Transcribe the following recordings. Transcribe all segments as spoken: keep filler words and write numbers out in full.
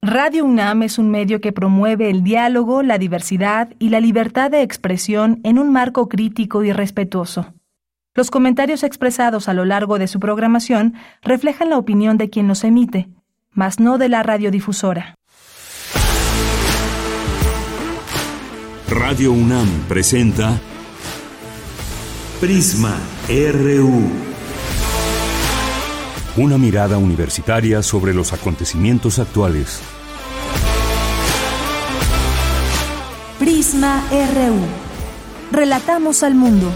Radio UNAM es un medio que promueve el diálogo, la diversidad y la libertad de expresión en un marco crítico y respetuoso. Los comentarios expresados a lo largo de su programación reflejan la opinión de quien los emite, mas no de la radiodifusora. Radio UNAM presenta Prisma R U. Una mirada universitaria sobre los acontecimientos actuales. Prisma R U. Relatamos al mundo.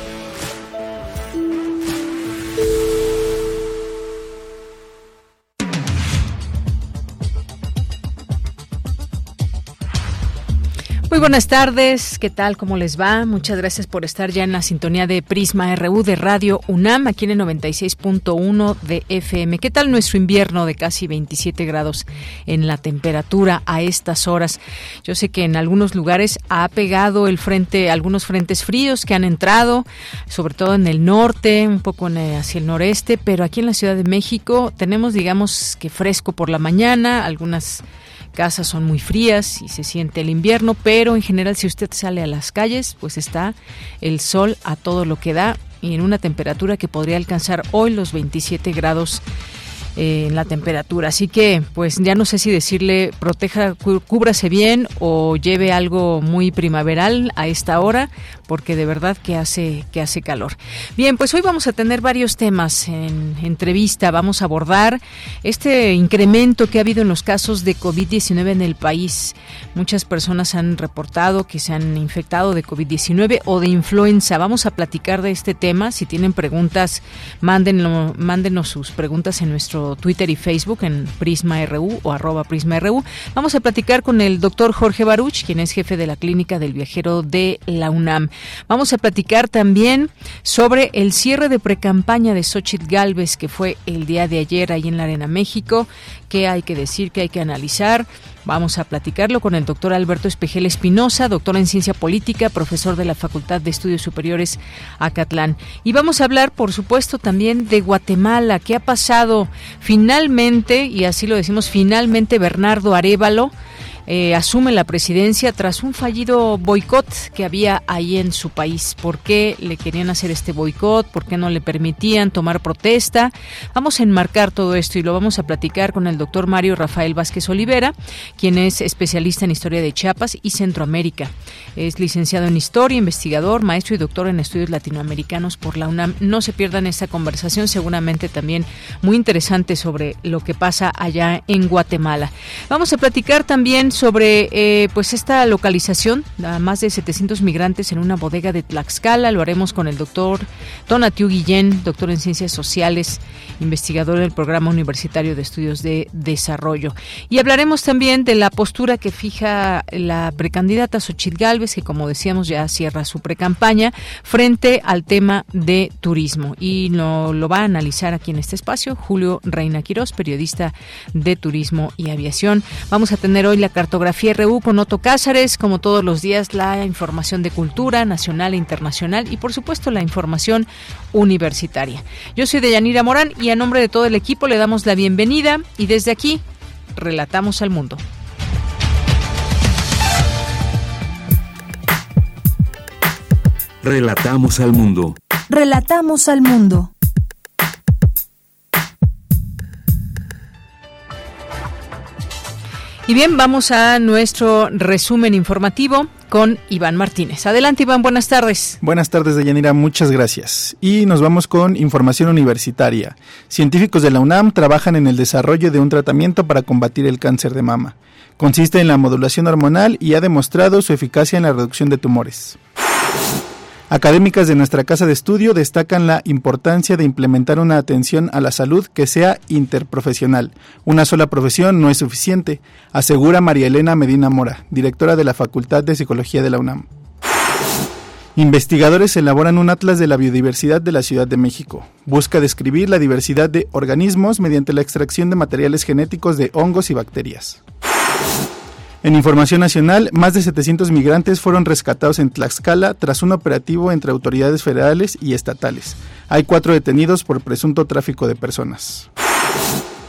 Muy buenas tardes, ¿qué tal? ¿Cómo les va? Muchas gracias por estar ya en la sintonía de Prisma R U de Radio UNAM, aquí en el noventa y seis punto uno de F M. ¿Qué tal nuestro invierno de casi veintisiete grados en la temperatura a estas horas? Yo sé que en algunos lugares ha pegado el frente, algunos frentes fríos que han entrado, sobre todo en el norte, un poco en el, hacia el noreste, pero aquí en la Ciudad de México tenemos, digamos, que fresco por la mañana, algunas casas son muy frías y se siente el invierno, pero en general si usted sale a las calles, pues está el sol a todo lo que da y en una temperatura que podría alcanzar hoy los veintisiete grados eh, en la temperatura. Así que, pues ya no sé si decirle proteja, cú- cúbrase bien o lleve algo muy primaveral a esta hora, porque de verdad que hace que hace calor. Bien, pues hoy vamos a tener varios temas en entrevista. Vamos a abordar este incremento que ha habido en los casos de covid diecinueve en el país. Muchas personas han reportado que se han infectado de covid diecinueve o de influenza. Vamos a platicar de este tema. Si tienen preguntas, mándenlo, mándenos sus preguntas en nuestro Twitter y Facebook en Prisma R U o arroba Prisma R U. Vamos a platicar con el doctor Jorge Baruch, quien es jefe de la Clínica del Viajero de la UNAM. Vamos a platicar también sobre el cierre de precampaña de Xóchitl Gálvez, que fue el día de ayer ahí en la Arena México. ¿Qué hay que decir? ¿Qué hay que analizar? Vamos a platicarlo con el doctor Alberto Espejel Espinosa, doctor en Ciencia Política, profesor de la Facultad de Estudios Superiores Acatlán. Y vamos a hablar, por supuesto, también de Guatemala. ¿Qué ha pasado? Finalmente, y así lo decimos, finalmente Bernardo Arévalo Eh, asume la presidencia tras un fallido boicot que había ahí en su país. ¿Por qué le querían hacer este boicot? ¿Por qué no le permitían tomar protesta? Vamos a enmarcar todo esto y lo vamos a platicar con el doctor Mario Rafael Vázquez Olivera, quien es especialista en Historia de Chiapas y Centroamérica. Es licenciado en Historia, investigador, maestro y doctor en Estudios Latinoamericanos por la UNAM. No se pierdan esta conversación, seguramente también muy interesante sobre lo que pasa allá en Guatemala. Vamos a platicar también sobre eh, pues esta localización a más de setecientos migrantes en una bodega de Tlaxcala. Lo haremos con el doctor Tonatiuh Guillén, doctor en Ciencias Sociales, investigador del Programa Universitario de Estudios de Desarrollo. Y hablaremos también de la postura que fija la precandidata Xóchitl Gálvez, que como decíamos ya cierra su precampaña frente al tema de turismo. Y lo, lo va a analizar aquí en este espacio Julio Reina Quirós, periodista de turismo y aviación. Vamos a tener hoy la Cartografía R U con Otto Cázares, como todos los días la información de cultura nacional e internacional y por supuesto la información universitaria. Yo soy Deyanira Morán y a nombre de todo el equipo le damos la bienvenida y desde aquí relatamos al mundo. Relatamos al mundo. Relatamos al mundo. Y bien, vamos a nuestro resumen informativo con Iván Martínez. Adelante, Iván, buenas tardes. Buenas tardes, Deyanira, muchas gracias. Y nos vamos con información universitaria. Científicos de la UNAM trabajan en el desarrollo de un tratamiento para combatir el cáncer de mama. Consiste en la modulación hormonal y ha demostrado su eficacia en la reducción de tumores. Académicas de nuestra casa de estudio destacan la importancia de implementar una atención a la salud que sea interprofesional. Una sola profesión no es suficiente, asegura María Elena Medina Mora, directora de la Facultad de Psicología de la UNAM. Investigadores elaboran un atlas de la biodiversidad de la Ciudad de México. Busca describir la diversidad de organismos mediante la extracción de materiales genéticos de hongos y bacterias. En información nacional, más de setecientos migrantes fueron rescatados en Tlaxcala tras un operativo entre autoridades federales y estatales. Hay cuatro detenidos por presunto tráfico de personas.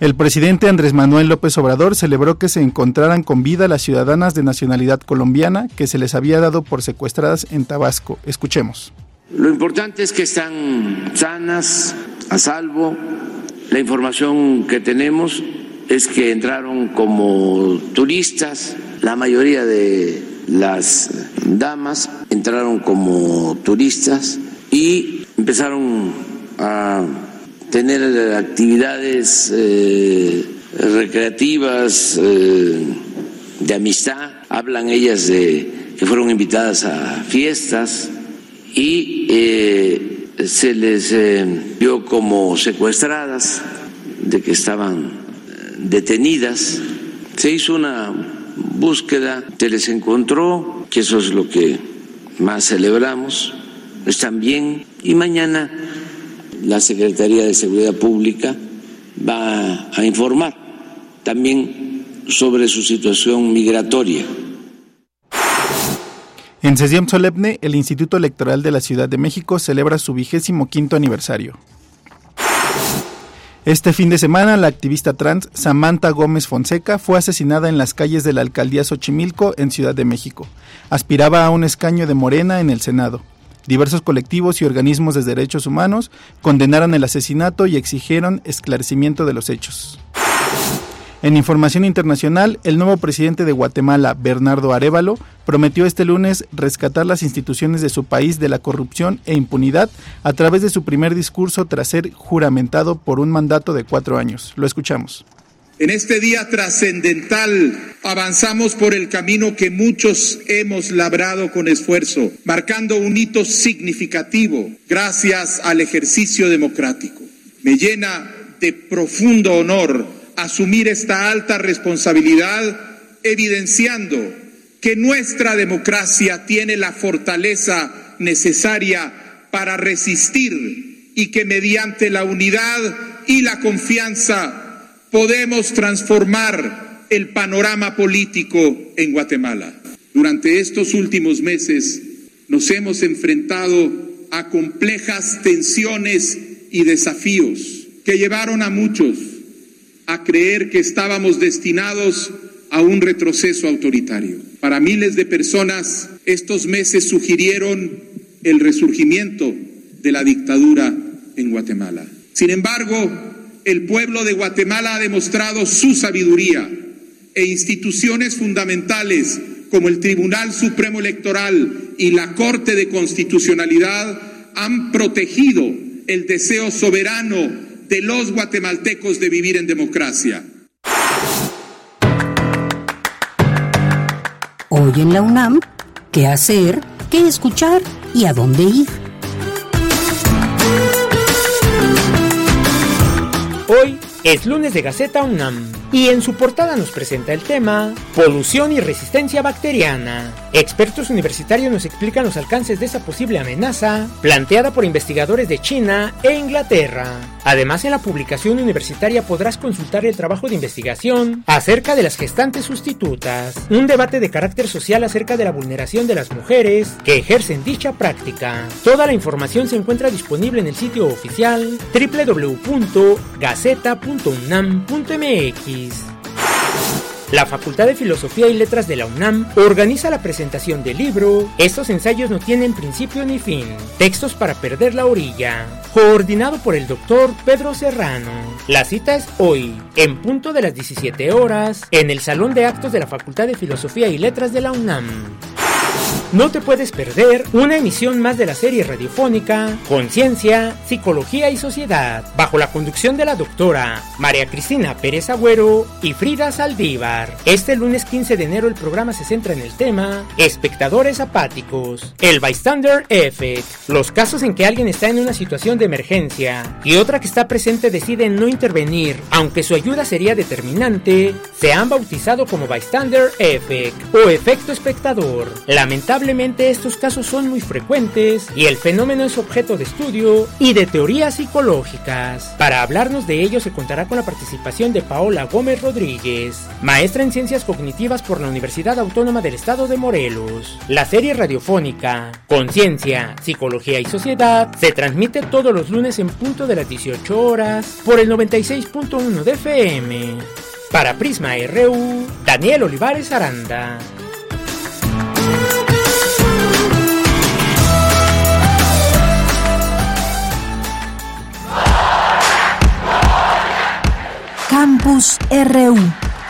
El presidente Andrés Manuel López Obrador celebró que se encontraran con vida las ciudadanas de nacionalidad colombiana que se les había dado por secuestradas en Tabasco. Escuchemos. Lo importante es que están sanas, a salvo. La información que tenemos es que entraron como turistas. La mayoría de las damas entraron como turistas y empezaron a tener actividades eh, recreativas, eh, de amistad. Hablan ellas de que fueron invitadas a fiestas y eh, se les eh, vio como secuestradas, de que estaban detenidas. Se hizo una búsqueda, se les encontró, que eso es lo que más celebramos, están bien, y mañana la Secretaría de Seguridad Pública va a informar también sobre su situación migratoria. En sesión solemne, el Instituto Electoral de la Ciudad de México celebra su vigésimo quinto aniversario. Este fin de semana, la activista trans Samantha Gómez Fonseca fue asesinada en las calles de la alcaldía Xochimilco, en Ciudad de México. Aspiraba a un escaño de Morena en el Senado. Diversos colectivos y organismos de derechos humanos condenaron el asesinato y exigieron esclarecimiento de los hechos. En información internacional, el nuevo presidente de Guatemala, Bernardo Arévalo, prometió este lunes rescatar las instituciones de su país de la corrupción e impunidad a través de su primer discurso tras ser juramentado por un mandato de cuatro años. Lo escuchamos. En este día trascendental avanzamos por el camino que muchos hemos labrado con esfuerzo, marcando un hito significativo gracias al ejercicio democrático. Me llena de profundo honor asumir esta alta responsabilidad, evidenciando que nuestra democracia tiene la fortaleza necesaria para resistir y que mediante la unidad y la confianza podemos transformar el panorama político en Guatemala. Durante estos últimos meses nos hemos enfrentado a complejas tensiones y desafíos que llevaron a muchos a creer que estábamos destinados a un retroceso autoritario. Para miles de personas, estos meses sugirieron el resurgimiento de la dictadura en Guatemala. Sin embargo, el pueblo de Guatemala ha demostrado su sabiduría e instituciones fundamentales como el Tribunal Supremo Electoral y la Corte de Constitucionalidad han protegido el deseo soberano de los guatemaltecos de vivir en democracia. Hoy en la UNAM, ¿qué hacer, qué escuchar y a dónde ir? Hoy es lunes de Gaceta UNAM y en su portada nos presenta el tema Polución y resistencia bacteriana. Expertos universitarios nos explican los alcances de esa posible amenaza planteada por investigadores de China e Inglaterra. Además, en la publicación universitaria podrás consultar el trabajo de investigación acerca de las gestantes sustitutas, un debate de carácter social acerca de la vulneración de las mujeres que ejercen dicha práctica. Toda la información se encuentra disponible en el sitio oficial doble u doble u doble u punto gaceta punto unam punto m x. La Facultad de Filosofía y Letras de la UNAM organiza la presentación del libro Estos ensayos no tienen principio ni fin, textos para perder la orilla, coordinado por el doctor Pedro Serrano. La cita es hoy, en punto de las diecisiete horas, en el Salón de Actos de la Facultad de Filosofía y Letras de la UNAM. No te puedes perder una emisión más de la serie radiofónica Conciencia, Psicología y Sociedad, bajo la conducción de la doctora María Cristina Pérez Agüero y Frida Saldívar. Este lunes quince de enero el programa se centra en el tema Espectadores apáticos, el Bystander Effect, los casos en que alguien está en una situación de emergencia y otra que está presente decide no intervenir, aunque su ayuda sería determinante, se han bautizado como Bystander Effect o efecto espectador. La Lamentablemente estos casos son muy frecuentes y el fenómeno es objeto de estudio y de teorías psicológicas. Para hablarnos de ello se contará con la participación de Paola Gómez Rodríguez, maestra en Ciencias Cognitivas por la Universidad Autónoma del Estado de Morelos. La serie radiofónica Conciencia, Psicología y Sociedad se transmite todos los lunes en punto de las dieciocho horas por el noventa y seis punto uno de F M. Para Prisma R U, Daniel Olivares Aranda. Campus R U.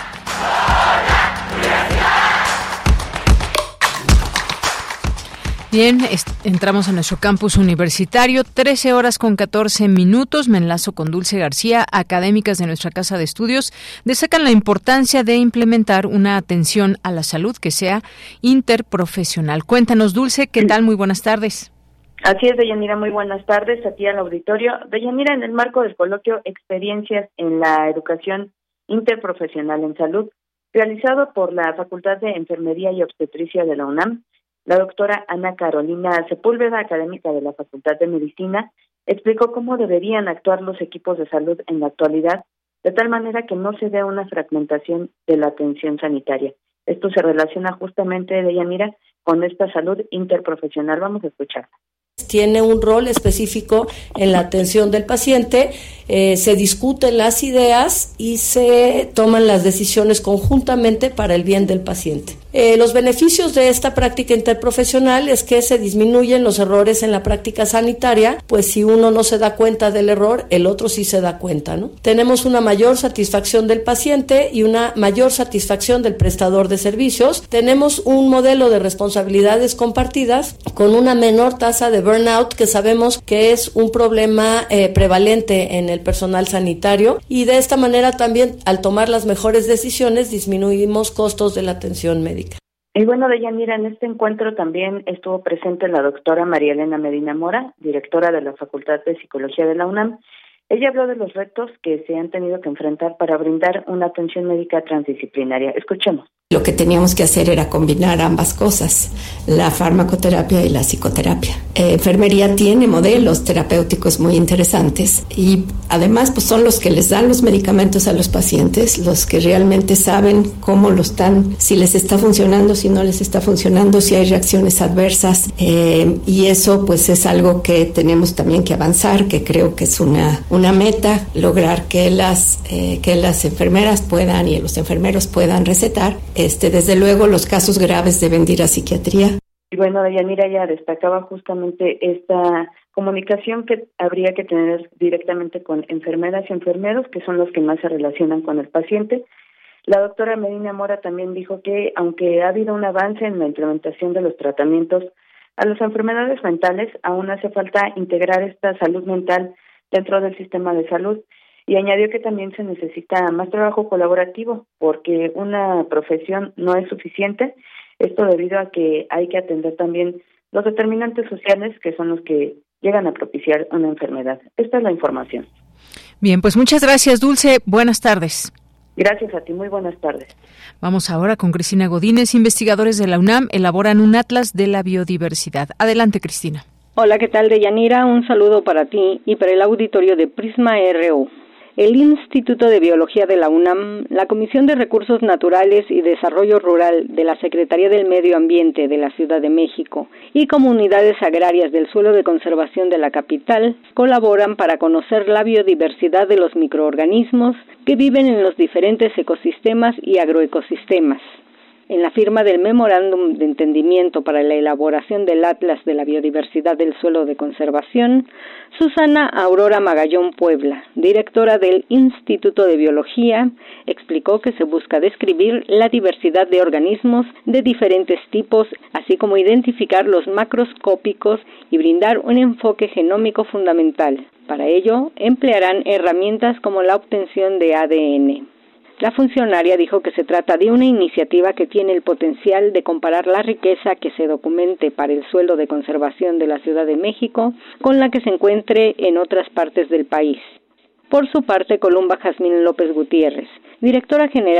Bien, entramos a nuestro campus universitario, trece horas con catorce minutos. Me enlazo con Dulce García. Académicas de nuestra casa de estudios destacan la importancia de implementar una atención a la salud que sea interprofesional. Cuéntanos, Dulce, ¿qué tal? Muy buenas tardes. Así es, Deyanira, muy buenas tardes a ti al auditorio. Deyanira, en el marco del coloquio Experiencias en la Educación Interprofesional en Salud, realizado por la Facultad de Enfermería y Obstetricia de la UNAM, la doctora Ana Carolina Sepúlveda, académica de la Facultad de Medicina, explicó cómo deberían actuar los equipos de salud en la actualidad, de tal manera que no se dé una fragmentación de la atención sanitaria. Esto se relaciona justamente, Deyanira, con esta salud interprofesional. Vamos a escucharla. Tiene un rol específico en la atención del paciente, eh, se discuten las ideas y se toman las decisiones conjuntamente para el bien del paciente. Eh, los beneficios de esta práctica interprofesional es que se disminuyen los errores en la práctica sanitaria, pues si uno no se da cuenta del error, el otro sí se da cuenta, ¿no? Tenemos una mayor satisfacción del paciente y una mayor satisfacción del prestador de servicios. Tenemos un modelo de responsabilidades compartidas con una menor tasa de burnout, que sabemos que es un problema eh, prevalente en el personal sanitario, y de esta manera también, al tomar las mejores decisiones, disminuimos costos de la atención médica. Y bueno, Deyanira, en este encuentro también estuvo presente la doctora María Elena Medina Mora, directora de la Facultad de Psicología de la UNAM. Ella habló de los retos que se han tenido que enfrentar para brindar una atención médica transdisciplinaria. Escuchemos. Lo que teníamos que hacer era combinar ambas cosas, la farmacoterapia y la psicoterapia. Eh, enfermería tiene modelos terapéuticos muy interesantes y además pues son los que les dan los medicamentos a los pacientes, los que realmente saben cómo lo están, si les está funcionando, si no les está funcionando, si hay reacciones adversas, eh, y eso pues es algo que tenemos también que avanzar, que creo que es una, una meta, lograr que las, eh, que las enfermeras puedan y los enfermeros puedan recetar. Este, desde luego, los casos graves deben ir a psiquiatría. Y bueno, Deyanira ya destacaba justamente esta comunicación que habría que tener directamente con enfermeras y enfermeros, que son los que más se relacionan con el paciente. La doctora Medina Mora también dijo que, aunque ha habido un avance en la implementación de los tratamientos a las enfermedades mentales, aún hace falta integrar esta salud mental dentro del sistema de salud. Y añadió que también se necesita más trabajo colaborativo, porque una profesión no es suficiente, esto debido a que hay que atender también los determinantes sociales que son los que llegan a propiciar una enfermedad. Esta es la información. Bien, pues muchas gracias, Dulce. Buenas tardes. Gracias a ti, muy buenas tardes. Vamos ahora con Cristina Godínez. Investigadores de la UNAM elaboran un atlas de la biodiversidad. Adelante, Cristina. Hola, ¿qué tal, Deyanira? Un saludo para ti y para el auditorio de Prisma R U. El Instituto de Biología de la UNAM, la Comisión de Recursos Naturales y Desarrollo Rural de la Secretaría del Medio Ambiente de la Ciudad de México y Comunidades Agrarias del Suelo de Conservación de la capital colaboran para conocer la biodiversidad de los microorganismos que viven en los diferentes ecosistemas y agroecosistemas. En la firma del Memorándum de Entendimiento para la elaboración del Atlas de la Biodiversidad del Suelo de Conservación, Susana Aurora Magallón Puebla, directora del Instituto de Biología, explicó que se busca describir la diversidad de organismos de diferentes tipos, así como identificar los macroscópicos y brindar un enfoque genómico fundamental. Para ello, emplearán herramientas como la obtención de A D N. La funcionaria dijo que se trata de una iniciativa que tiene el potencial de comparar la riqueza que se documente para el suelo de conservación de la Ciudad de México con la que se encuentre en otras partes del país. Por su parte, Columba Jazmín López Gutiérrez, directora general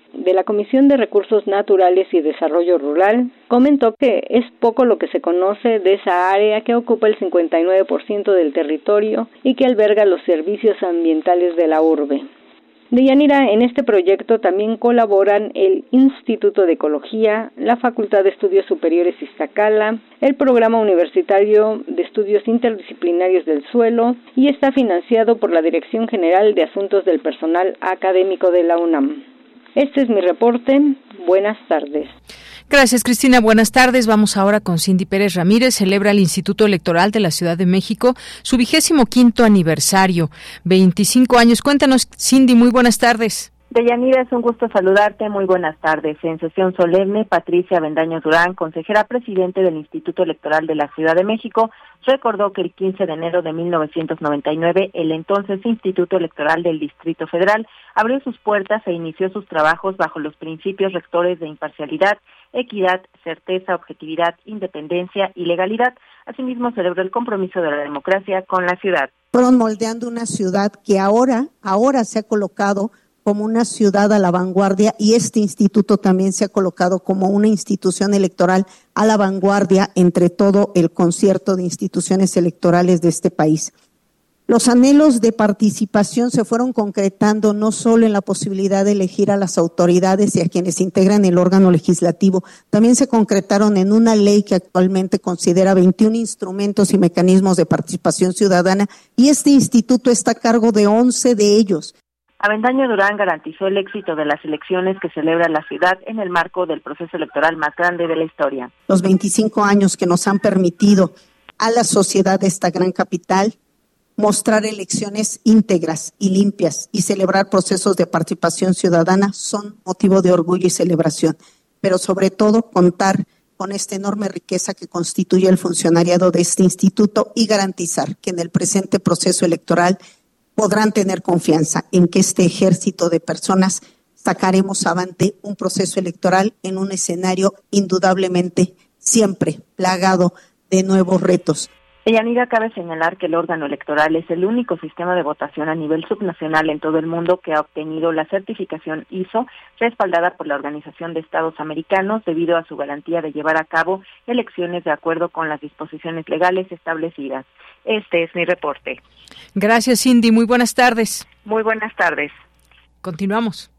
de la Comisión de Recursos Naturales y Desarrollo Rural, comentó que es poco lo que se conoce de esa área que ocupa el cincuenta y nueve por ciento del territorio y que alberga los servicios ambientales de la urbe. Deyanira, en este proyecto también colaboran el Instituto de Ecología, la Facultad de Estudios Superiores Iztacala, el Programa Universitario de Estudios Interdisciplinarios del Suelo y está financiado por la Dirección General de Asuntos del Personal Académico de la UNAM. Este es mi reporte. Buenas tardes. Gracias, Cristina. Buenas tardes. Vamos ahora con Cindy Pérez Ramírez. Celebra el Instituto Electoral de la Ciudad de México su vigésimo quinto aniversario. veinticinco años. Cuéntanos, Cindy. Muy buenas tardes. Deyanira, es un gusto saludarte. Muy buenas tardes. En sesión solemne, Patricia Avendaño Durán, consejera presidente del Instituto Electoral de la Ciudad de México, recordó que el quince de enero de mil novecientos noventa y nueve, el entonces Instituto Electoral del Distrito Federal abrió sus puertas e inició sus trabajos bajo los principios rectores de imparcialidad, equidad, certeza, objetividad, independencia y legalidad. Asimismo, celebró el compromiso de la democracia con la ciudad. Fueron moldeando una ciudad que ahora, ahora se ha colocado como una ciudad a la vanguardia, y este instituto también se ha colocado como una institución electoral a la vanguardia entre todo el concierto de instituciones electorales de este país. Los anhelos de participación se fueron concretando no solo en la posibilidad de elegir a las autoridades y a quienes integran el órgano legislativo, también se concretaron en una ley que actualmente considera veintiún instrumentos y mecanismos de participación ciudadana, y este instituto está a cargo de once de ellos. Avendaño Durán garantizó el éxito de las elecciones que celebra la ciudad en el marco del proceso electoral más grande de la historia. Los veinticinco años que nos han permitido a la sociedad de esta gran capital mostrar elecciones íntegras y limpias y celebrar procesos de participación ciudadana son motivo de orgullo y celebración, pero sobre todo contar con esta enorme riqueza que constituye el funcionariado de este instituto y garantizar que en el presente proceso electoral podrán tener confianza en que este ejército de personas sacaremos avante un proceso electoral en un escenario indudablemente siempre plagado de nuevos retos. Deyanira, cabe señalar que el órgano electoral es el único sistema de votación a nivel subnacional en todo el mundo que ha obtenido la certificación I S O, respaldada por la Organización de Estados Americanos, debido a su garantía de llevar a cabo elecciones de acuerdo con las disposiciones legales establecidas. Este es mi reporte. Gracias, Cindy. Muy buenas tardes. Muy buenas tardes. Continuamos.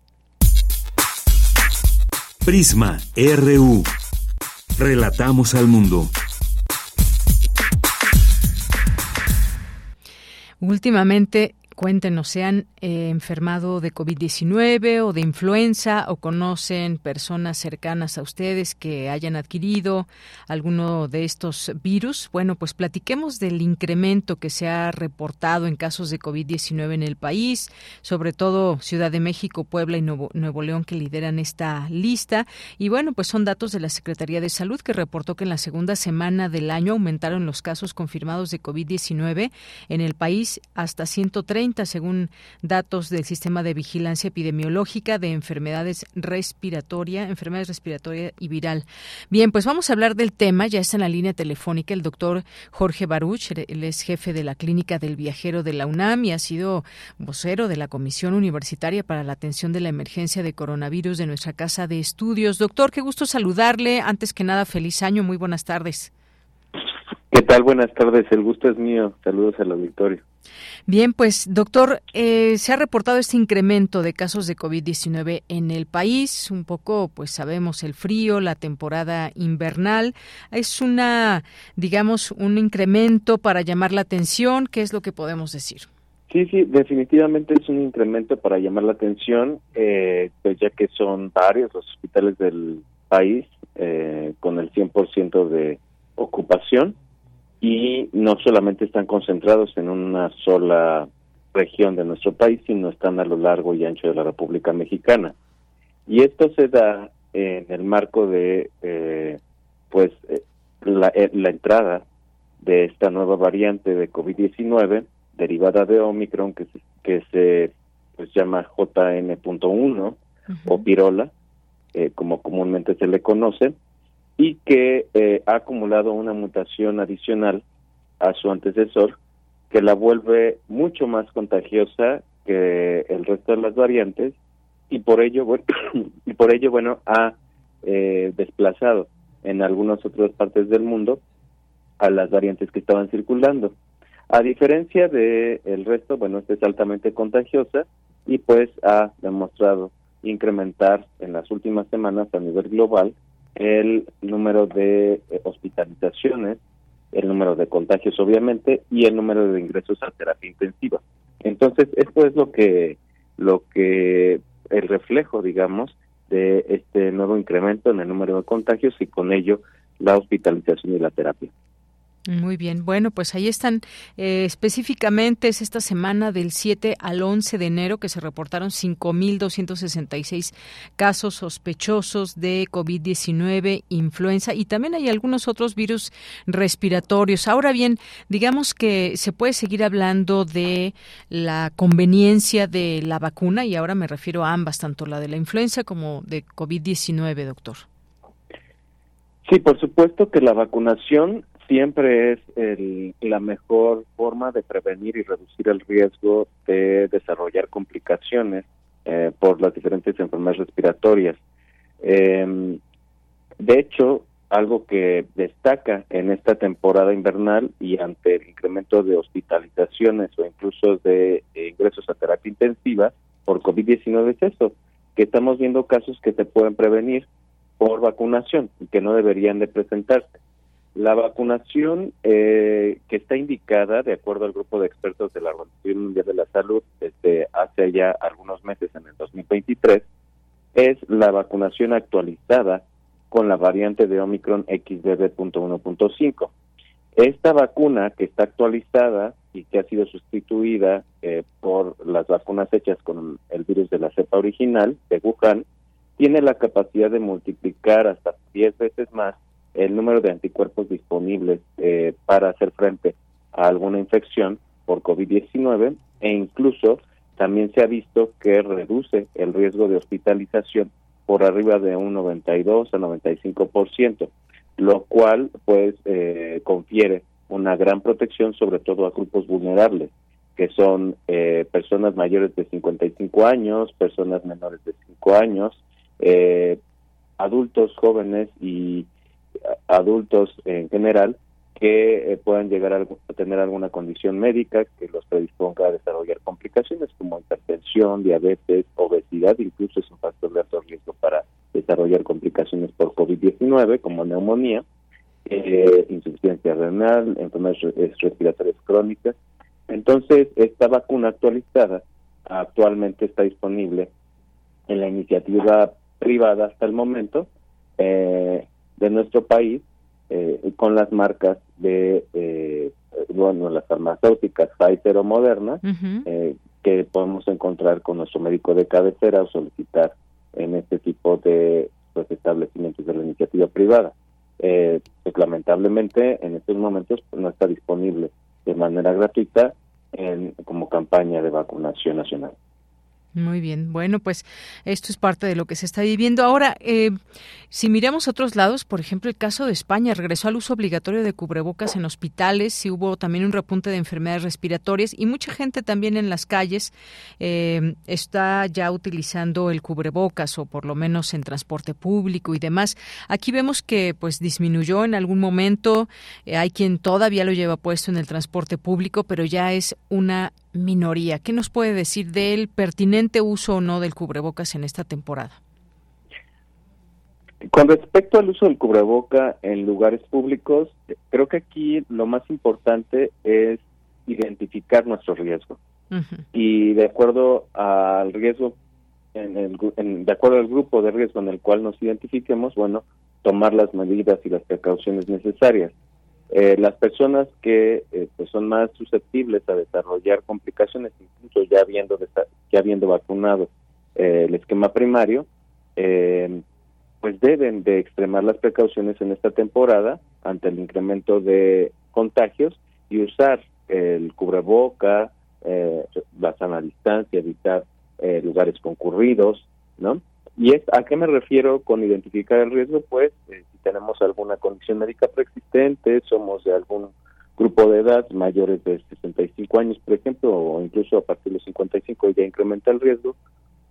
Prisma R U. Relatamos al mundo. Últimamente, cuéntenos, ¿se han eh, enfermado de covid diecinueve o de influenza o conocen personas cercanas a ustedes que hayan adquirido alguno de estos virus? Bueno, pues platiquemos del incremento que se ha reportado en casos de covid diecinueve en el país, sobre todo Ciudad de México, Puebla y Nuevo, Nuevo León, que lideran esta lista. Y bueno, pues son datos de la Secretaría de Salud, que reportó que en la segunda semana del año aumentaron los casos confirmados de covid diecinueve en el país hasta ciento treinta, según datos del Sistema de Vigilancia Epidemiológica de Enfermedades Respiratorias, Enfermedades Respiratoria y Viral. Bien, pues vamos a hablar del tema. Ya está en la línea telefónica el doctor Jorge Baruch. Él es jefe de la Clínica del Viajero de la UNAM y ha sido vocero de la Comisión Universitaria para la Atención de la Emergencia de Coronavirus de nuestra Casa de Estudios. Doctor, qué gusto saludarle. Antes que nada, feliz año. Muy buenas tardes. ¿Qué tal? Buenas tardes. El gusto es mío. Saludos al auditorio. Bien, pues doctor, eh, se ha reportado este incremento de casos de covid diecinueve en el país. Un poco, pues sabemos, el frío, la temporada invernal. Es una, digamos, un incremento para llamar la atención. ¿Qué es lo que podemos decir? Sí, sí, definitivamente es un incremento para llamar la atención, eh, pues ya que son varios los hospitales del país eh, con el cien por ciento de ocupación. Y no solamente están concentrados en una sola región de nuestro país, sino están a lo largo y ancho de la República Mexicana. Y esto se da en el marco de eh, pues eh, la, eh, la entrada de esta nueva variante de covid diecinueve, derivada de Omicron, que se, que se pues llama J N punto uno, uh-huh. o virola, eh, como comúnmente se le conoce, y que eh, ha acumulado una mutación adicional a su antecesor que la vuelve mucho más contagiosa que el resto de las variantes y por ello, bueno, y por ello, bueno, ha eh, desplazado en algunas otras partes del mundo a las variantes que estaban circulando. A diferencia de el resto, bueno, esta es altamente contagiosa y pues ha demostrado incrementar en las últimas semanas a nivel global el número de eh, hospitalizaciones, el número de contagios obviamente y el número de ingresos a terapia intensiva. Entonces, esto es lo que lo que el reflejo, digamos, de este nuevo incremento en el número de contagios y con ello la hospitalización y la terapia. Muy bien, bueno, pues ahí están eh, específicamente es esta semana del siete al once de enero que se reportaron cinco mil doscientos sesenta y seis casos sospechosos de covid diecinueve, influenza y también hay algunos otros virus respiratorios. Ahora bien, digamos que se puede seguir hablando de la conveniencia de la vacuna y ahora me refiero a ambas, tanto la de la influenza como de covid diecinueve, doctor. Sí, por supuesto que la vacunación siempre es el, la mejor forma de prevenir y reducir el riesgo de desarrollar complicaciones eh, por las diferentes enfermedades respiratorias. Eh, de hecho, algo que destaca en esta temporada invernal y ante el incremento de hospitalizaciones o incluso de eh, ingresos a terapia intensiva por covid diecinueve es eso, que estamos viendo casos que se pueden prevenir por vacunación y que no deberían de presentarse. La vacunación eh, que está indicada, de acuerdo al grupo de expertos de la Organización Mundial de la Salud, desde hace ya algunos meses, en el dos mil veintitrés, es la vacunación actualizada con la variante de Omicron X B B punto uno punto cinco. Esta vacuna que está actualizada y que ha sido sustituida eh, por las vacunas hechas con el virus de la cepa original de Wuhan, tiene la capacidad de multiplicar hasta diez veces más el número de anticuerpos disponibles eh, para hacer frente a alguna infección por covid diecinueve e incluso también se ha visto que reduce el riesgo de hospitalización por arriba de un noventa y dos a noventa y cinco por ciento, lo cual pues eh, confiere una gran protección sobre todo a grupos vulnerables, que son eh, personas mayores de cincuenta y cinco años, personas menores de cinco años, eh, adultos jóvenes y adultos en general que eh, puedan llegar a, a tener alguna condición médica que los predisponga a desarrollar complicaciones como hipertensión, diabetes, obesidad, incluso es un factor de alto riesgo para desarrollar complicaciones por covid diecinueve como neumonía, eh, insuficiencia renal, enfermedades respiratorias crónicas. Entonces, esta vacuna actualizada actualmente está disponible en la iniciativa privada hasta el momento, eh, de nuestro país eh, con las marcas de eh, bueno las farmacéuticas Pfizer o Moderna uh-huh. eh, que podemos encontrar con nuestro médico de cabecera o solicitar en este tipo de pues, establecimientos de la iniciativa privada. Eh, pues, lamentablemente en estos momentos pues, no está disponible de manera gratuita en, como campaña de vacunación nacional. Muy bien, bueno, pues esto es parte de lo que se está viviendo. Ahora, eh, si miramos a otros lados, por ejemplo, el caso de España, regresó al uso obligatorio de cubrebocas en hospitales, sí hubo también un repunte de enfermedades respiratorias y mucha gente también en las calles eh, está ya utilizando el cubrebocas o por lo menos en transporte público y demás. Aquí vemos que pues disminuyó en algún momento, eh, hay quien todavía lo lleva puesto en el transporte público, pero ya es una minoría. ¿Qué nos puede decir del pertinente uso o no del cubrebocas en esta temporada? Con respecto al uso del cubreboca en lugares públicos, creo que aquí lo más importante es identificar nuestro riesgo. Uh-huh. Y de acuerdo al riesgo, en el, en, de acuerdo al grupo de riesgo en el cual nos identifiquemos, bueno, tomar las medidas y las precauciones necesarias. Eh, las personas que eh, pues son más susceptibles a desarrollar complicaciones, incluso ya habiendo ya habiendo vacunado eh, el esquema primario, eh, pues deben de extremar las precauciones en esta temporada ante el incremento de contagios y usar el cubreboca, eh, la sana distancia, evitar eh, lugares concurridos, ¿no? ¿Y es a qué me refiero con identificar el riesgo? Pues eh, si tenemos alguna condición médica preexistente, somos de algún grupo de edad mayores de sesenta y cinco años, por ejemplo, o incluso a partir de los cincuenta y cinco ya incrementa el riesgo,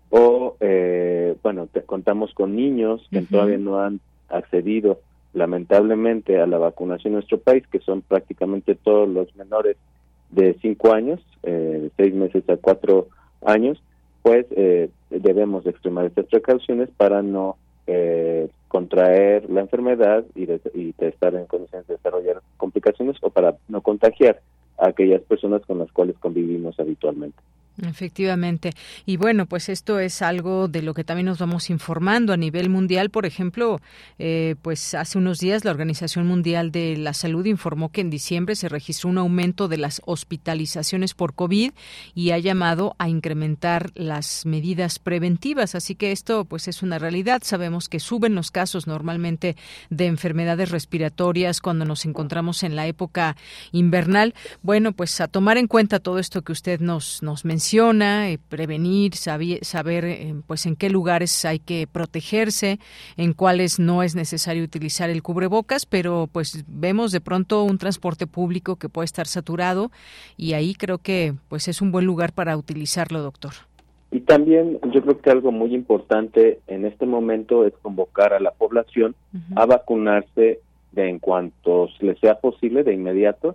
o, eh, bueno, te, contamos con niños que uh-huh. todavía no han accedido lamentablemente a la vacunación en nuestro país, que son prácticamente todos los menores de cinco años, eh, de seis meses a cuatro años, pues eh, debemos de extremar estas precauciones para no eh, contraer la enfermedad y, de, y de estar en condiciones de desarrollar complicaciones, o para no contagiar a aquellas personas con las cuales convivimos habitualmente. Efectivamente. Y bueno, pues esto es algo de lo que también nos vamos informando a nivel mundial. Por ejemplo, eh, pues hace unos días la Organización Mundial de la Salud informó que en diciembre se registró un aumento de las hospitalizaciones por COVID y ha llamado a incrementar las medidas preventivas. Así que esto pues es una realidad. Sabemos que suben los casos normalmente de enfermedades respiratorias cuando nos encontramos en la época invernal. Bueno, pues a tomar en cuenta todo esto que usted nos, nos menciona. Eh, prevenir, saber, saber eh, pues en qué lugares hay que protegerse, en cuáles no es necesario utilizar el cubrebocas, pero pues vemos de pronto un transporte público que puede estar saturado y ahí creo que pues es un buen lugar para utilizarlo, doctor. Y también yo creo que algo muy importante en este momento es convocar a la población uh-huh. a vacunarse de en cuanto les sea posible, de inmediato,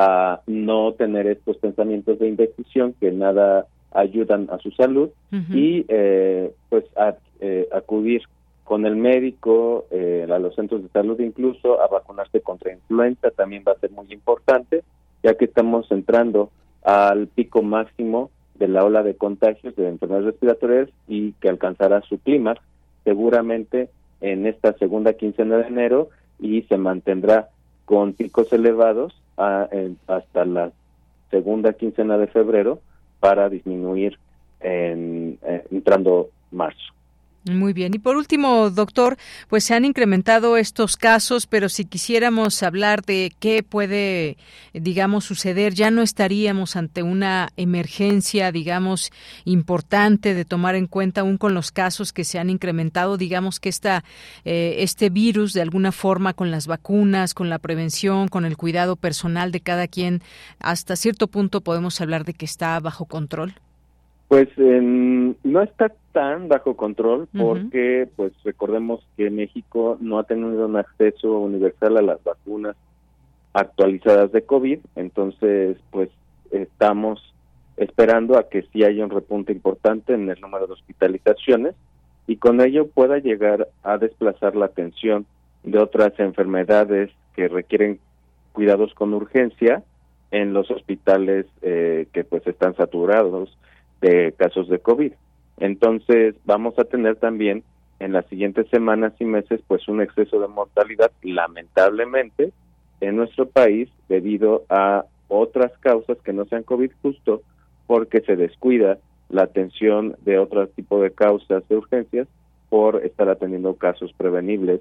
a no tener estos pensamientos de indecisión que nada ayudan a su salud uh-huh. y eh, pues a, eh, acudir con el médico, eh, a los centros de salud, incluso a vacunarse contra influenza también va a ser muy importante, ya que estamos entrando al pico máximo de la ola de contagios de enfermedades respiratorias y que alcanzará su clímax seguramente en esta segunda quincena de enero y se mantendrá con picos elevados A, en, hasta la segunda quincena de febrero para disminuir en, en, entrando marzo. Muy bien. Y por último, doctor, pues se han incrementado estos casos, pero si quisiéramos hablar de qué puede, digamos, suceder, ya no estaríamos ante una emergencia, digamos, importante de tomar en cuenta aún con los casos que se han incrementado, digamos que esta, eh, este virus de alguna forma con las vacunas, con la prevención, con el cuidado personal de cada quien, hasta cierto punto podemos hablar de que está bajo control. Pues eh, no está tan bajo control porque, uh-huh. pues recordemos que México no ha tenido un acceso universal a las vacunas actualizadas de COVID, entonces pues estamos esperando a que sí haya un repunte importante en el número de hospitalizaciones y con ello pueda llegar a desplazar la atención de otras enfermedades que requieren cuidados con urgencia en los hospitales eh, que pues están saturados de casos de COVID. Entonces vamos a tener también en las siguientes semanas y meses pues un exceso de mortalidad lamentablemente en nuestro país debido a otras causas que no sean COVID, justo porque se descuida la atención de otro tipo de causas de urgencias por estar atendiendo casos prevenibles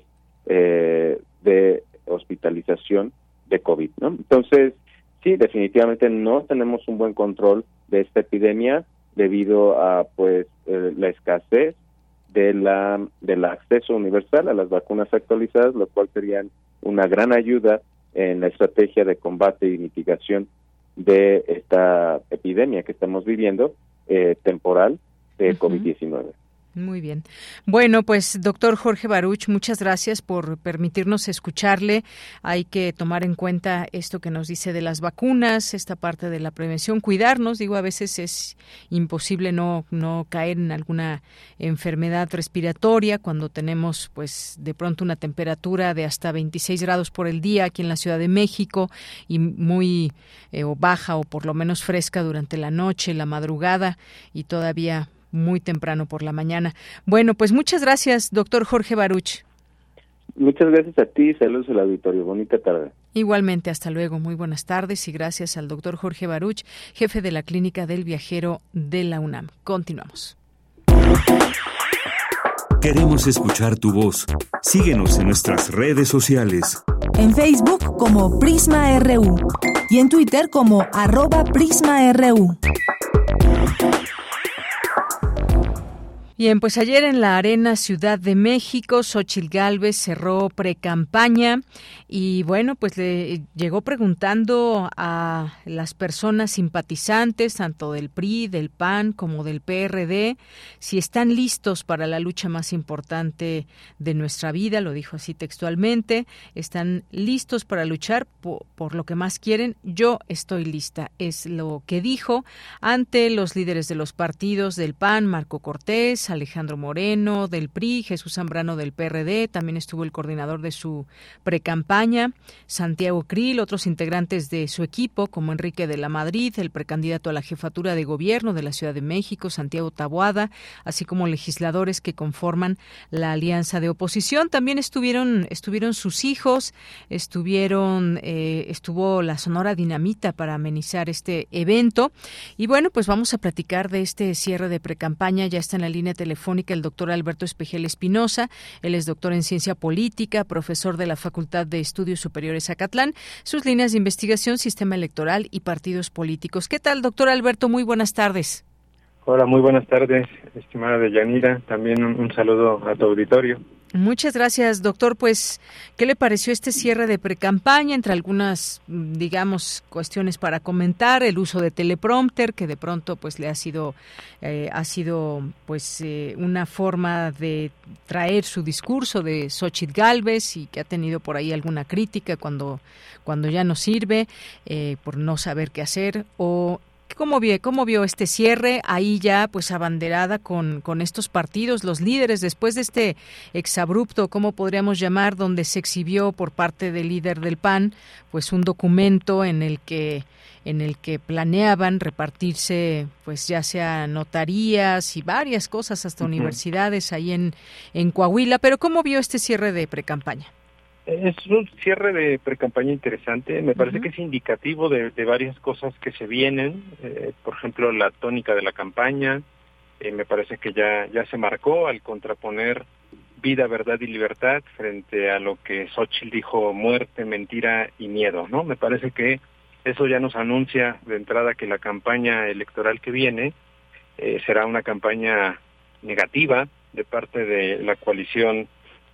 eh, de hospitalización de COVID, ¿no? Entonces sí, definitivamente no tenemos un buen control de esta epidemia debido a pues eh, la escasez de la del acceso universal a las vacunas actualizadas, lo cual sería una gran ayuda en la estrategia de combate y mitigación de esta epidemia que estamos viviendo eh, temporal de uh-huh. COVID diecinueve. Muy bien. Bueno, pues doctor Jorge Baruch, muchas gracias por permitirnos escucharle. Hay que tomar en cuenta esto que nos dice de las vacunas, esta parte de la prevención, cuidarnos. Digo, a veces es imposible no no caer en alguna enfermedad respiratoria cuando tenemos, pues, de pronto una temperatura de hasta veintiséis grados por el día aquí en la Ciudad de México y muy eh, o baja o por lo menos fresca durante la noche, la madrugada y todavía muy temprano por la mañana. Bueno, pues muchas gracias, doctor Jorge Baruch. Muchas gracias a ti, saludos al auditorio, bonita tarde. Igualmente, hasta luego, muy buenas tardes y gracias al doctor Jorge Baruch, jefe de la Clínica del Viajero de la UNAM. Continuamos. Queremos escuchar tu voz. Síguenos en nuestras redes sociales. En Facebook como Prisma R U y en Twitter como arroba Prisma R U. Bien, pues ayer en la Arena Ciudad de México, Xóchitl Gálvez cerró precampaña y bueno, pues le llegó preguntando a las personas simpatizantes, tanto del P R I, del P A N como del P R D, si están listos para la lucha más importante de nuestra vida, lo dijo así textualmente, están listos para luchar por, por lo que más quieren, yo estoy lista, es lo que dijo ante los líderes de los partidos del P A N, Marco Cortés, Alejandro Moreno del P R I, Jesús Zambrano del P R D, también estuvo el coordinador de su precampaña, Santiago Krill, otros integrantes de su equipo como Enrique de la Madrid, el precandidato a la jefatura de gobierno de la Ciudad de México, Santiago Taboada, así como legisladores que conforman la alianza de oposición. También estuvieron estuvieron sus hijos, estuvieron eh, estuvo la Sonora Dinamita para amenizar este evento y bueno, pues vamos a platicar de este cierre de precampaña. Ya está en la línea telefónica el doctor Alberto Espejel Espinosa. Él es doctor en ciencia política, profesor de la Facultad de Estudios Superiores Acatlán. Sus líneas de investigación, sistema electoral y partidos políticos. ¿Qué tal, doctor Alberto? Muy buenas tardes. Hola, muy buenas tardes, estimada Deyanira. También un, un saludo a tu auditorio. Muchas gracias, doctor. Pues, ¿qué le pareció este cierre de precampaña? Entre algunas, digamos, cuestiones para comentar, el uso de teleprompter, que de pronto, pues, le ha sido, eh, ha sido, pues, eh, una forma de traer su discurso de Xóchitl Gálvez y que ha tenido por ahí alguna crítica cuando, cuando ya no sirve, eh, por no saber qué hacer o ¿Cómo vio, cómo vio este cierre ahí ya pues abanderada con, con estos partidos, los líderes, después de este exabrupto, cómo podríamos llamar, donde se exhibió por parte del líder del P A N pues un documento en el que en el que planeaban repartirse pues ya sea notarías y varias cosas, hasta uh-huh. universidades ahí en, en Coahuila? Pero ¿cómo vio este cierre de precampaña? Es un cierre de precampaña interesante, me parece uh-huh. que es indicativo de, de varias cosas que se vienen, eh, por ejemplo la tónica de la campaña, eh, me parece que ya, ya se marcó al contraponer vida, verdad y libertad frente a lo que Xóchitl dijo, muerte, mentira y miedo, ¿no? Me parece que eso ya nos anuncia de entrada que la campaña electoral que viene eh, será una campaña negativa de parte de la coalición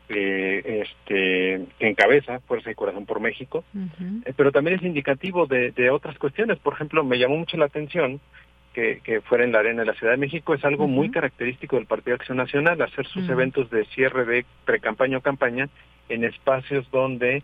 Eh, este, que encabeza Fuerza y Corazón por México, uh-huh. eh, pero también es indicativo de, de otras cuestiones. Por ejemplo, me llamó mucho la atención que, que fuera en la Arena de la Ciudad de México. Es algo uh-huh. muy característico del Partido Acción Nacional, hacer sus uh-huh. eventos de cierre de precampaña o campaña en espacios donde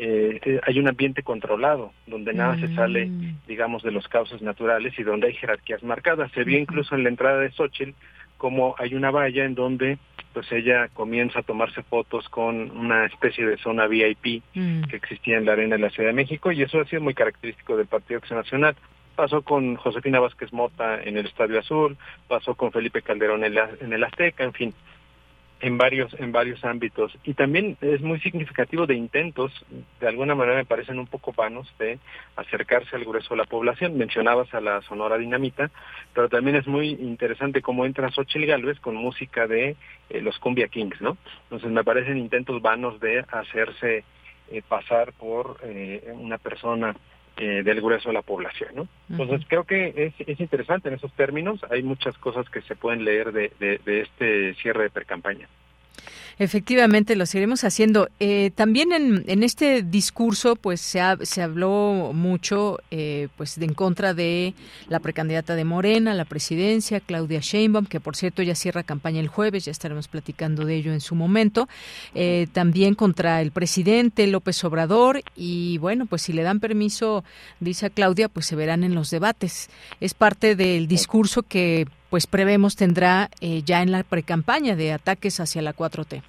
eh, hay un ambiente controlado, donde nada uh-huh. se sale, digamos, de los cauces naturales y donde hay jerarquías marcadas. Se vio uh-huh. incluso en la entrada de Xóchitl como hay una valla en donde pues ella comienza a tomarse fotos con una especie de zona V I P mm. que existía en la Arena de la Ciudad de México, y eso ha sido muy característico del Partido Acción Nacional. Pasó con Josefina Vázquez Mota en el Estadio Azul, pasó con Felipe Calderón en, la, en el Azteca, en fin, en varios en varios ámbitos. Y también es muy significativo de intentos, de alguna manera me parecen un poco vanos, de acercarse al grueso de la población. Mencionabas a la Sonora Dinamita, pero también es muy interesante cómo entra Xóchitl Gálvez con música de eh, los Cumbia Kings, ¿no? Entonces me parecen intentos vanos de hacerse eh, pasar por eh, una persona eh, del grueso de la población, ¿no? Entonces uh-huh. creo que es, es interesante en esos términos. Hay muchas cosas que se pueden leer de, de, de este cierre de precampaña. Efectivamente, lo seguiremos haciendo. Eh, también en, en este discurso, pues se, ha, se habló mucho, eh, pues de en contra de la precandidata de Morena a la presidencia, Claudia Sheinbaum, que por cierto ya cierra campaña el jueves, ya estaremos platicando de ello en su momento. Eh, también contra el presidente López Obrador y bueno, pues si le dan permiso, dice a Claudia, pues se verán en los debates. Es parte del discurso que pues prevemos tendrá eh, ya en la precampaña de ataques hacia la cuatro T.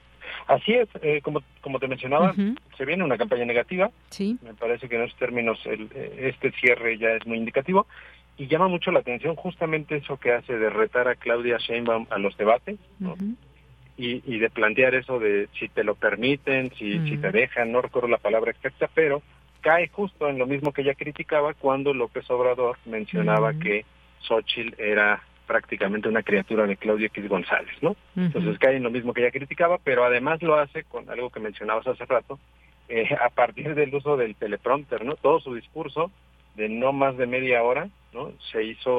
Así es, eh, como como te mencionaba, uh-huh. se viene una campaña negativa. Sí. Me parece que en esos términos el, este cierre ya es muy indicativo y llama mucho la atención justamente eso que hace de retar a Claudia Sheinbaum a los debates, ¿no? Uh-huh. y, y de plantear eso de si te lo permiten, si, uh-huh. si te dejan, no recuerdo la palabra exacta, pero cae justo en lo mismo que ella criticaba cuando López Obrador mencionaba uh-huh. que Xóchitl era prácticamente una criatura de Claudia X González, ¿no? Uh-huh. Entonces cae en lo mismo que ella criticaba, pero además lo hace con algo que mencionabas hace rato, eh, a partir del uso del teleprompter, ¿no? Todo su discurso de no más de media hora, ¿no? Se hizo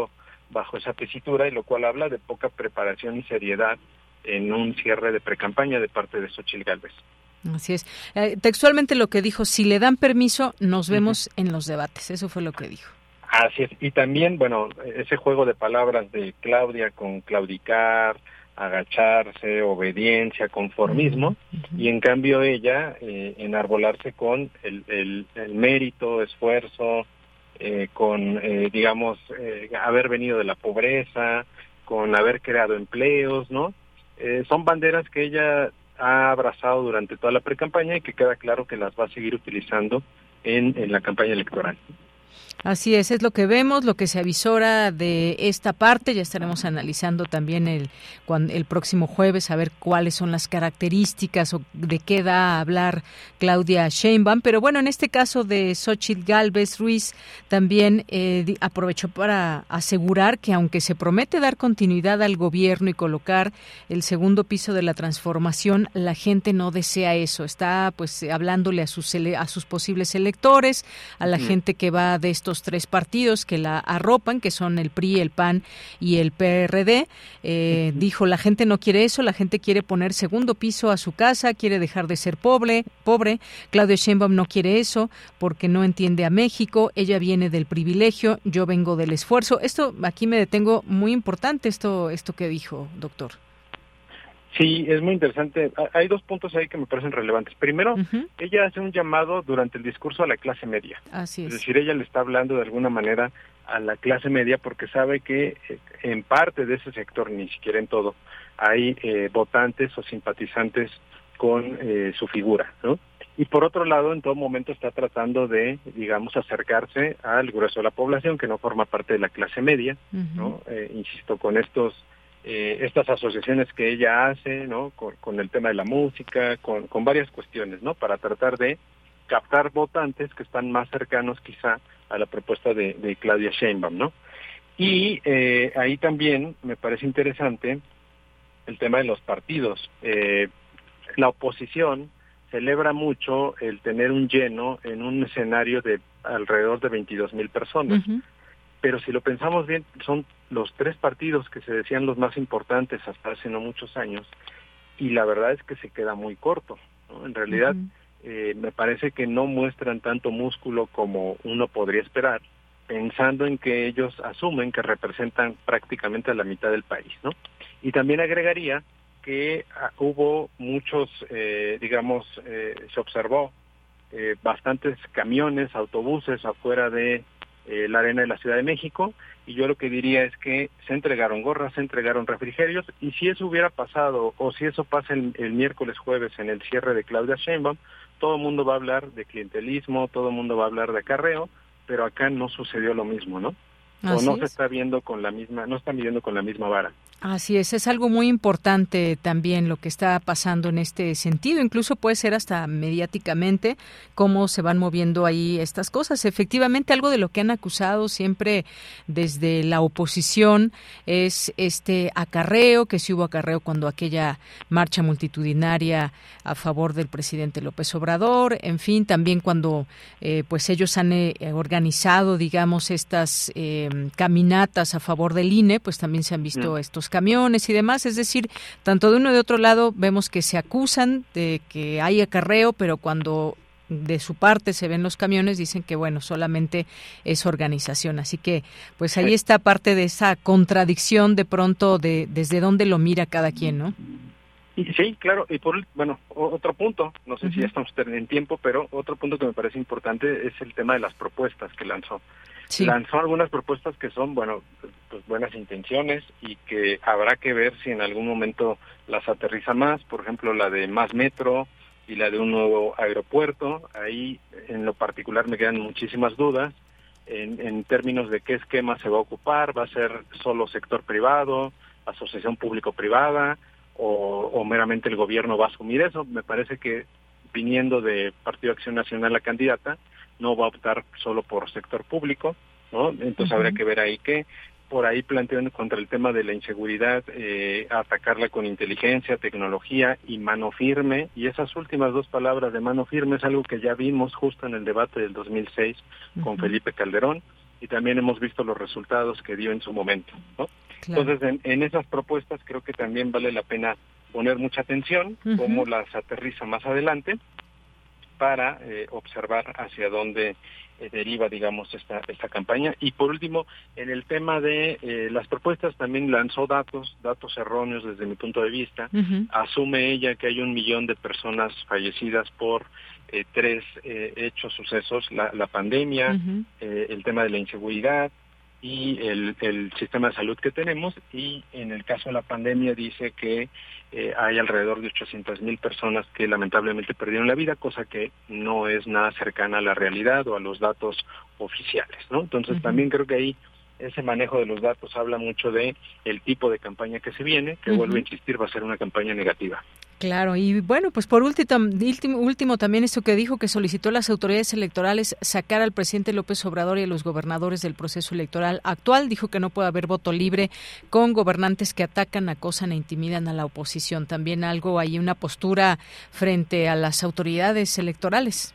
bajo esa tesitura, y lo cual habla de poca preparación y seriedad en un cierre de precampaña de parte de Xóchitl Gálvez. Así es. Eh, textualmente lo que dijo, si le dan permiso, nos vemos uh-huh. en los debates. Eso fue lo que dijo. Así es. Y también, bueno, ese juego de palabras de Claudia con claudicar, agacharse, obediencia, conformismo, uh-huh. y en cambio ella eh, enarbolarse con el, el, el mérito, esfuerzo, eh, con, eh, digamos, eh, haber venido de la pobreza, con haber creado empleos, ¿no? Eh, son banderas que ella ha abrazado durante toda la precampaña y que queda claro que las va a seguir utilizando en, en la campaña electoral. Así es, es lo que vemos, lo que se avisora de esta parte. Ya estaremos analizando también el cuando, el próximo jueves a ver cuáles son las características o de qué da a hablar Claudia Sheinbaum. Pero bueno, en este caso de Xóchitl Gálvez Ruiz también eh, aprovechó para asegurar que aunque se promete dar continuidad al gobierno y colocar el segundo piso de la transformación, la gente no desea eso. Está pues hablándole a sus a sus posibles electores, a la mm. gente que va de estos tres partidos que la arropan, que son el P R I, el P A N y el P R D. Eh, uh-huh. Dijo, la gente no quiere eso, la gente quiere poner segundo piso a su casa, quiere dejar de ser pobre, pobre. Claudia Sheinbaum no quiere eso porque no entiende a México, ella viene del privilegio, yo vengo del esfuerzo. Esto, aquí me detengo, muy importante esto, esto que dijo, doctor. Sí, es muy interesante. Hay dos puntos ahí que me parecen relevantes. Primero, uh-huh. ella hace un llamado durante el discurso a la clase media. Así es. Es decir, ella le está hablando de alguna manera a la clase media porque sabe que en parte de ese sector, ni siquiera en todo, hay eh, votantes o simpatizantes con eh, su figura, ¿no? Y por otro lado, en todo momento está tratando de, digamos, acercarse al grueso de la población que no forma parte de la clase media, uh-huh. ¿no? Eh, insisto, con estos Eh, estas asociaciones que ella hace, ¿no? Con, con el tema de la música, con, con varias cuestiones, ¿no? Para tratar de captar votantes que están más cercanos quizá a la propuesta de, de Claudia Sheinbaum, ¿no? Y eh, ahí también me parece interesante el tema de los partidos. Eh, la oposición celebra mucho el tener un lleno en un escenario de alrededor de veintidós mil personas. Uh-huh. Pero si lo pensamos bien, son los tres partidos que se decían los más importantes hasta hace no muchos años, y la verdad es que se queda muy corto, ¿no? En realidad, uh-huh. eh, me parece que no muestran tanto músculo como uno podría esperar, pensando en que ellos asumen que representan prácticamente a la mitad del país, ¿no? Y también agregaría que uh, hubo muchos, eh, digamos, eh, se observó eh, bastantes camiones, autobuses afuera de Eh, la arena de la Ciudad de México, y yo lo que diría es que se entregaron gorras, se entregaron refrigerios, y si eso hubiera pasado, o si eso pasa el, el miércoles jueves en el cierre de Claudia Sheinbaum, todo el mundo va a hablar de clientelismo, todo el mundo va a hablar de acarreo, pero acá no sucedió lo mismo, ¿no? O no se está viendo con la misma, no están midiendo con la misma vara. Así es, es algo muy importante también lo que está pasando en este sentido, incluso puede ser hasta mediáticamente cómo se van moviendo ahí estas cosas. Efectivamente, algo de lo que han acusado siempre desde la oposición es este acarreo, que sí hubo acarreo cuando aquella marcha multitudinaria a favor del presidente López Obrador, en fin, también cuando eh, pues ellos han eh, organizado, digamos, estas eh, caminatas a favor del I N E, pues también se han visto mm. estos camiones y demás, es decir, tanto de uno y de otro lado vemos que se acusan de que hay acarreo, pero cuando de su parte se ven los camiones dicen que bueno, solamente es organización, así que pues ahí está parte de esa contradicción de pronto de desde dónde lo mira cada quien, ¿no? Y sí, claro, y por bueno, otro punto, no sé uh-huh. si ya estamos en tiempo, pero otro punto que me parece importante es el tema de las propuestas que lanzó. Sí. Lanzó algunas propuestas que son, bueno, pues buenas intenciones y que habrá que ver si en algún momento las aterriza más, por ejemplo, la de más metro y la de un nuevo aeropuerto. Ahí, en lo particular, me quedan muchísimas dudas en, en términos de qué esquema se va a ocupar, va a ser solo sector privado, asociación público-privada, o, o meramente el gobierno va a asumir eso. Me parece que viniendo de Partido Acción Nacional la candidata, no va a optar solo por sector público, ¿no? Entonces uh-huh. habría que ver ahí que por ahí plantean contra el tema de la inseguridad, eh, atacarla con inteligencia, tecnología y mano firme, y esas últimas dos palabras de mano firme es algo que ya vimos justo en el debate del dos mil seis uh-huh. con Felipe Calderón, y también hemos visto los resultados que dio en su momento, ¿no? Claro. Entonces, en, en esas propuestas creo que también vale la pena poner mucha atención, uh-huh. cómo las aterriza más adelante, para eh, observar hacia dónde eh, deriva, digamos, esta esta campaña. Y por último, en el tema de eh, las propuestas, también lanzó datos, datos erróneos desde mi punto de vista. Uh-huh. Asume ella que hay un millón de personas fallecidas por eh, tres eh, hechos, sucesos, la, la pandemia, uh-huh. eh, el tema de la inseguridad y el, el sistema de salud que tenemos, y en el caso de la pandemia dice que eh, hay alrededor de ochocientas mil personas que lamentablemente perdieron la vida, cosa que no es nada cercana a la realidad o a los datos oficiales, ¿no? Entonces uh-huh. también creo que ahí ese manejo de los datos habla mucho de el tipo de campaña que se viene, que uh-huh. vuelvo a insistir, va a ser una campaña negativa. Claro, y bueno, pues por último, último, último también esto que dijo, que solicitó a las autoridades electorales sacar al presidente López Obrador y a los gobernadores del proceso electoral actual. Dijo que no puede haber voto libre con gobernantes que atacan, acosan e intimidan a la oposición. También algo ahí, una postura frente a las autoridades electorales.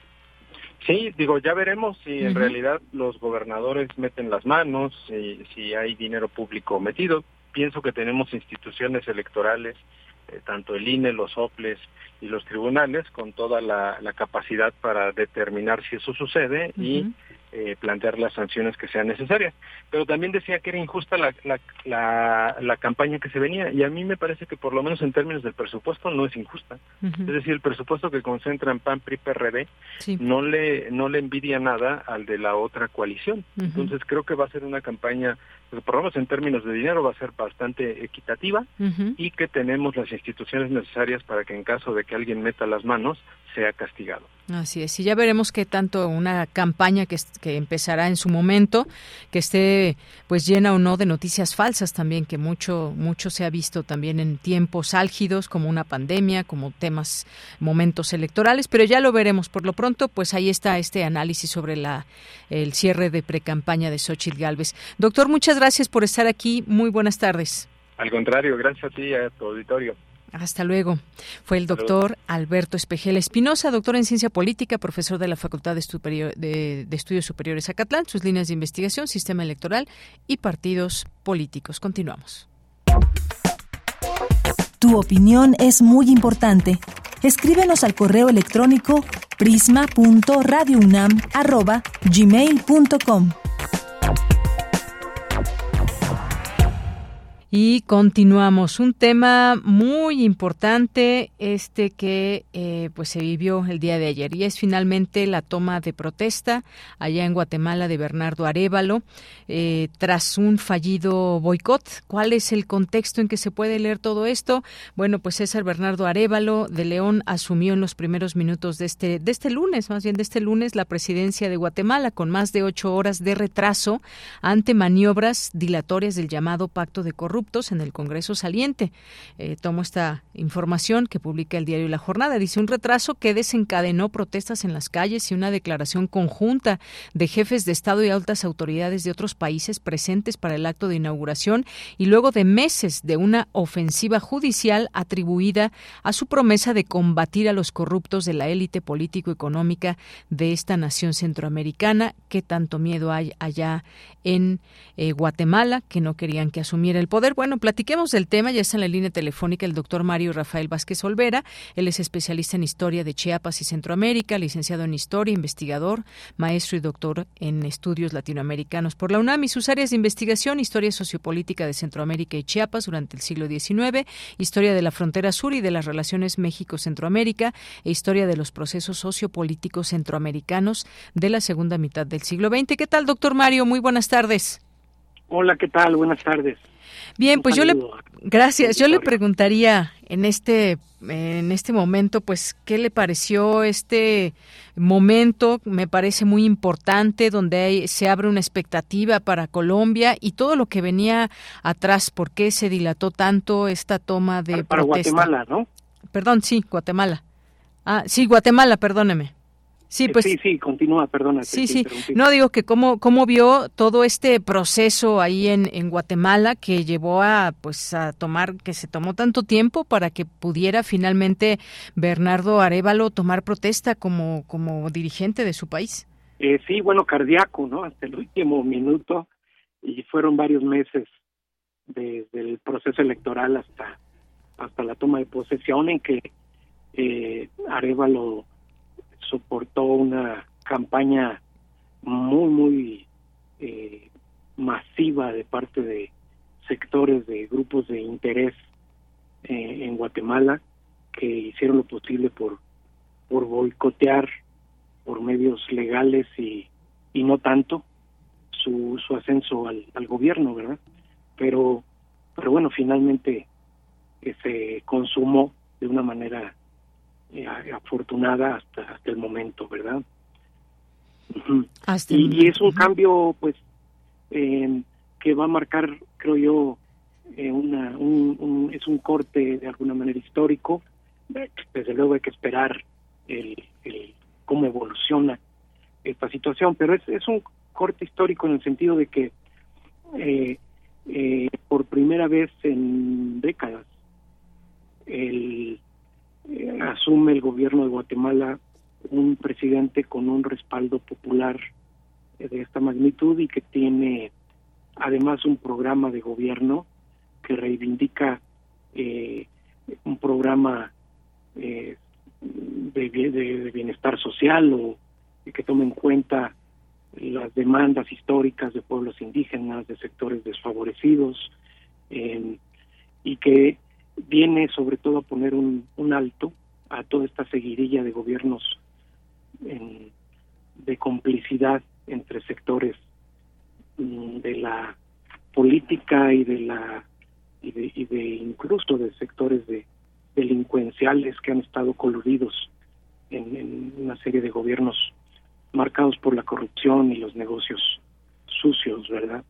Sí, digo, ya veremos si en uh-huh. realidad los gobernadores meten las manos, si, si hay dinero público metido. Pienso que tenemos instituciones electorales, eh, tanto el I N E, los OPLES y los tribunales, con toda la, la capacidad para determinar si eso sucede uh-huh. y eh, plantear las sanciones que sean necesarias. Pero también decía que era injusta la, la, la, la campaña que se venía, y a mí me parece que por lo menos en términos del presupuesto no es injusta. Uh-huh. Es decir, el presupuesto que concentra en P A N, P R I, P R D sí. no le no le envidia nada al de la otra coalición. Uh-huh. Entonces creo que va a ser una campaña, pues, por lo menos en términos de dinero, va a ser bastante equitativa uh-huh. y que tenemos las instituciones necesarias para que en caso de que alguien meta las manos, sea castigado. Así es, y ya veremos qué tanto una campaña que, que empezará en su momento, que esté pues llena o no de noticias falsas también, que mucho mucho se ha visto también en tiempos álgidos, como una pandemia, como temas, momentos electorales, pero ya lo veremos. Por lo pronto, pues ahí está este análisis sobre la el cierre de precampaña de Xóchitl Gálvez. Doctor, muchas gracias por estar aquí, muy buenas tardes. Al contrario, gracias a ti y a tu auditorio. Hasta luego. Fue el doctor Alberto Espejel Espinosa, doctor en Ciencia Política, profesor de la Facultad de, Superior, de, de Estudios Superiores Acatlán, sus líneas de investigación, sistema electoral y partidos políticos. Continuamos. Tu opinión es muy importante. Escríbenos al correo electrónico prisma punto radio unam arroba gmail punto com. Y continuamos. Un tema muy importante, este que eh, pues se vivió el día de ayer, y es finalmente la toma de protesta allá en Guatemala de Bernardo Arévalo eh, tras un fallido boicot. ¿Cuál es el contexto en que se puede leer todo esto? Bueno, pues César Bernardo Arévalo de León asumió en los primeros minutos de este de este lunes, más bien de este lunes, la presidencia de Guatemala con más de ocho horas de retraso ante maniobras dilatorias del llamado Pacto de Corrupción en el Congreso saliente. Eh, tomo esta información que publica el diario La Jornada. Dice: un retraso que desencadenó protestas en las calles y una declaración conjunta de jefes de Estado y altas autoridades de otros países presentes para el acto de inauguración, y luego de meses de una ofensiva judicial atribuida a su promesa de combatir a los corruptos de la élite político-económica de esta nación centroamericana, que tanto miedo hay allá en eh, Guatemala, que no querían que asumiera el poder. Bueno, platiquemos del tema. Ya está en la línea telefónica el doctor Mario Rafael Vázquez Olvera. Él es especialista en Historia de Chiapas y Centroamérica, licenciado en Historia, investigador, maestro y doctor en Estudios Latinoamericanos por la UNAM, y sus áreas de investigación: Historia Sociopolítica de Centroamérica y Chiapas durante el siglo diecinueve, Historia de la Frontera Sur y de las Relaciones México-Centroamérica, e Historia de los Procesos Sociopolíticos Centroamericanos de la segunda mitad del siglo veinte. ¿Qué tal, doctor Mario? Muy buenas tardes. Hola, ¿qué tal? Buenas tardes. Bien, pues yo le gracias. Yo le preguntaría en este en este momento, pues, ¿qué le pareció este momento? Me parece muy importante, donde hay, se abre una expectativa para Colombia y todo lo que venía atrás. ¿Por qué se dilató tanto esta toma de para protesta? Guatemala, ¿no? Perdón, sí, Guatemala. Ah, sí, Guatemala, perdóneme. Sí, pues, sí, sí, continúa, perdona. Sí, sí, no, digo que cómo, cómo vio todo este proceso ahí en, en Guatemala, que llevó a, pues, a tomar, que se tomó tanto tiempo para que pudiera finalmente Bernardo Arévalo tomar protesta como, como dirigente de su país. Eh, sí, bueno, cardíaco, ¿no? Hasta el último minuto, y fueron varios meses desde el proceso electoral hasta hasta la toma de posesión, en que eh, Arévalo soportó una campaña muy, muy eh, masiva de parte de sectores de grupos de interés eh, en Guatemala, que hicieron lo posible por por boicotear por medios legales y, y no tanto su su ascenso al, al gobierno, ¿verdad? Pero pero bueno, finalmente eh, se consumó de una manera eh, afortunada hasta hasta el momento, ¿verdad? Uh-huh. Hasta y, y es un cambio, pues, eh, que va a marcar, creo yo, eh, una un, un es un corte de alguna manera histórico. Desde luego hay que esperar el, el cómo evoluciona esta situación, pero es, es un corte histórico en el sentido de que eh, eh, por primera vez en décadas el, eh, asume el gobierno de Guatemala un presidente con un respaldo popular eh, de esta magnitud, y que tiene además un programa de gobierno que reivindica eh, un programa eh, de, de, de bienestar social, o que tome en cuenta las demandas históricas de pueblos indígenas, de sectores desfavorecidos, eh, y que viene sobre todo a poner un, un alto a toda esta seguidilla de gobiernos en, de complicidad entre sectores mm, de la política y de la y de, y de incluso de sectores de delincuenciales que han estado coludidos en, en una serie de gobiernos marcados por la corrupción y los negocios sucios, ¿verdad?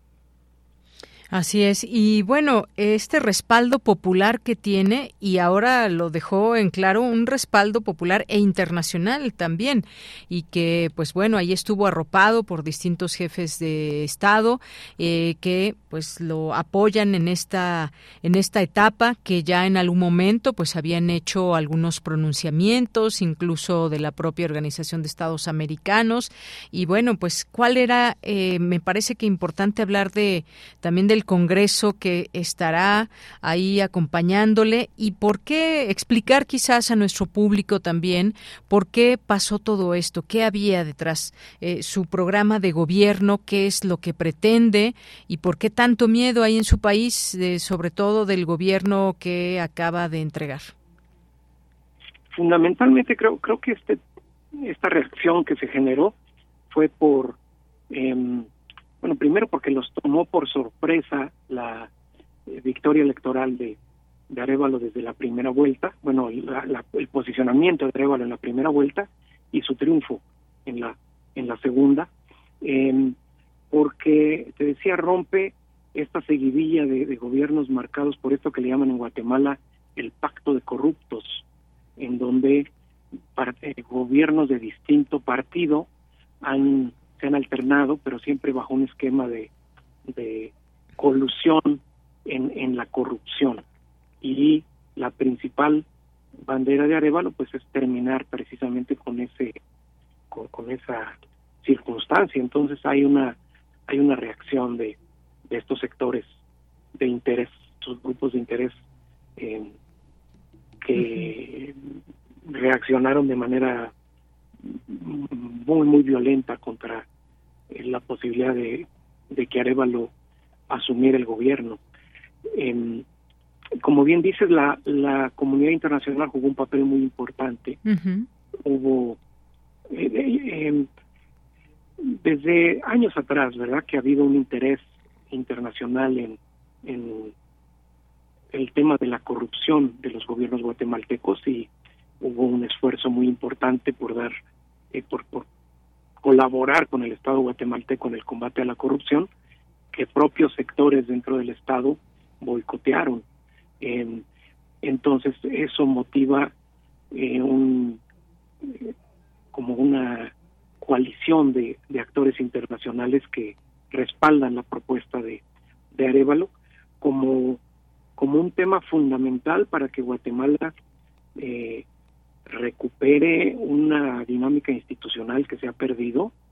Así es. Y bueno, este respaldo popular que tiene, y ahora lo dejó en claro, un respaldo popular e internacional también, y que pues bueno, ahí estuvo arropado por distintos jefes de Estado eh, que pues lo apoyan en esta en esta etapa, que ya en algún momento pues habían hecho algunos pronunciamientos, incluso de la propia Organización de Estados Americanos. Y bueno, pues cuál era, eh, me parece que importante hablar de también del Congreso que estará ahí acompañándole, y por qué explicar quizás a nuestro público también por qué pasó todo esto, qué había detrás, eh, su programa de gobierno, qué es lo que pretende y por qué tanto miedo hay en su país, eh, sobre todo del gobierno que acaba de entregar. Fundamentalmente creo creo que este esta reacción que se generó fue por eh, Bueno, primero porque los tomó por sorpresa la eh, victoria electoral de, de Arévalo desde la primera vuelta, bueno, la, la, el posicionamiento de Arévalo en la primera vuelta y su triunfo en la en la segunda, eh, porque, te decía, rompe esta seguidilla de, de gobiernos marcados por esto que le llaman en Guatemala el pacto de corruptos, en donde para, eh, gobiernos de distinto partido han se han alternado, pero siempre bajo un esquema de, de colusión en, en la corrupción. Y la principal bandera de Arévalo pues es terminar precisamente con ese con, con esa circunstancia. Entonces hay una hay una reacción de, de estos sectores de interés, estos grupos de interés eh, que uh-huh. reaccionaron de manera muy muy violenta contra la posibilidad de, de que Arévalo asumiera el gobierno. Eh, como bien dices, la, la comunidad internacional jugó un papel muy importante. Uh-huh. Hubo eh, eh, desde años atrás, ¿verdad?, que ha habido un interés internacional en, en el tema de la corrupción de los gobiernos guatemaltecos, y hubo un esfuerzo muy importante por dar eh, por, por colaborar con el Estado guatemalteco en el combate a la corrupción, que propios sectores dentro del Estado boicotearon. Eh, entonces eso motiva eh, un eh, como una coalición de, de actores internacionales que respaldan la propuesta de, de Arévalo como, como un tema fundamental para que Guatemala eh, recupere una dinámica institucional que se ha perdido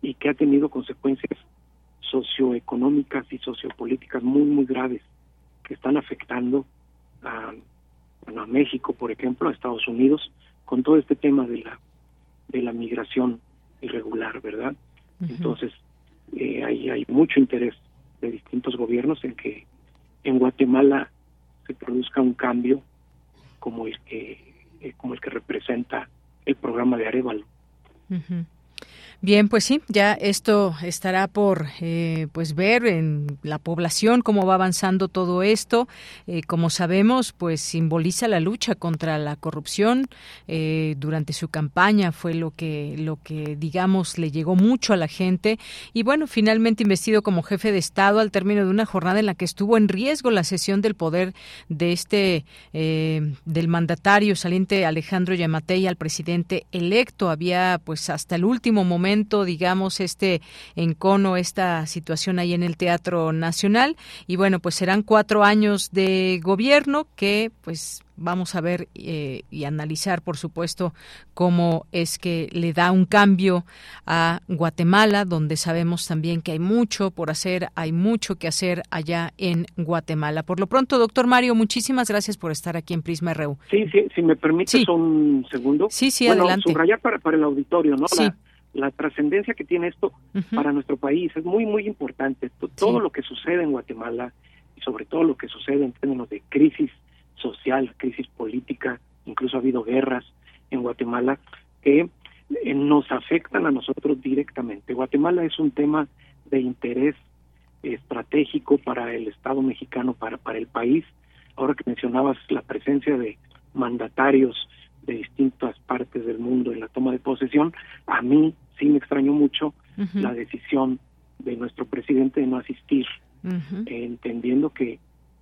y que ha tenido consecuencias socioeconómicas y sociopolíticas muy, muy graves que están afectando a, bueno, a México, por ejemplo, a Estados Unidos, con todo este tema de la de la migración irregular, ¿verdad? Uh-huh. Entonces, eh, hay, hay mucho interés de distintos gobiernos en que en Guatemala se produzca un cambio como el que eh, como el que representa el programa de Arévalo. Uh-huh. Bien, pues sí, ya esto estará por eh, pues ver en la población cómo va avanzando todo esto. Eh, como sabemos, pues simboliza la lucha contra la corrupción. Eh, durante su campaña fue lo que lo que digamos le llegó mucho a la gente. Y bueno, finalmente investido como jefe de Estado al término de una jornada en la que estuvo en riesgo la cesión del poder de este eh, del mandatario saliente Alejandro Yamatei al presidente electo. Había pues hasta el último momento, digamos, este encono, esta situación ahí en el Teatro Nacional. Y bueno, pues serán cuatro años de gobierno que pues vamos a ver eh, y analizar, por supuesto, cómo es que le da un cambio a Guatemala, donde sabemos también que hay mucho por hacer, hay mucho que hacer allá en Guatemala. Por lo pronto, doctor Mario, muchísimas gracias por estar aquí en Prisma R U. Sí, sí, si me permites sí. un segundo. Sí, sí, bueno, adelante. Subrayar para, para el auditorio, ¿no? Sí. La, la trascendencia que tiene esto uh-huh. para nuestro país es muy, muy importante. Todo sí. lo que sucede en Guatemala y sobre todo lo que sucede en términos de crisis social, crisis política, incluso ha habido guerras en Guatemala que eh, nos afectan a nosotros directamente. Guatemala es un tema de interés estratégico para el Estado mexicano, para, para el país. Ahora que mencionabas la presencia de mandatarios de distintas partes del mundo en la toma de posesión, a mí sí me extrañó mucho uh-huh. la decisión de nuestro presidente de no asistir, uh-huh. eh, entendiendo que,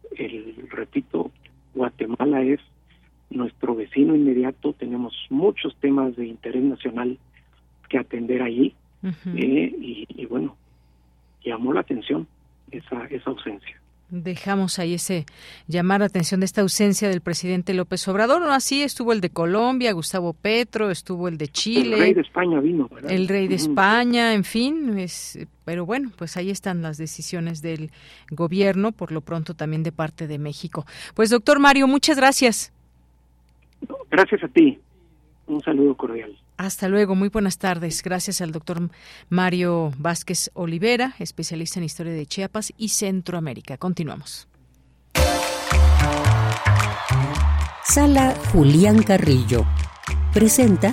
el repito, Guatemala es nuestro vecino inmediato, tenemos muchos temas de interés nacional que atender allí, uh-huh. eh, y, y bueno, llamó la atención esa, esa ausencia. Dejamos ahí ese llamar la atención de esta ausencia del presidente López Obrador. No, así estuvo el de Colombia, Gustavo Petro, estuvo el de Chile. El rey de España vino, ¿verdad? El rey de España, en fin, es, pero bueno, pues ahí están las decisiones del gobierno, por lo pronto también de parte de México. Pues doctor Mario, muchas gracias. Gracias a ti. Un saludo cordial. Hasta luego, muy buenas tardes. Gracias al doctor Mario Vázquez Olivera, especialista en Historia de Chiapas y Centroamérica. Continuamos. Sala Julián Carrillo presenta.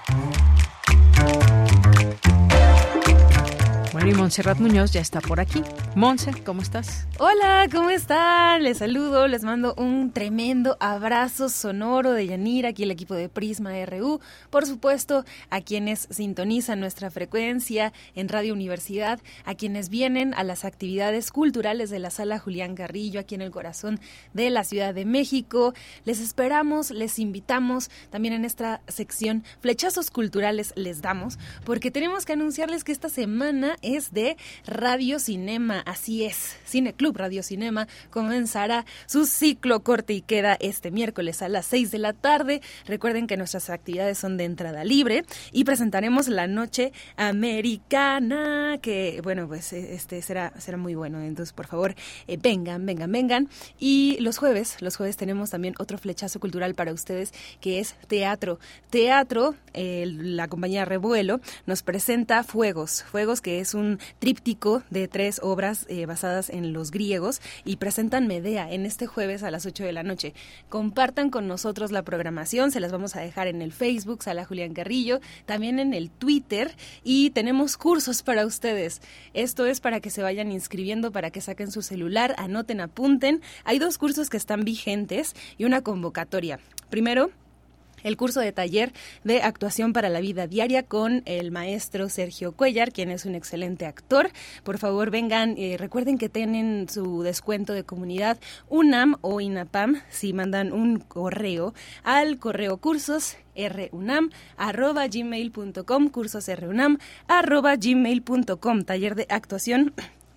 Bueno, y Montserrat Muñoz ya está por aquí. Monse, ¿cómo estás? Hola, ¿cómo están? Les saludo, les mando un tremendo abrazo sonoro de Yanira, aquí el equipo de Prisma R U, por supuesto, a quienes sintonizan nuestra frecuencia en Radio Universidad, a quienes vienen a las actividades culturales de la Sala Julián Carrillo, aquí en el corazón de la Ciudad de México. Les esperamos, les invitamos también en esta sección Flechazos Culturales les damos, porque tenemos que anunciarles que esta semana es de Radio Cinema, así es, Cine Club Radio Cinema comenzará su ciclo corte y queda este miércoles a las seis de la tarde. Recuerden que nuestras actividades son de entrada libre y presentaremos La Noche Americana, que bueno, pues este será será muy bueno, entonces por favor eh, vengan, vengan, vengan. Y los jueves, los jueves tenemos también otro flechazo cultural para ustedes, que es teatro. Teatro, eh, la compañía Revuelo nos presenta Fuegos, Fuegos que es un tríptico de tres obras eh, basadas en los griegos, y presentan Medea en este jueves a las ocho de la noche. Compartan con nosotros la programación, se las vamos a dejar en el Facebook, Sala Julián Carrillo, también en el Twitter, y tenemos cursos para ustedes. Esto es para que se vayan inscribiendo, para que saquen su celular, anoten, apunten. Hay dos cursos que están vigentes y una convocatoria. Primero, el curso de taller de actuación para la vida diaria con el maestro Sergio Cuellar, quien es un excelente actor. Por favor, vengan, eh, recuerden que tienen su descuento de comunidad UNAM o INAPAM si mandan un correo al correo cursos runam arroba gmail punto com, cursos runam arroba gmail punto com, taller de actuación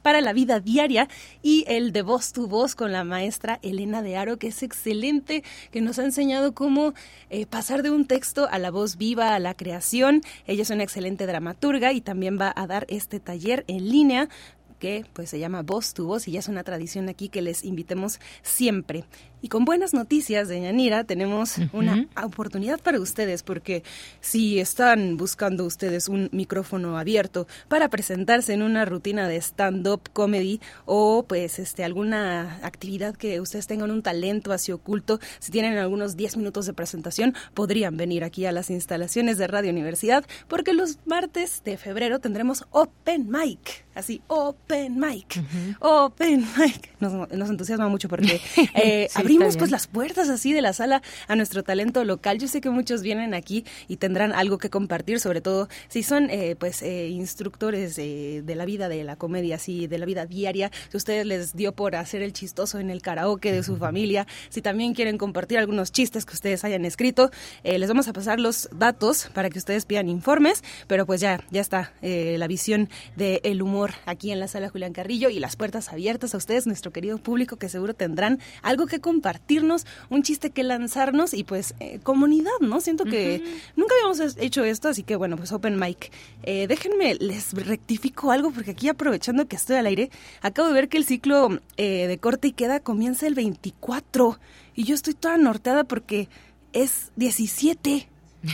para la vida diaria, y el de Voz tu Voz con la maestra Elena de Aro, que es excelente, que nos ha enseñado cómo eh, pasar de un texto a la voz viva, a la creación. Ella es una excelente dramaturga y también va a dar este taller en línea que pues se llama Voz tu Voz, y ya es una tradición aquí que les invitemos siempre. Y con buenas noticias de Yanira tenemos uh-huh. una oportunidad para ustedes, porque si están buscando ustedes un micrófono abierto para presentarse en una rutina de stand-up comedy, o pues este alguna actividad que ustedes tengan un talento así oculto, si tienen algunos diez minutos de presentación, podrían venir aquí a las instalaciones de Radio Universidad, porque los martes de febrero tendremos Open Mic, así, Open Mic, uh-huh. Open Mic. Nos, nos entusiasma mucho porque eh, sí, abrimos pues las puertas así de la sala a nuestro talento local. Yo sé que muchos vienen aquí y tendrán algo que compartir, sobre todo si son eh, pues eh, instructores eh, de la vida de la comedia, así de la vida diaria. Si ustedes les dio por hacer el chistoso en el karaoke de su familia, si también quieren compartir algunos chistes que ustedes hayan escrito, eh, les vamos a pasar los datos para que ustedes pidan informes, pero pues ya, ya está eh, la visión del humor aquí en la sala Julián Carrillo y las puertas abiertas a ustedes, nuestro querido público, que seguro tendrán algo que compartirnos, un chiste que lanzarnos y pues eh, comunidad, ¿no? Siento que uh-huh. nunca habíamos hecho esto, así que bueno, pues Open Mic. Eh, déjenme, les rectifico algo, porque aquí, aprovechando que estoy al aire, acabo de ver que el ciclo eh, de corte y queda comienza el veinticuatro y yo estoy toda norteada porque es diecisiete.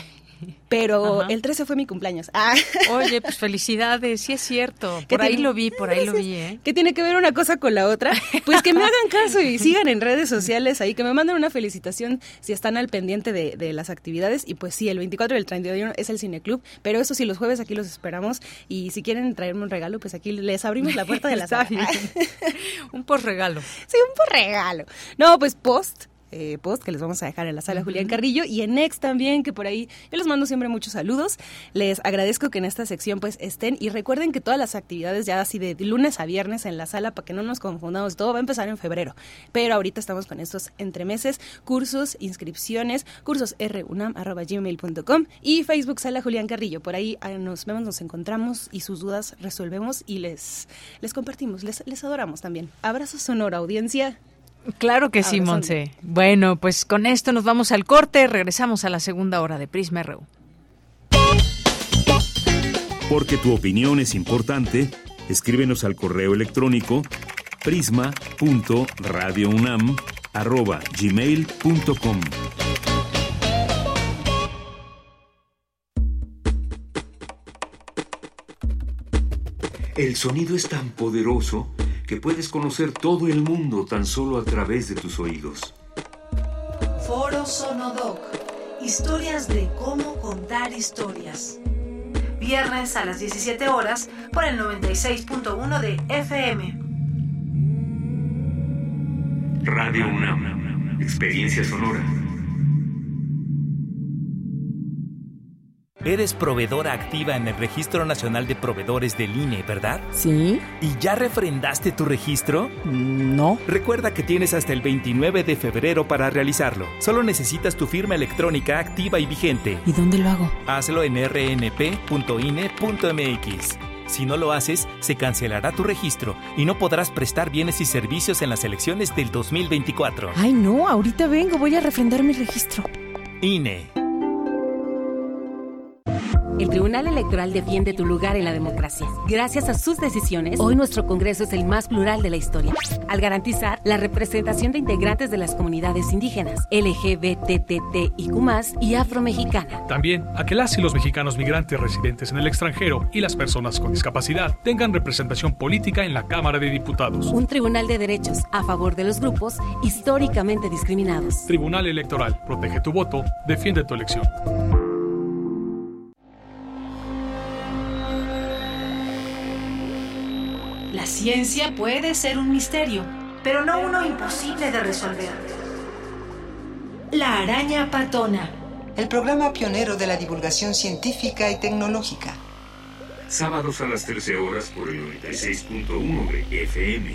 Pero ajá. el trece fue mi cumpleaños. Ah. Oye, pues felicidades, sí es cierto. Por ahí lo vi, por ahí lo vi, ¿eh? ¿Qué tiene que ver una cosa con la otra? Pues que me hagan caso y sigan en redes sociales ahí, que me manden una felicitación si están al pendiente de, de las actividades. Y pues sí, el veinticuatro y el treinta y uno es el Cineclub, pero eso sí, los jueves aquí los esperamos. Y si quieren traerme un regalo, pues aquí les abrimos la puerta de la sala. Un postregalo. Sí, un postregalo. No, pues post. Eh, post que les vamos a dejar en la sala uh-huh. Julián Carrillo, y en Ex también, que por ahí yo les mando siempre muchos saludos. Les agradezco que en esta sección pues estén, y recuerden que todas las actividades ya así de lunes a viernes en la sala, para que no nos confundamos, todo va a empezar en febrero, pero ahorita estamos con estos entremeses, cursos, inscripciones, cursos r unam arroba gmail punto com y Facebook Sala Julián Carrillo. Por ahí nos vemos, nos encontramos y sus dudas resolvemos y les, les compartimos, les, les adoramos también. Abrazo sonoro, audiencia. Claro que sí, Monse. Bueno, pues con esto nos vamos al corte, regresamos a la segunda hora de Prisma R U. Porque tu opinión es importante, escríbenos al correo electrónico prisma punto radio unam arroba gmail punto com. El sonido es tan poderoso que puedes conocer todo el mundo tan solo a través de tus oídos. Foro Sonodoc. Historias de cómo contar historias. Viernes a las diecisiete horas por el noventa y seis punto uno de F M. Radio UNAM. Experiencia sonora. Eres proveedora activa en el Registro Nacional de Proveedores del I N E, ¿verdad? Sí. ¿Y ya refrendaste tu registro? No. Recuerda que tienes hasta el veintinueve de febrero para realizarlo. Solo necesitas tu firma electrónica activa y vigente. ¿Y dónde lo hago? Hazlo en r n p punto i n e punto m x. Si no lo haces, se cancelará tu registro y no podrás prestar bienes y servicios en las elecciones del dos mil veinticuatro. Ay, no, ahorita vengo, voy a refrendar mi registro. I N E. El Tribunal Electoral defiende tu lugar en la democracia. Gracias a sus decisiones, hoy nuestro Congreso es el más plural de la historia, al garantizar la representación de integrantes de las comunidades indígenas, L G B T T I Q más, y afromexicana. También a que las y los mexicanos migrantes residentes en el extranjero y las personas con discapacidad tengan representación política en la Cámara de Diputados. Un tribunal de derechos a favor de los grupos históricamente discriminados. Tribunal Electoral, protege tu voto, defiende tu elección. La ciencia puede ser un misterio, pero no uno imposible de resolver. La araña patona. El programa pionero de la divulgación científica y tecnológica. Sábados a las trece horas por el noventa y seis punto uno de F M.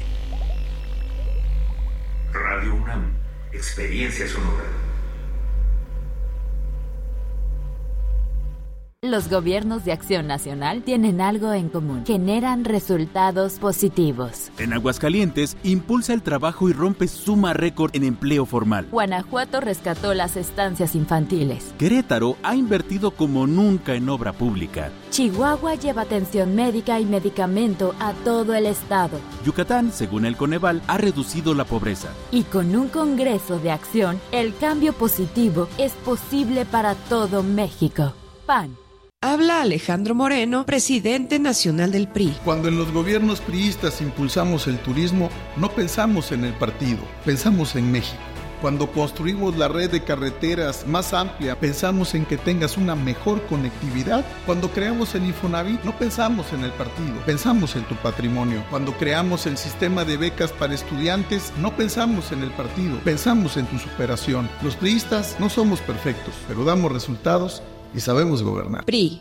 Radio UNAM. Experiencia sonora. Los gobiernos de Acción Nacional tienen algo en común: generan resultados positivos. En Aguascalientes, impulsa el trabajo y rompe suma récord en empleo formal. Guanajuato rescató las estancias infantiles. Querétaro ha invertido como nunca en obra pública. Chihuahua lleva atención médica y medicamento a todo el estado. Yucatán, según el Coneval, ha reducido la pobreza. Y con un Congreso de Acción, el cambio positivo es posible para todo México. P A N. Habla Alejandro Moreno, presidente nacional del P R I. Cuando en los gobiernos priistas impulsamos el turismo, no pensamos en el partido, pensamos en México. Cuando construimos la red de carreteras más amplia, pensamos en que tengas una mejor conectividad. Cuando creamos el Infonavit, no pensamos en el partido, pensamos en tu patrimonio. Cuando creamos el sistema de becas para estudiantes, no pensamos en el partido, pensamos en tu superación. Los priistas no somos perfectos, pero damos resultados y sabemos gobernar. P R I.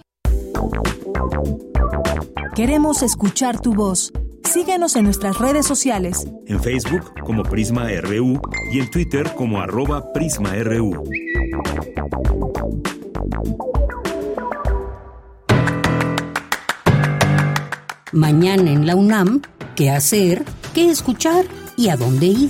Queremos escuchar tu voz. Síguenos en nuestras redes sociales. En Facebook como Prisma R U y en Twitter como arroba Prisma R U. Mañana en la UNAM, ¿qué hacer? ¿Qué escuchar? ¿Y a dónde ir?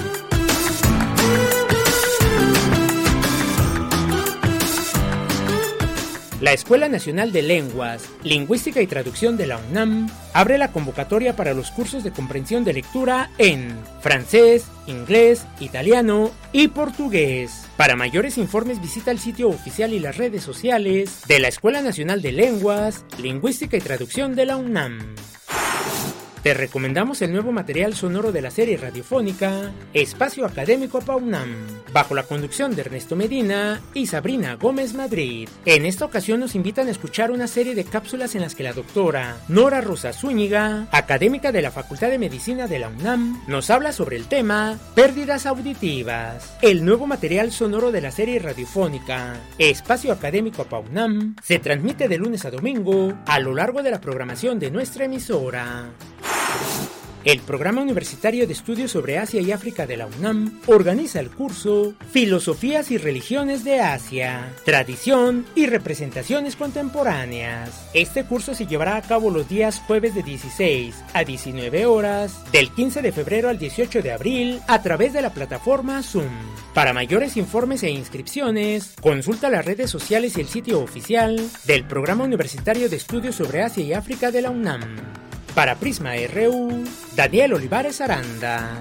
La Escuela Nacional de Lenguas, Lingüística y Traducción de la UNAM abre la convocatoria para los cursos de comprensión de lectura en francés, inglés, italiano y portugués. Para mayores informes visita el sitio oficial y las redes sociales de la Escuela Nacional de Lenguas, Lingüística y Traducción de la UNAM. Te recomendamos el nuevo material sonoro de la serie radiofónica Espacio Académico PAUNAM, bajo la conducción de Ernesto Medina y Sabrina Gómez Madrid. En esta ocasión nos invitan a escuchar una serie de cápsulas en las que la doctora Nora Rosa Zúñiga, académica de la Facultad de Medicina de la UNAM, nos habla sobre el tema Pérdidas auditivas. El nuevo material sonoro de la serie radiofónica Espacio Académico PAUNAM se transmite de lunes a domingo a lo largo de la programación de nuestra emisora. El Programa Universitario de Estudios sobre Asia y África de la UNAM organiza el curso Filosofías y Religiones de Asia, Tradición y Representaciones Contemporáneas. Este curso se llevará a cabo los días jueves de dieciséis a diecinueve horas, del quince de febrero al dieciocho de abril, a través de la plataforma Zoom. Para mayores informes e inscripciones, consulta las redes sociales y el sitio oficial del Programa Universitario de Estudios sobre Asia y África de la UNAM. Para Prisma R U, Daniel Olivares Aranda.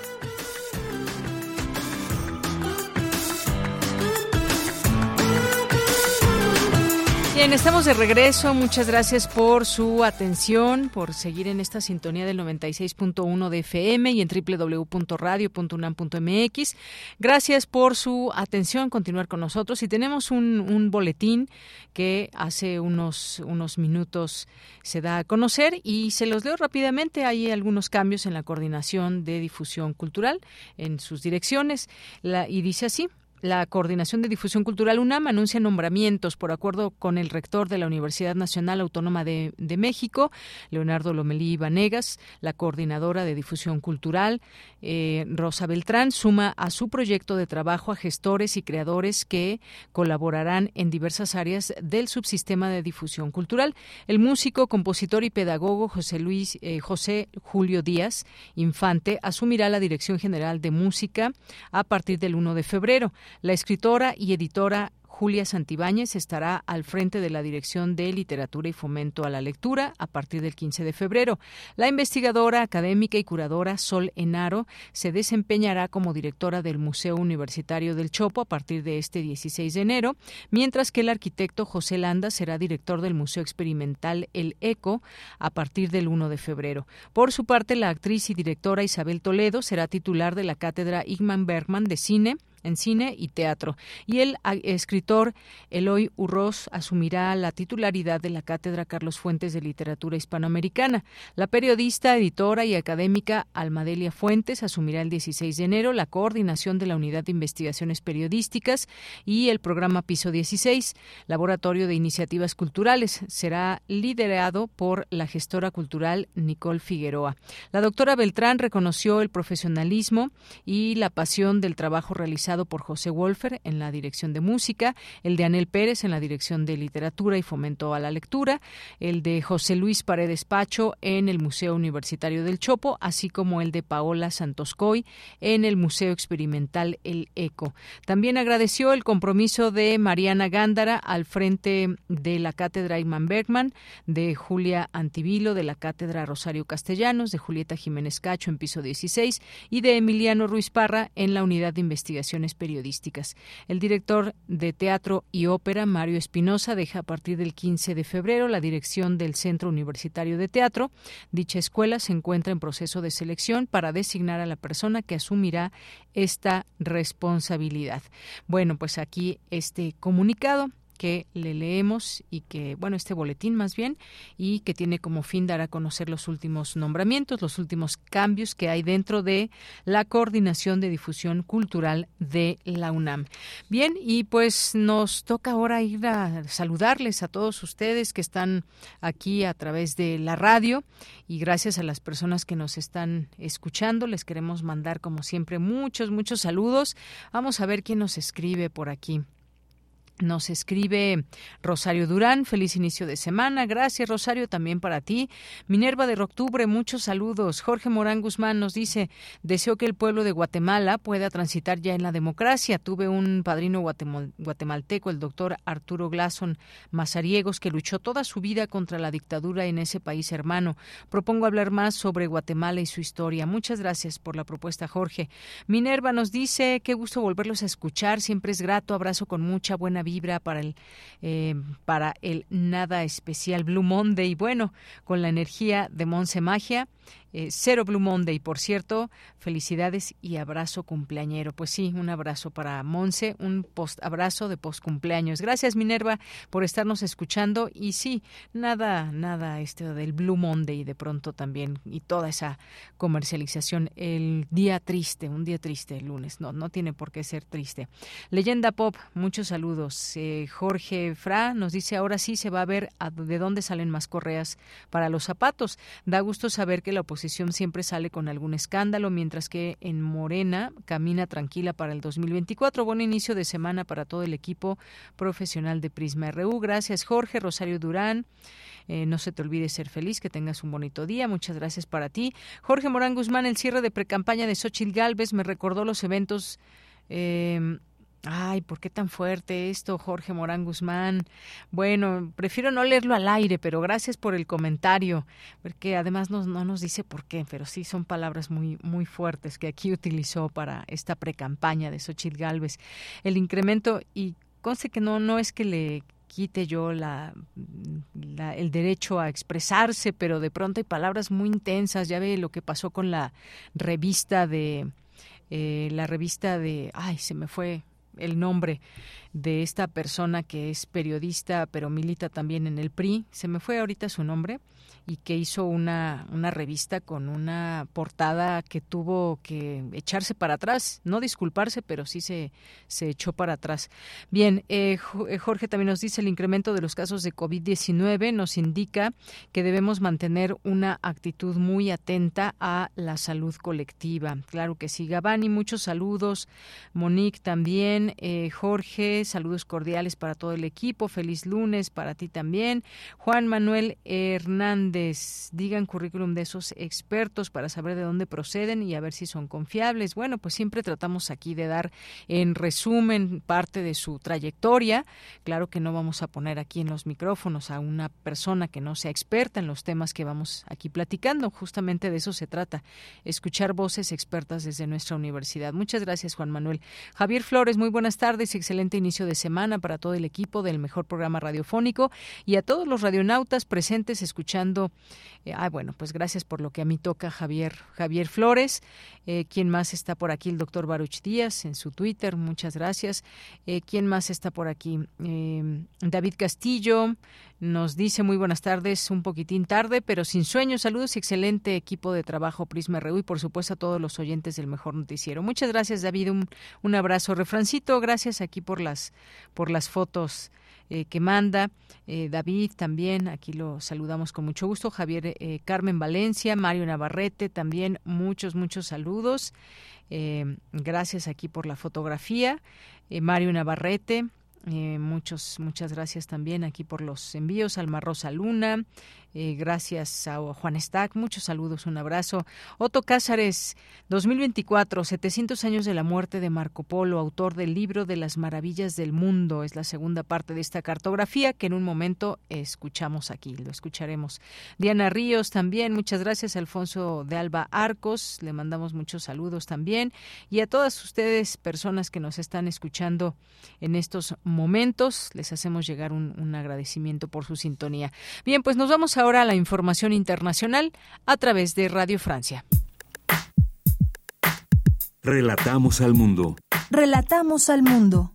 Bien, estamos de regreso. Muchas gracias por su atención, por seguir en esta sintonía del noventa y seis punto uno de F M y en doble u doble u doble u punto radio punto unam punto m x. Gracias por su atención, continuar con nosotros. Y tenemos un, un boletín que hace unos, unos minutos se da a conocer y se los leo rápidamente. Hay algunos cambios en la coordinación de difusión cultural en sus direcciones la, y dice así. La Coordinación de Difusión Cultural UNAM anuncia nombramientos por acuerdo con el rector de la Universidad Nacional Autónoma de, de México, Leonardo Lomelí Vanegas. La coordinadora de Difusión Cultural, eh, Rosa Beltrán, suma a su proyecto de trabajo a gestores y creadores que colaborarán en diversas áreas del subsistema de difusión cultural. El músico, compositor y pedagogo José Luis eh, José Julio Díaz Infante asumirá la Dirección General de Música a partir del primero de febrero. La escritora y editora Julia Santibáñez estará al frente de la Dirección de Literatura y Fomento a la Lectura a partir del quince de febrero. La investigadora, académica y curadora Sol Enaro se desempeñará como directora del Museo Universitario del Chopo a partir de este dieciséis de enero, mientras que el arquitecto José Landa será director del Museo Experimental El Eco a partir del primero de febrero. Por su parte, la actriz y directora Isabel Toledo será titular de la Cátedra Ingmar Bergman de Cine en cine y teatro, y el escritor Eloy Urroz asumirá la titularidad de la Cátedra Carlos Fuentes de Literatura Hispanoamericana. La periodista, editora y académica Almadelia Fuentes asumirá el dieciséis de enero la coordinación de la Unidad de Investigaciones Periodísticas y el programa Piso dieciséis, Laboratorio de Iniciativas Culturales. Será liderado por la gestora cultural Nicole Figueroa. La doctora Beltrán reconoció el profesionalismo y la pasión del trabajo realizado encabezado por José Wolfer en la dirección de música, el de Anel Pérez en la dirección de literatura y fomento a la lectura, el de José Luis Paredes Pacho en el Museo Universitario del Chopo, así como el de Paola Santoscoy en el Museo Experimental El Eco. También agradeció el compromiso de Mariana Gándara al frente de la Cátedra Ingmar Bergman, de Julia Antivilo de la Cátedra Rosario Castellanos, de Julieta Jiménez Cacho en piso dieciséis y de Emiliano Ruiz Parra en la Unidad de Investigaciones Periodísticas. El director de Teatro y Ópera, Mario Espinosa, deja a partir del quince de febrero la dirección del Centro Universitario de Teatro. Dicha escuela se encuentra en proceso de selección para designar a la persona que asumirá esta responsabilidad. Bueno, pues aquí este comunicado que le leemos y que, bueno, este boletín más bien, y que tiene como fin dar a conocer los últimos nombramientos, los últimos cambios que hay dentro de la Coordinación de Difusión Cultural de la UNAM. Bien, y pues nos toca ahora ir a saludarles a todos ustedes que están aquí a través de la radio, y gracias a las personas que nos están escuchando, les queremos mandar como siempre muchos, muchos saludos. Vamos a ver quién nos escribe por aquí. Nos escribe Rosario Durán, feliz inicio de semana. Gracias, Rosario, también para ti. Minerva de Octubre, muchos saludos. Jorge Morán Guzmán nos dice, deseo que el pueblo de Guatemala pueda transitar ya en la democracia. Tuve un padrino guatemal- guatemalteco, el doctor Arturo Glason Mazariegos, que luchó toda su vida contra la dictadura en ese país hermano. Propongo hablar más sobre Guatemala y su historia. Muchas gracias por la propuesta, Jorge. Minerva nos dice, qué gusto volverlos a escuchar, siempre es grato, abrazo con mucha buena vibra para el eh, para el nada especial Blue Monday. Bueno, con la energía de Monse Magia, eh, cero Blue Monday, por cierto, felicidades y abrazo cumpleañero. Pues sí, un abrazo para Monse, un post abrazo de post cumpleaños. Gracias, Minerva, por estarnos escuchando. Y sí, nada, nada este del Blue Monday de pronto también, y toda esa comercialización, el día triste, un día triste el lunes, no, no tiene por qué ser triste. Leyenda Pop, muchos saludos. Eh, Jorge Fra nos dice, ahora sí se va a ver a de dónde salen más correas para los zapatos. Da gusto saber que la oposición siempre sale con algún escándalo, mientras que en Morena camina tranquila para el dos mil veinticuatro. Buen inicio de semana para todo el equipo profesional de Prisma R U. Gracias, Jorge. Rosario Durán, eh, no se te olvide ser feliz, que tengas un bonito día. Muchas gracias para ti. Jorge Morán Guzmán, el cierre de precampaña de Xóchitl Gálvez me recordó los eventos... Eh, Ay, ¿por qué tan fuerte esto, Jorge Morán Guzmán? Bueno, prefiero no leerlo al aire, pero gracias por el comentario, porque además no, no nos dice por qué, pero sí son palabras muy muy fuertes que aquí utilizó para esta precampaña de Xóchitl Gálvez. El incremento, y conste que no, no es que le quite yo la, la, el derecho a expresarse, pero de pronto hay palabras muy intensas. Ya ve lo que pasó con la revista de, eh, la revista de, ay, se me fue el nombre de esta persona que es periodista pero milita también en el P R I, se me fue ahorita su nombre, y que hizo una, una revista con una portada que tuvo que echarse para atrás, no disculparse, pero sí se, se echó para atrás. Bien, eh, Jorge también nos dice, el incremento de los casos de COVID diecinueve nos indica que debemos mantener una actitud muy atenta a la salud colectiva. Claro que sí. Gabani, muchos saludos. Monique también. Eh, Jorge, saludos cordiales para todo el equipo. Feliz lunes para ti también. Juan Manuel Hernández, digan currículum de esos expertos para saber de dónde proceden y a ver si son confiables. Bueno, pues siempre tratamos aquí de dar en resumen parte de su trayectoria. Claro que no vamos a poner aquí en los micrófonos a una persona que no sea experta en los temas que vamos aquí platicando. Justamente de eso se trata, escuchar voces expertas desde nuestra universidad. Muchas gracias, Juan Manuel. Javier Flores, muy buenas tardes y excelente inicio de semana para todo el equipo del mejor programa radiofónico y a todos los radionautas presentes escuchando. Eh, ah, bueno, pues gracias por lo que a mí toca, Javier Javier Flores. Eh, ¿Quién más está por aquí? El doctor Baruch Díaz en su Twitter, muchas gracias. Eh, ¿Quién más está por aquí? Eh, David Castillo nos dice, muy buenas tardes, un poquitín tarde, pero sin sueño. Saludos y excelente equipo de trabajo Prisma R U y por supuesto a todos los oyentes del mejor noticiero. Muchas gracias, David, un, un abrazo. Refrancito, gracias aquí por las, por las fotos eh, que manda. Eh, David también, aquí lo saludamos con mucho gusto. Javier eh, Carmen Valencia, Mario Navarrete también, muchos, muchos saludos. Eh, gracias aquí por la fotografía. Eh, Mario Navarrete, eh, muchos, muchas gracias también aquí por los envíos. Alma Rosa Luna, eh, gracias a Juan Stack, muchos saludos, un abrazo. Otto Cázares, dos mil veinticuatro, setecientos años de la muerte de Marco Polo, autor del libro de las maravillas del mundo. Es la segunda parte de esta cartografía que en un momento escuchamos aquí, lo escucharemos. Diana Ríos también, muchas gracias. Alfonso de Alba Arcos, le mandamos muchos saludos también. Y a todas ustedes, personas que nos están escuchando en estos momentos, les hacemos llegar un, un agradecimiento por su sintonía. Bien, pues nos vamos ahora a la información internacional a través de Radio Francia. Relatamos al mundo. Relatamos al mundo.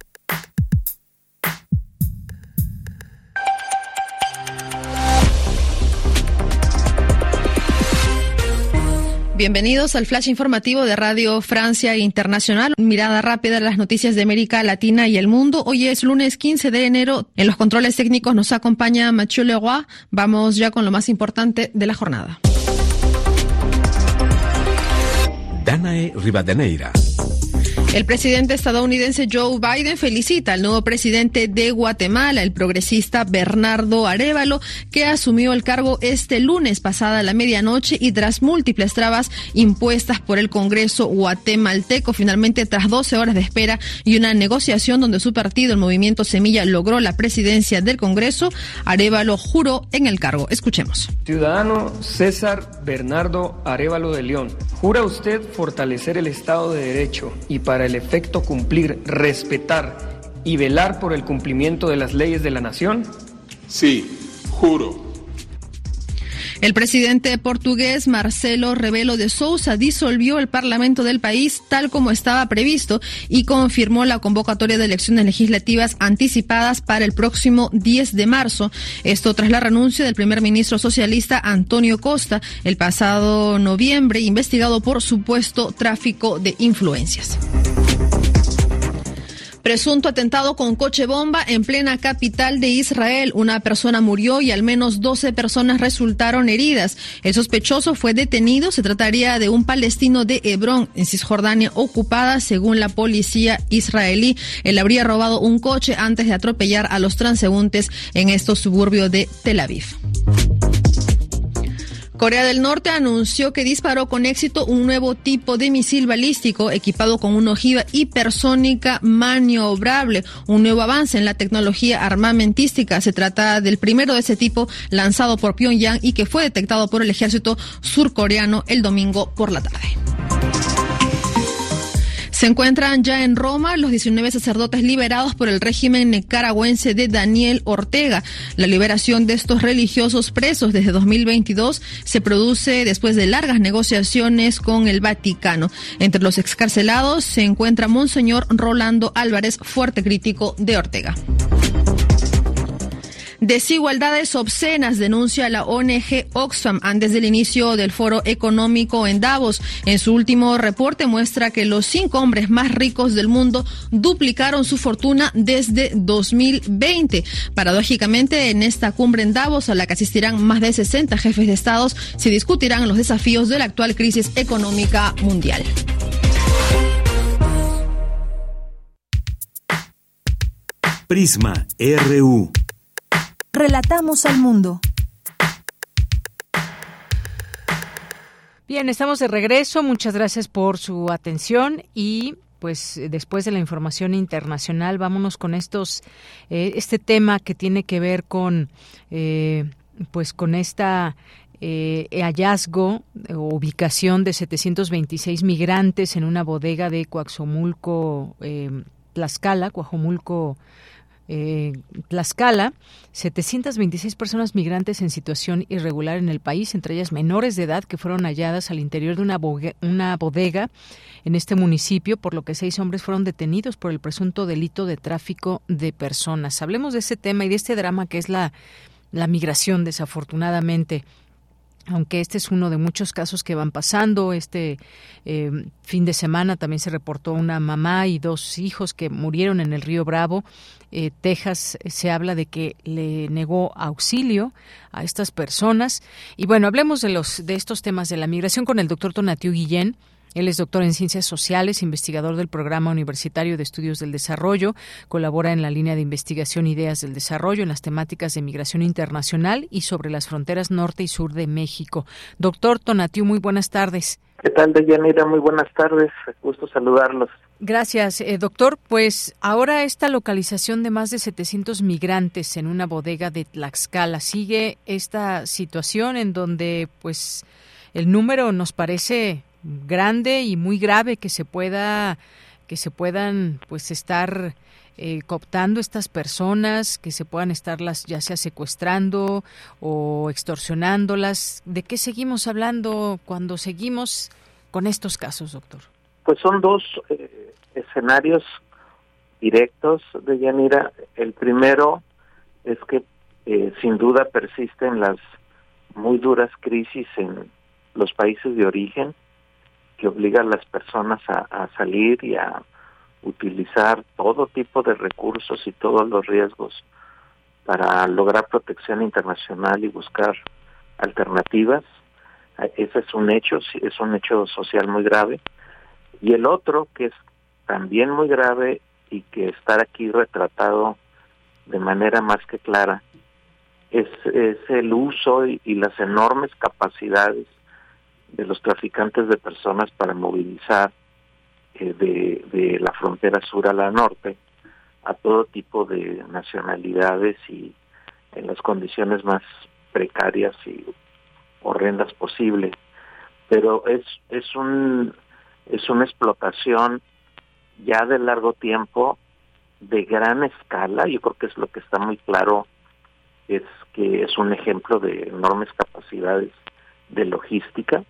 Bienvenidos al flash informativo de Radio Francia Internacional. Mirada rápida a las noticias de América Latina y el mundo. Hoy es lunes quince de enero. En los controles técnicos nos acompaña Mathieu Leroy. Vamos ya con lo más importante de la jornada. Danae Rivadeneira. El presidente estadounidense Joe Biden felicita al nuevo presidente de Guatemala, el progresista Bernardo Arévalo, que asumió el cargo este lunes pasada la medianoche y tras múltiples trabas impuestas por el Congreso guatemalteco. Finalmente, tras doce horas de espera y una negociación donde su partido, el Movimiento Semilla, logró la presidencia del Congreso, Arévalo juró en el cargo. Escuchemos. Ciudadano César Bernardo Arévalo de León, ¿jura usted fortalecer el Estado de Derecho y para el efecto cumplir, respetar y velar por el cumplimiento de las leyes de la nación? Sí, juro. El presidente portugués Marcelo Rebelo de Sousa disolvió el Parlamento del país tal como estaba previsto y confirmó la convocatoria de elecciones legislativas anticipadas para el próximo diez de marzo. Esto tras la renuncia del primer ministro socialista Antonio Costa el pasado noviembre, investigado por supuesto tráfico de influencias. Presunto atentado con coche bomba en plena capital de Israel. Una persona murió y al menos doce personas resultaron heridas. El sospechoso fue detenido. Se trataría de un palestino de Hebrón, en Cisjordania ocupada, según la policía israelí. Él habría robado un coche antes de atropellar a los transeúntes en estos suburbios de Tel Aviv. Corea del Norte anunció que disparó con éxito un nuevo tipo de misil balístico equipado con una ojiva hipersónica maniobrable, un nuevo avance en la tecnología armamentística. Se trata del primero de ese tipo lanzado por Pyongyang y que fue detectado por el ejército surcoreano el domingo por la tarde. Se encuentran ya en Roma los diecinueve sacerdotes liberados por el régimen nicaragüense de Daniel Ortega. La liberación de estos religiosos presos desde dos mil veintidós se produce después de largas negociaciones con el Vaticano. Entre los excarcelados se encuentra Monseñor Rolando Álvarez, fuerte crítico de Ortega. Desigualdades obscenas, denuncia la O N G Oxfam antes del inicio del foro económico en Davos. En su último reporte muestra que los cinco hombres más ricos del mundo duplicaron su fortuna desde dos mil veinte. Paradójicamente, en esta cumbre en Davos, a la que asistirán más de sesenta jefes de estados, se discutirán los desafíos de la actual crisis económica mundial. Prisma R U. Relatamos al mundo. Bien, estamos de regreso. Muchas gracias por su atención y pues después de la información internacional, vámonos con estos eh, este tema que tiene que ver con eh, pues con esta eh, hallazgo o ubicación de setecientos veintiséis migrantes en una bodega de Coaxomulco, eh, Tlaxcala, Coajomulco. Eh, Tlaxcala, setecientas veintiséis personas migrantes en situación irregular en el país, entre ellas menores de edad que fueron halladas al interior de una, bogue, una bodega en este municipio, por lo que seis hombres fueron detenidos por el presunto delito de tráfico de personas. Hablemos de ese tema y de este drama que es la, la migración, desafortunadamente. aunque este es uno de muchos casos que van pasando. Este eh, fin de semana también se reportó una mamá y dos hijos que murieron en el Río Bravo. Eh, Texas eh, se habla de que le negó auxilio a estas personas. Y bueno, hablemos de los de estos temas de la migración con el doctor Tonatiuh Guillén. Él es doctor en Ciencias Sociales, investigador del Programa Universitario de Estudios del Desarrollo, colabora en la línea de investigación Ideas del Desarrollo en las temáticas de migración internacional y sobre las fronteras norte y sur de México. Doctor Tonatiuh, muy buenas tardes. ¿Qué tal, Deyanira? Muy buenas tardes, gusto saludarlos. Gracias, eh, doctor. Pues ahora esta localización de más de setecientos migrantes en una bodega de Tlaxcala, ¿sigue esta situación en donde pues el número nos parece grande y muy grave que se pueda que se puedan pues estar eh, cooptando estas personas, que se puedan estarlas ya sea secuestrando o extorsionándolas? ¿De qué seguimos hablando cuando seguimos con estos casos, doctor? Pues son dos eh, escenarios directos, Deyanira. El primero es que eh, sin duda persisten las muy duras crisis en los países de origen, que obliga a las personas a, a salir y a utilizar todo tipo de recursos y todos los riesgos para lograr protección internacional y buscar alternativas. Ese es un hecho, es un hecho social muy grave. Y el otro, que es también muy grave y que está aquí retratado de manera más que clara, es, es el uso y, y las enormes capacidades de los traficantes de personas para movilizar eh, de, de la frontera sur a la norte a todo tipo de nacionalidades y en las condiciones más precarias y horrendas posibles. Pero es es un es una explotación ya de largo tiempo, de gran escala. Yo creo que es lo que está muy claro, es que es un ejemplo de enormes capacidades de logística,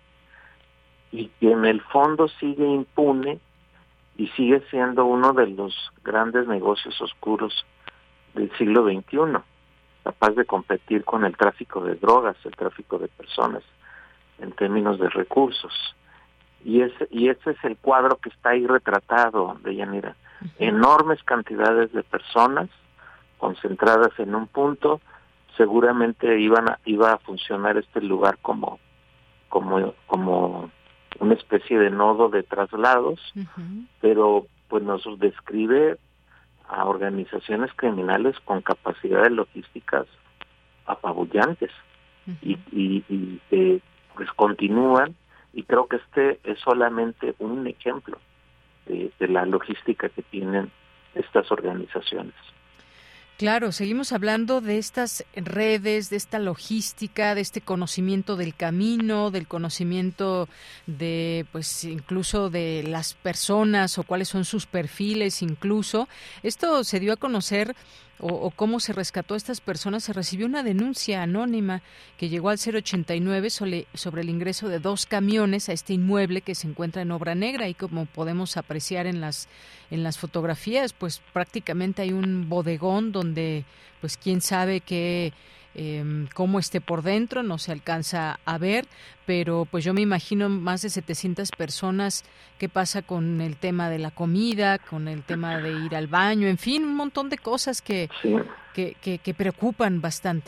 y que en el fondo sigue impune y sigue siendo uno de los grandes negocios oscuros del siglo veintiuno, capaz de competir con el tráfico de drogas, el tráfico de personas, en términos de recursos. Y ese, y ese es el cuadro que está ahí retratado, Deyanira. Uh-huh. Enormes cantidades de personas concentradas en un punto. Seguramente iban a, iba a funcionar este lugar como, como, como una especie de nodo de traslados, uh-huh. pero pues nos describe a organizaciones criminales con capacidades logísticas apabullantes, uh-huh. y, y, y eh, pues continúan, y creo que este es solamente un ejemplo de, de la logística que tienen estas organizaciones. Claro, seguimos hablando de estas redes, de esta logística, de este conocimiento del camino, del conocimiento de, pues, incluso de las personas o cuáles son sus perfiles, incluso. Esto se dio a conocer, o, o cómo se rescató a estas personas. Se recibió una denuncia anónima que llegó al cero ochenta y nueve sobre, sobre el ingreso de dos camiones a este inmueble que se encuentra en Obra Negra, y como podemos apreciar en las en las fotografías, pues prácticamente hay un bodegón donde, pues quién sabe qué, eh, cómo esté por dentro, no se alcanza a ver, pero pues yo me imagino más de setecientas personas. ¿Qué pasa con el tema de la comida, con el tema de ir al baño? En fin, un montón de cosas que, sí. que, que, que preocupan bastante.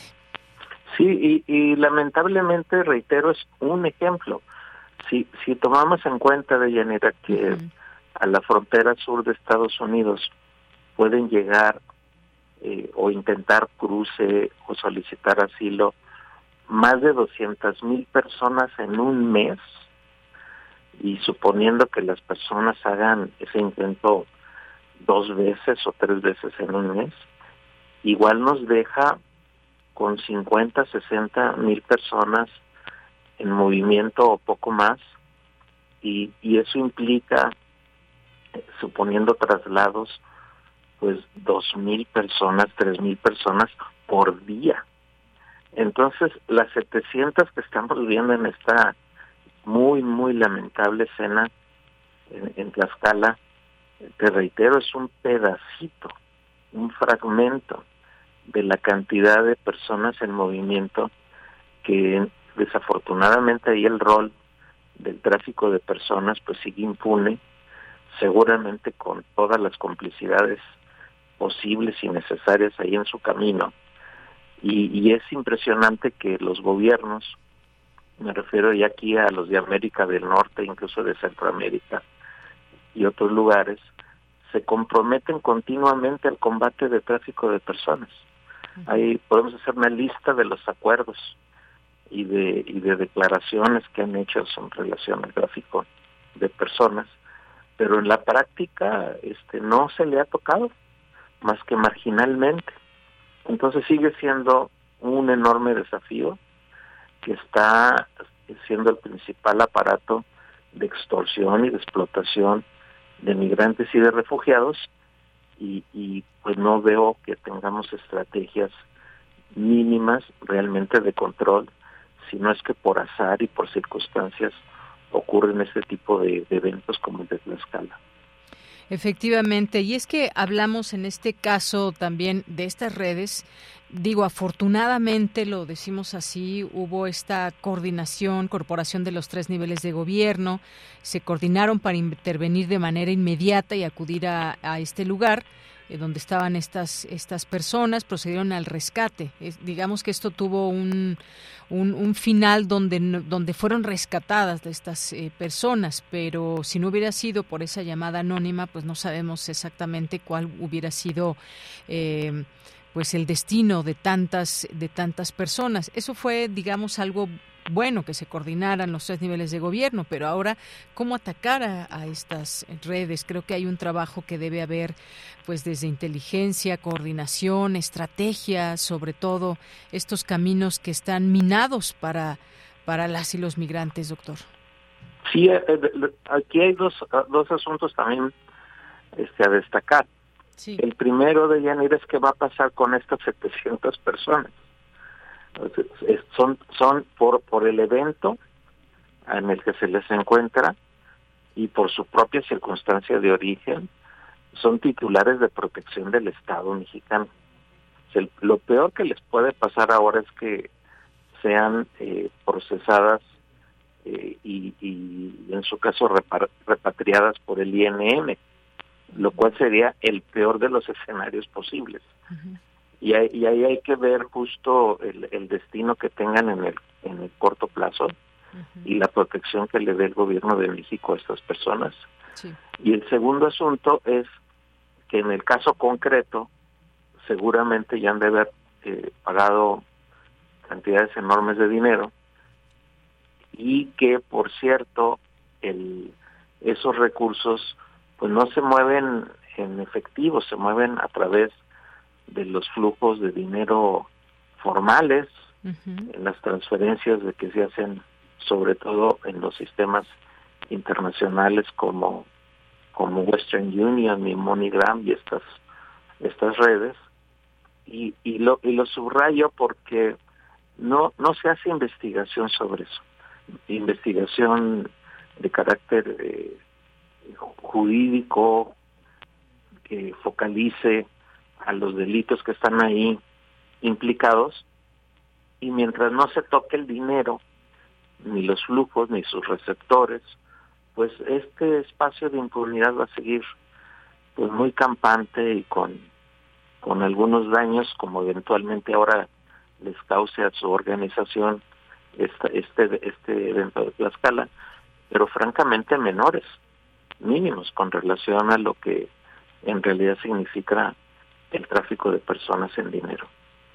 Sí, y, y lamentablemente, reitero, es un ejemplo. Si, si tomamos en cuenta, Deyanira, que uh-huh. a la frontera sur de Estados Unidos pueden llegar eh, o intentar cruce o solicitar asilo más de doscientas mil personas en un mes, y suponiendo que las personas hagan ese intento dos veces o tres veces en un mes, igual nos deja con cincuenta, sesenta mil personas en movimiento o poco más, y, y eso implica, suponiendo traslados, pues dos mil personas, tres mil personas por día. Entonces, las setecientas que estamos viendo en esta muy, muy lamentable escena en, en Tlaxcala, te reitero, es un pedacito, un fragmento de la cantidad de personas en movimiento que desafortunadamente ahí el rol del tráfico de personas pues sigue impune, seguramente con todas las complicidades posibles y necesarias ahí en su camino. Y, y es impresionante que los gobiernos, me refiero ya aquí a los de América del Norte, incluso de Centroamérica y otros lugares, se comprometen continuamente al combate de tráfico de personas. Ahí podemos hacer una lista de los acuerdos y de y de declaraciones que han hecho en relación al tráfico de personas, pero en la práctica este no se le ha tocado más que marginalmente. Entonces sigue siendo un enorme desafío que está siendo el principal aparato de extorsión y de explotación de migrantes y de refugiados, y, y pues no veo que tengamos estrategias mínimas realmente de control, sino es que por azar y por circunstancias ocurren este tipo de, de eventos como el de Tlaxcala. Efectivamente, y es que hablamos en este caso también de estas redes. Digo, afortunadamente, lo decimos así, hubo esta coordinación, corporación de los tres niveles de gobierno, se coordinaron para intervenir de manera inmediata y acudir a, a este lugar eh, donde estaban estas estas personas, procedieron al rescate. Es, digamos que esto tuvo un un, un final donde donde fueron rescatadas de estas eh, personas, pero si no hubiera sido por esa llamada anónima, pues no sabemos exactamente cuál hubiera sido eh, pues el destino de tantas de tantas personas. Eso fue, digamos, algo bueno, que se coordinaran los tres niveles de gobierno, pero ahora, ¿cómo atacar a, a estas redes? Creo que hay un trabajo que debe haber, pues desde inteligencia, coordinación, estrategia, sobre todo estos caminos que están minados para, para las y los migrantes, doctor. Sí, aquí hay dos, dos asuntos también este, a destacar. Sí. El primero de Yanira es qué va a pasar con estas setecientas personas. Son son por por el evento en el que se les encuentra y por su propia circunstancia de origen, son titulares de protección del Estado mexicano. O sea, lo peor que les puede pasar ahora es que sean eh, procesadas eh, y, y en su caso repar, repatriadas por el I N M, lo cual sería el peor de los escenarios posibles. Uh-huh. Y ahí, y ahí hay que ver justo el, el destino que tengan en el en el corto plazo, uh-huh, y la protección que le dé el gobierno de México a estas personas. Sí. Y el segundo asunto es que en el caso concreto seguramente ya han de haber eh, pagado cantidades enormes de dinero, y que por cierto el esos recursos pues no se mueven en efectivo, se mueven a través de los flujos de dinero formales, uh-huh, en las transferencias de que se hacen sobre todo en los sistemas internacionales como como Western Union y MoneyGram y estas estas redes, y y lo y lo subrayo porque no no se hace investigación sobre eso, investigación de carácter eh, jurídico que focalice a los delitos que están ahí implicados, y mientras no se toque el dinero, ni los flujos, ni sus receptores, pues este espacio de impunidad va a seguir pues muy campante y con, con algunos daños, como eventualmente ahora les cause a su organización este, este, este evento de Tlaxcala, pero francamente menores, mínimos con relación a lo que en realidad significa el tráfico de personas en dinero.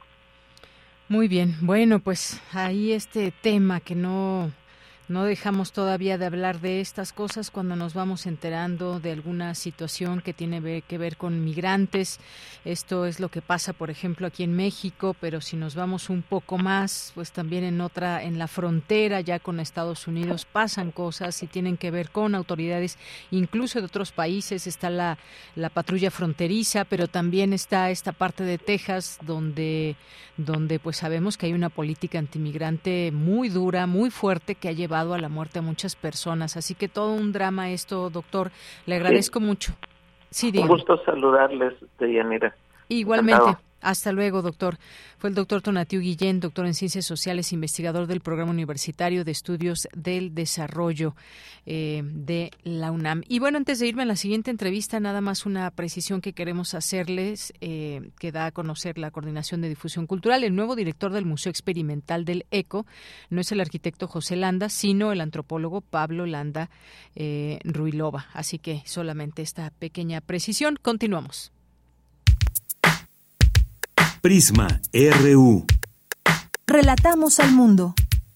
Muy bien, bueno, pues ahí este tema que no no dejamos todavía de hablar de estas cosas cuando nos vamos enterando de alguna situación que tiene que ver con migrantes. Esto es lo que pasa, por ejemplo, aquí en México, pero si nos vamos un poco más, pues también en otra, en la frontera ya con Estados Unidos pasan cosas y tienen que ver con autoridades incluso de otros países. Está la, la patrulla fronteriza, pero también está esta parte de Texas donde, donde pues sabemos que hay una política antimigrante muy dura, muy fuerte, que ha llevado a la muerte a muchas personas, así que todo un drama esto, doctor. Le agradezco sí. mucho. Sí, un gusto saludarles, Deyanira. Igualmente, Encantado. Hasta luego, doctor. Fue el doctor Tonatiuh Guillén, doctor en Ciencias Sociales, investigador del Programa Universitario de Estudios del Desarrollo eh, de la UNAM. Y bueno, antes de irme a la siguiente entrevista, nada más una precisión que queremos hacerles, eh, que da a conocer la Coordinación de Difusión Cultural. El nuevo director del Museo Experimental del ECO no es el arquitecto José Landa, sino el antropólogo Pablo Landa eh, Ruilova. Así que solamente esta pequeña precisión. Continuamos. Prisma R U. Relatamos al mundo.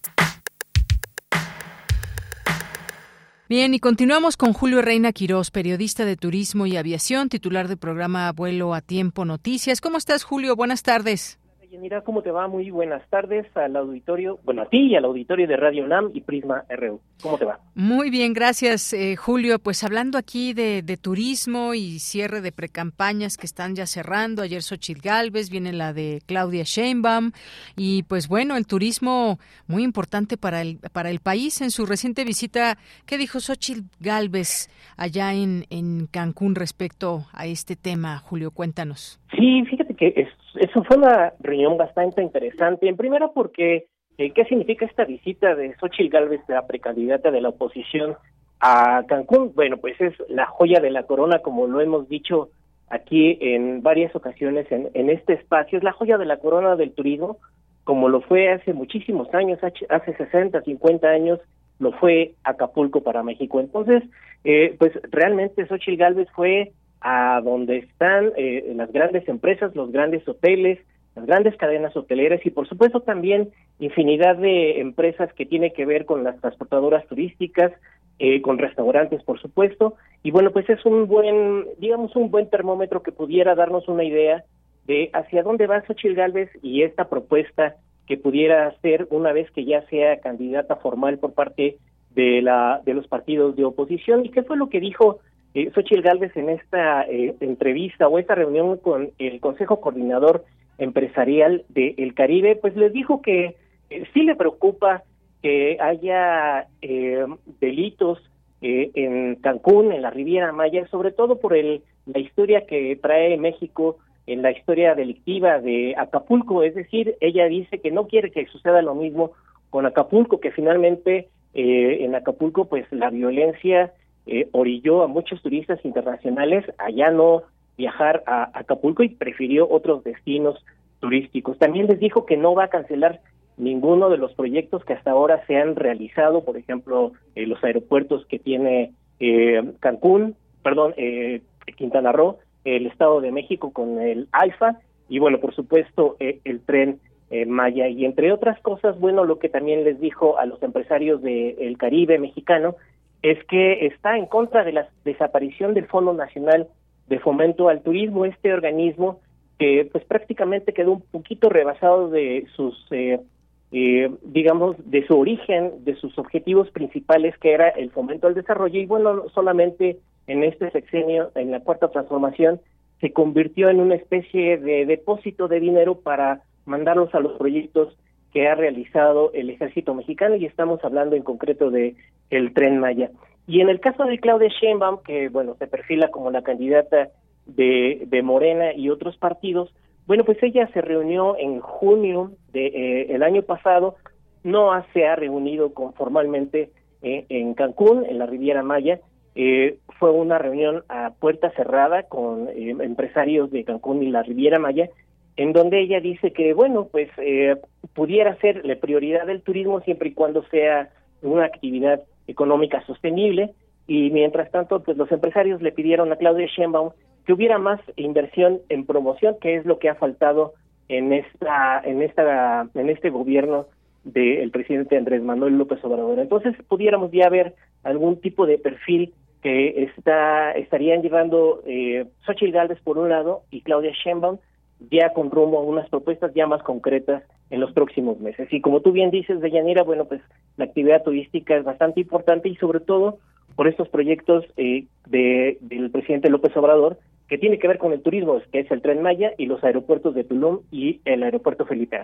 Bien, y continuamos con Julio Reina Quirós, periodista de turismo y aviación, titular del programa Vuelo a Tiempo Noticias. ¿Cómo estás, Julio? Buenas tardes. Mira, ¿cómo te va? Muy buenas tardes al auditorio, bueno, a ti y al auditorio de Radio UNAM y Prisma R U. ¿Cómo te va? Muy bien, gracias, eh, Julio. Pues hablando aquí de, de turismo y cierre de precampañas que están ya cerrando. Ayer Xóchitl Gálvez, viene la de Claudia Sheinbaum y pues bueno, el turismo muy importante para el para el país. En su reciente visita, ¿qué dijo Xóchitl Gálvez allá en, en Cancún respecto a este tema? Julio, cuéntanos. Sí, fíjate que es, eso fue una reunión bastante interesante. En primera porque, eh, ¿qué significa esta visita de Xóchitl Gálvez, la precandidata de la oposición a Cancún? Bueno, pues es la joya de la corona, como lo hemos dicho aquí en varias ocasiones en, en este espacio. Es la joya de la corona del turismo, como lo fue hace muchísimos años, hace sesenta, cincuenta años, lo fue Acapulco para México. Entonces, eh, pues realmente Xóchitl Gálvez fue a donde están eh, las grandes empresas, los grandes hoteles, las grandes cadenas hoteleras y por supuesto también infinidad de empresas que tiene que ver con las transportadoras turísticas, eh, con restaurantes por supuesto, y bueno, pues es un buen, digamos un buen termómetro que pudiera darnos una idea de hacia dónde va Xóchitl Gálvez y esta propuesta que pudiera hacer una vez que ya sea candidata formal por parte de la de los partidos de oposición. ¿Y qué fue lo que dijo Eh, Xóchitl Gálvez en esta eh, entrevista o esta reunión con el Consejo Coordinador Empresarial del Caribe? Pues les dijo que eh, sí le preocupa que haya eh, delitos eh, en Cancún, en la Riviera Maya, sobre todo por el la historia que trae México en la historia delictiva de Acapulco. Es decir, ella dice que no quiere que suceda lo mismo con Acapulco, que finalmente eh, en Acapulco pues la violencia Eh, orilló a muchos turistas internacionales a ya no viajar a Acapulco y prefirió otros destinos turísticos. También les dijo que no va a cancelar ninguno de los proyectos que hasta ahora se han realizado, por ejemplo, eh, los aeropuertos que tiene eh, Cancún, perdón, eh, Quintana Roo, el Estado de México con el AIFA y bueno, por supuesto, eh, el Tren eh, Maya. Y entre otras cosas, bueno, lo que también les dijo a los empresarios del Caribe mexicano es que está en contra de la desaparición del Fondo Nacional de Fomento al Turismo, este organismo que pues prácticamente quedó un poquito rebasado de sus, eh, eh, digamos, de su origen, de sus objetivos principales, que era el fomento al desarrollo, y bueno, solamente en este sexenio, en la Cuarta Transformación, se convirtió en una especie de depósito de dinero para mandarlos a los proyectos que ha realizado el Ejército Mexicano, y estamos hablando en concreto de el Tren Maya. Y en el caso de Claudia Sheinbaum, que bueno, se perfila como la candidata de, de Morena y otros partidos, bueno, pues ella se reunió en junio de eh, el año pasado, no se ha reunido con, formalmente eh, en Cancún, en la Riviera Maya, eh, fue una reunión a puerta cerrada con eh, empresarios de Cancún y la Riviera Maya, en donde ella dice que, bueno, pues eh, pudiera ser la prioridad del turismo siempre y cuando sea una actividad económica sostenible, y mientras tanto, pues los empresarios le pidieron a Claudia Sheinbaum que hubiera más inversión en promoción, que es lo que ha faltado en esta, en esta, en este gobierno del presidente Andrés Manuel López Obrador. Entonces, pudiéramos ya ver algún tipo de perfil que está estarían llevando eh, Xóchitl Gálvez por un lado y Claudia Sheinbaum ya con rumbo a unas propuestas ya más concretas en los próximos meses. Y como tú bien dices, Deyanira, bueno, pues la actividad turística es bastante importante y sobre todo por estos proyectos eh, de, del presidente López Obrador que tiene que ver con el turismo, que es el Tren Maya y los aeropuertos de Tulum y el aeropuerto Felipe Ángeles.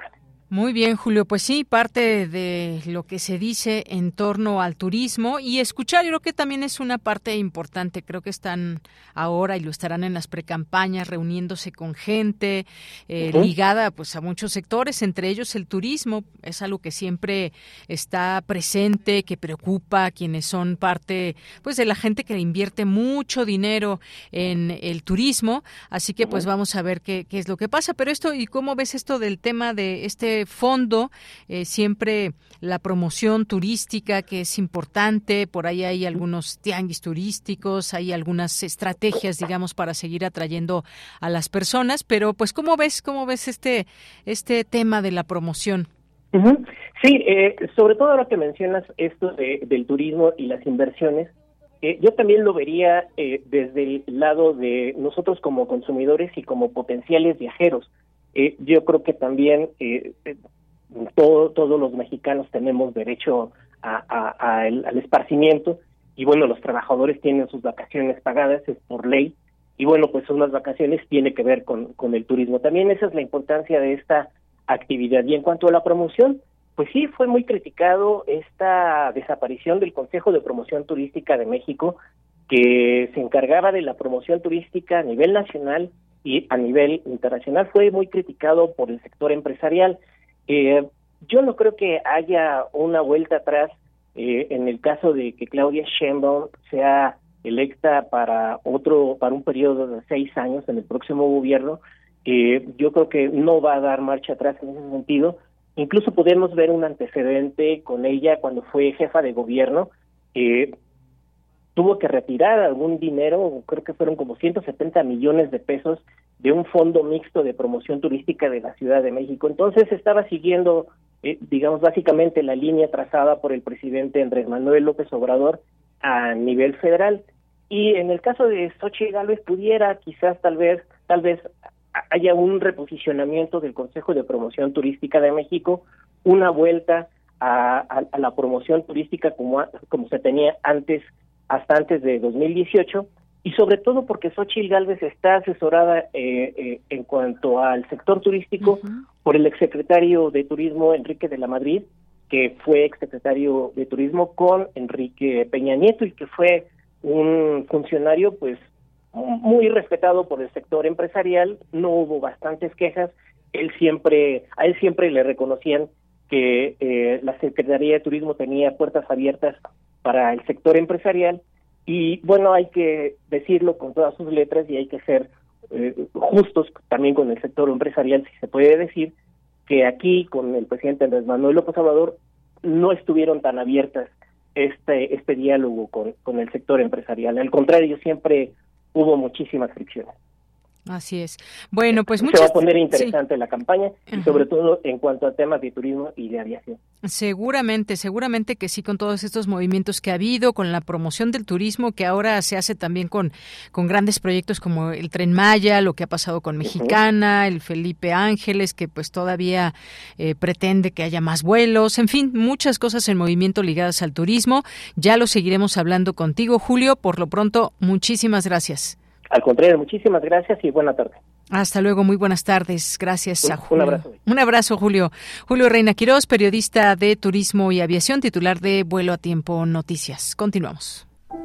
Muy bien, Julio. Pues sí, parte de lo que se dice en torno al turismo y escuchar, yo creo que también es una parte importante. Creo que están ahora y lo estarán en las precampañas reuniéndose con gente eh, uh-huh. ligada pues a muchos sectores, entre ellos el turismo. Es algo que siempre está presente, que preocupa a quienes son parte pues de la gente que invierte mucho dinero en el turismo. Así que uh-huh. pues vamos a ver qué, qué es lo que pasa. Pero esto, ¿y cómo ves esto del tema de este fondo? Eh, siempre la promoción turística, que es importante, por ahí hay algunos tianguis turísticos, hay algunas estrategias, digamos, para seguir atrayendo a las personas, pero pues ¿cómo ves, cómo ves este, este tema de la promoción? Uh-huh. Sí, eh, sobre todo ahora que mencionas esto de, del turismo y las inversiones, eh, yo también lo vería eh, desde el lado de nosotros como consumidores y como potenciales viajeros. Eh, yo creo que también eh, todo, todos los mexicanos tenemos derecho a, a, a el, al esparcimiento, y bueno, los trabajadores tienen sus vacaciones pagadas, es por ley, y bueno, pues unas vacaciones tiene que ver con, con el turismo. También esa es la importancia de esta actividad. Y en cuanto a la promoción, pues sí, fue muy criticado esta desaparición del Consejo de Promoción Turística de México, que se encargaba de la promoción turística a nivel nacional y a nivel internacional. Fue muy criticado por el sector empresarial. Eh, yo no creo que haya una vuelta atrás eh, en el caso de que Claudia Sheinbaum sea electa para otro, para un periodo de seis años en el próximo gobierno. Eh, yo creo que no va a dar marcha atrás en ese sentido. Incluso podemos ver un antecedente con ella cuando fue jefa de gobierno. Eh, tuvo que retirar algún dinero, creo que fueron como ciento setenta millones de pesos de un fondo mixto de promoción turística de la Ciudad de México. Entonces estaba siguiendo, eh, digamos, básicamente la línea trazada por el presidente Andrés Manuel López Obrador a nivel federal. Y en el caso de Xóchitl Gálvez pudiera quizás tal vez, tal vez haya un reposicionamiento del Consejo de Promoción Turística de México, una vuelta a, a, a la promoción turística como, como se tenía antes, hasta antes de dos mil dieciocho, y sobre todo porque Xóchitl Gálvez está asesorada eh, eh, en cuanto al sector turístico uh-huh. por el exsecretario de Turismo Enrique de la Madrid, que fue exsecretario de Turismo con Enrique Peña Nieto y que fue un funcionario pues muy respetado por el sector empresarial. No hubo bastantes quejas. Él siempre, a él siempre le reconocían que eh, la Secretaría de Turismo tenía puertas abiertas para el sector empresarial, y bueno, hay que decirlo con todas sus letras y hay que ser eh, justos también con el sector empresarial, si se puede decir que aquí con el presidente Andrés Manuel López Obrador no estuvieron tan abiertas este este diálogo con, con el sector empresarial. Al contrario, siempre hubo muchísimas fricciones. Así es. Bueno, pues se muchas... va a poner interesante sí. la campaña, y uh-huh. sobre todo en cuanto a temas de turismo y de aviación. Seguramente, seguramente que sí, con todos estos movimientos que ha habido, con la promoción del turismo que ahora se hace también con, con grandes proyectos como el Tren Maya, lo que ha pasado con Mexicana, uh-huh. el Felipe Ángeles, que pues todavía eh, pretende que haya más vuelos, en fin, muchas cosas en movimiento ligadas al turismo. Ya lo seguiremos hablando contigo, Julio. Por lo pronto, muchísimas gracias. Al contrario, muchísimas gracias y buena tarde. Hasta luego, muy buenas tardes. Gracias un, a Julio. Un abrazo. Un abrazo, Julio. Julio Reina Quirós, periodista de Turismo y Aviación, titular de Vuelo a Tiempo Noticias. Continuamos.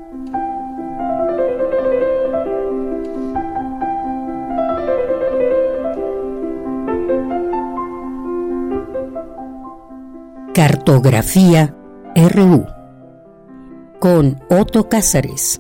Cartografía R U con Otto Cázares.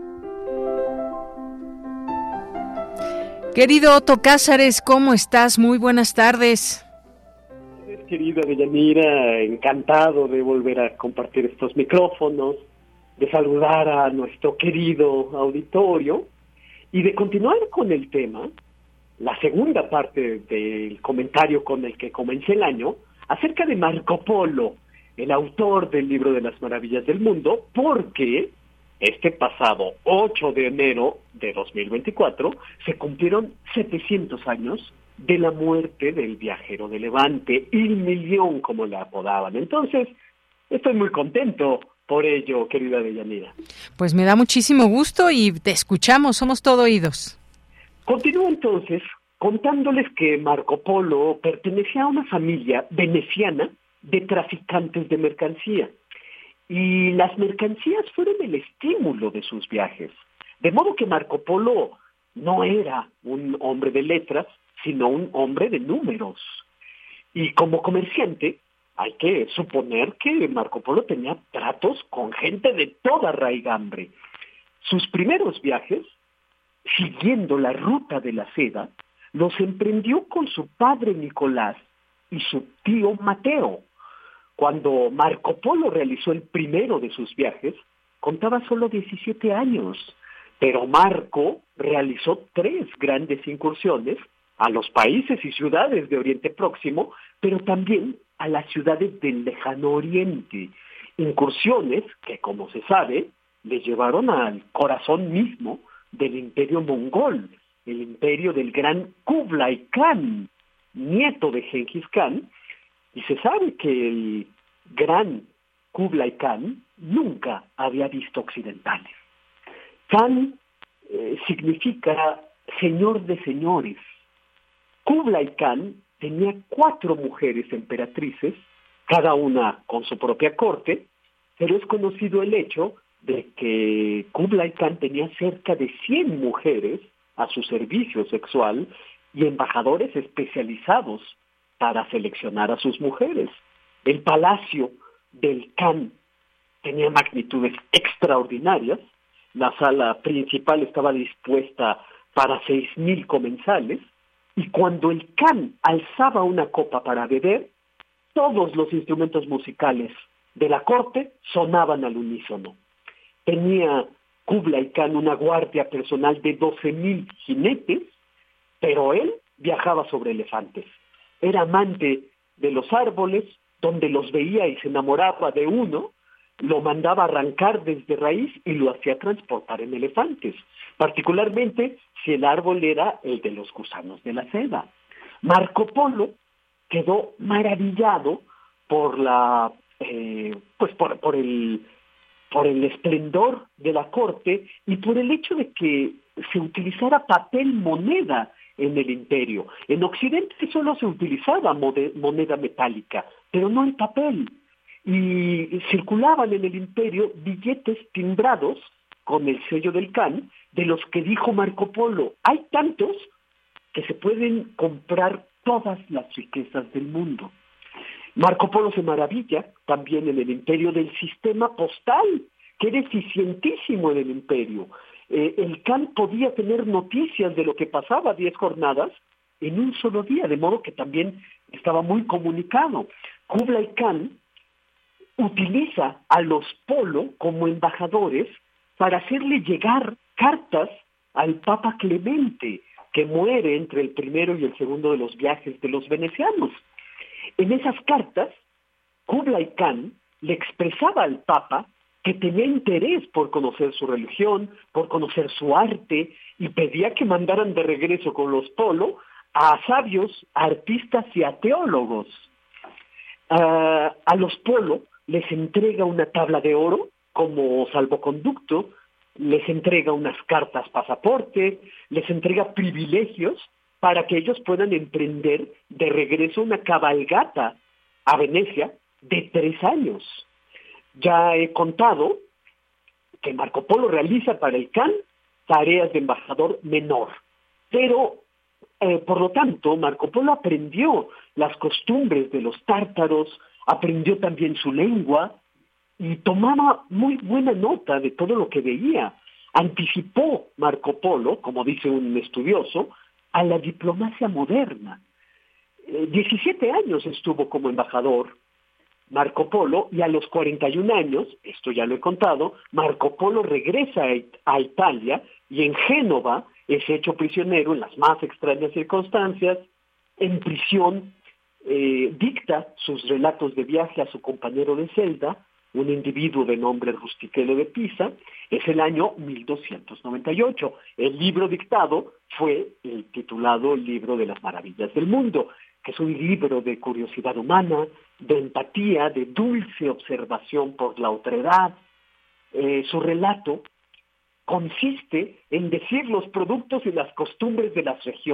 Querido Otto Cázares, ¿cómo estás? Muy buenas tardes. Querida Deyanira, encantado de volver a compartir estos micrófonos, de saludar a nuestro querido auditorio y de continuar con el tema, la segunda parte del comentario con el que comencé el año, acerca de Marco Polo, el autor del libro de las maravillas del mundo, porque este pasado ocho de enero de dos mil veinticuatro se cumplieron setecientos años de la muerte del viajero de Levante, Il Millón, como le apodaban. Entonces, estoy muy contento por ello, querida Deyanira. Pues me da muchísimo gusto y te escuchamos, somos todo oídos. Continúo entonces contándoles que Marco Polo pertenecía a una familia veneciana de traficantes de mercancía. Y las mercancías fueron el estímulo de sus viajes. De modo que Marco Polo no era un hombre de letras, sino un hombre de números. Y como comerciante, hay que suponer que Marco Polo tenía tratos con gente de toda raigambre. Sus primeros viajes, siguiendo la ruta de la seda, los emprendió con su padre Nicolás y su tío Mateo. Cuando Marco Polo realizó el primero de sus viajes, contaba solo diecisiete años, pero Marco realizó tres grandes incursiones a los países y ciudades de Oriente Próximo, pero también a las ciudades del lejano Oriente. Incursiones que, como se sabe, le llevaron al corazón mismo del imperio mongol, el imperio del gran Kublai Khan, nieto de Genghis Khan, y se sabe que el gran Kublai Khan nunca había visto occidentales. Khan eh, significa señor de señores. Kublai Khan tenía cuatro mujeres emperatrices, cada una con su propia corte, pero es conocido el hecho de que Kublai Khan tenía cerca de cien mujeres a su servicio sexual y embajadores especializados para seleccionar a sus mujeres. El palacio del Khan tenía magnitudes extraordinarias. La sala principal estaba dispuesta para seis mil comensales, y cuando el Khan alzaba una copa para beber, todos los instrumentos musicales de la corte sonaban al unísono. Tenía Kublai Khan una guardia personal de doce mil jinetes, pero él viajaba sobre elefantes. Era amante de los árboles, donde los veía y se enamoraba de uno, lo mandaba arrancar desde raíz y lo hacía transportar en elefantes, particularmente si el árbol era el de los gusanos de la seda. Marco Polo quedó maravillado por la, eh, pues por, por el, por el esplendor de la corte y por el hecho de que se utilizara papel moneda en el imperio. En Occidente solo se utilizaba moneda metálica, pero no el papel. Y circulaban en el imperio billetes timbrados con el sello del Khan, de los que dijo Marco Polo: hay tantos que se pueden comprar todas las riquezas del mundo. Marco Polo se maravilla también en el imperio del sistema postal, que era eficientísimo en el imperio. Eh, el Khan podía tener noticias de lo que pasaba diez jornadas en un solo día, de modo que también estaba muy comunicado. Kublai Khan utiliza a los Polo como embajadores para hacerle llegar cartas al Papa Clemente, que muere entre el primero y el segundo de los viajes de los venecianos. En esas cartas, Kublai Khan le expresaba al Papa que tenía interés por conocer su religión, por conocer su arte, y pedía que mandaran de regreso con los Polo a sabios, a artistas y a teólogos. Uh, a los Polo les entrega una tabla de oro como salvoconducto, les entrega unas cartas pasaporte, les entrega privilegios para que ellos puedan emprender de regreso una cabalgata a Venecia de tres años. Ya he contado que Marco Polo realiza para el Khan tareas de embajador menor, pero eh, por lo tanto Marco Polo aprendió las costumbres de los tártaros, aprendió también su lengua y tomaba muy buena nota de todo lo que veía. Anticipó Marco Polo, como dice un estudioso, a la diplomacia moderna. Eh, diecisiete años estuvo como embajador Marco Polo, y a los cuarenta y un años, esto ya lo he contado, Marco Polo regresa a, It- a Italia y en Génova es hecho prisionero en las más extrañas circunstancias. En prisión eh, dicta sus relatos de viaje a su compañero de celda, un individuo de nombre Rustichello de Pisa. Es el año mil doscientos noventa y ocho. El libro dictado fue el titulado Libro de las Maravillas del Mundo, que es un libro de curiosidad humana, de empatía, de dulce observación por la otredad. Eh, su relato consiste en decir los productos y las costumbres de las regiones,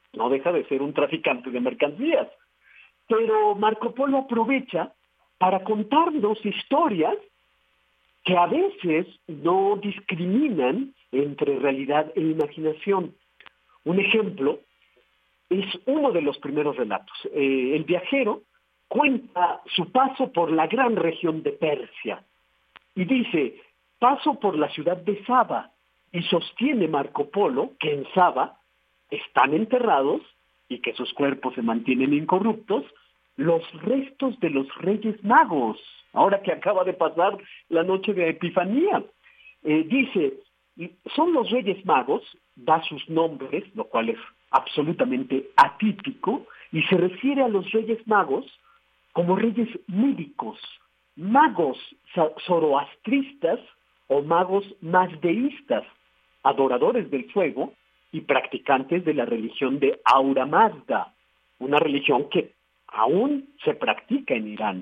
no deja de ser un traficante de mercancías. Pero Marco Polo aprovecha para contarnos historias que a veces no discriminan entre realidad e imaginación. Un ejemplo es uno de los primeros relatos. Eh, el viajero cuenta su paso por la gran región de Persia y dice, paso por la ciudad de Saba, y sostiene Marco Polo que en Saba están enterrados, y que sus cuerpos se mantienen incorruptos, los restos de los Reyes Magos, ahora que acaba de pasar la noche de Epifanía. Eh, dice, son los Reyes Magos, da sus nombres, lo cual es absolutamente atípico, y se refiere a los Reyes Magos como reyes médicos, magos zoroastristas o magos mazdeístas, adoradores del fuego y practicantes de la religión de Ahura Mazda, una religión que aún se practica en Irán.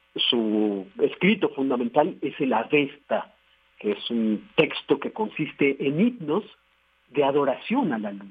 Su escrito fundamental es el Avesta, que es un texto que consiste en himnos de adoración a la luz.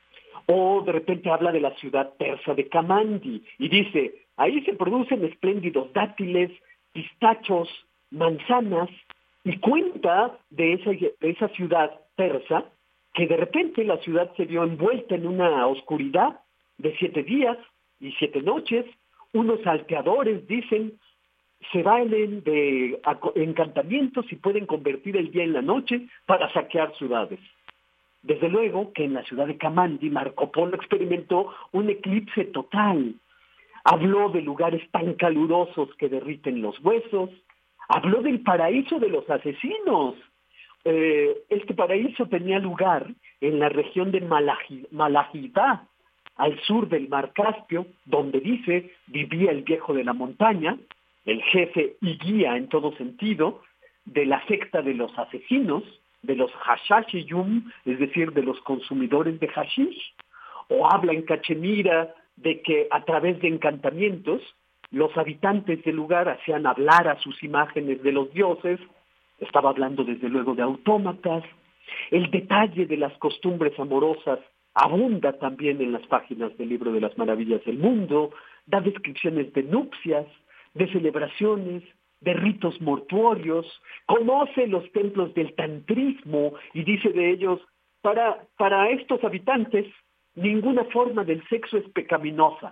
O de repente habla de la ciudad persa de Kamandi y dice, ahí se producen espléndidos dátiles, pistachos, manzanas, y cuenta de esa, de esa ciudad persa que de repente la ciudad se vio envuelta en una oscuridad de siete días y siete noches. Unos salteadores, dicen, se valen de encantamientos y pueden convertir el día en la noche para saquear ciudades. Desde luego que en la ciudad de Kamandi, Marco Polo experimentó un eclipse total. Habló de lugares tan calurosos que derriten los huesos. Habló del paraíso de los asesinos. Eh, este paraíso tenía lugar en la región de Malaji, Malajidá, al sur del mar Caspio, donde dice vivía el viejo de la montaña, el jefe y guía en todo sentido de la secta de los asesinos, de los hashashiyum, es decir, de los consumidores de hashish. O habla en Cachemira de que a través de encantamientos los habitantes del lugar hacían hablar a sus imágenes de los dioses. Estaba hablando desde luego de autómatas. El detalle de las costumbres amorosas abunda también en las páginas del Libro de las Maravillas del Mundo. Da descripciones de nupcias, de celebraciones, de ritos mortuorios. Conoce los templos del tantrismo y dice de ellos, para, para estos habitantes ninguna forma del sexo es pecaminosa.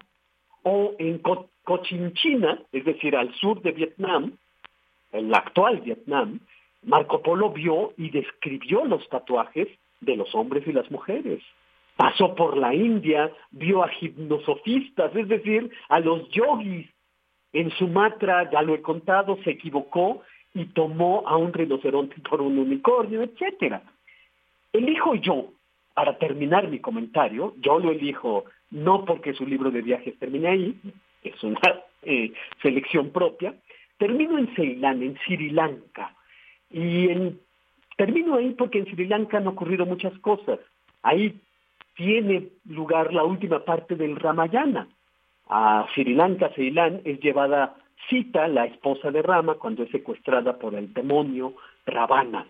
O en Co- Cochinchina, es decir, al sur de Vietnam, el actual Vietnam, Marco Polo vio y describió los tatuajes de los hombres y las mujeres. Pasó por la India, vio a hipnosofistas, es decir, a los yogis. En Sumatra, ya lo he contado, se equivocó y tomó a un rinoceronte por un unicornio, etcétera. Elijo yo, para terminar mi comentario, yo lo elijo no porque su libro de viajes termine ahí, es una eh, selección propia, termino en Ceilán, en Sri Lanka, y en, termino ahí porque en Sri Lanka han ocurrido muchas cosas. Ahí tiene lugar la última parte del Ramayana. A Sri Lanka, Ceilán, es llevada Sita, la esposa de Rama, cuando es secuestrada por el demonio Ravana.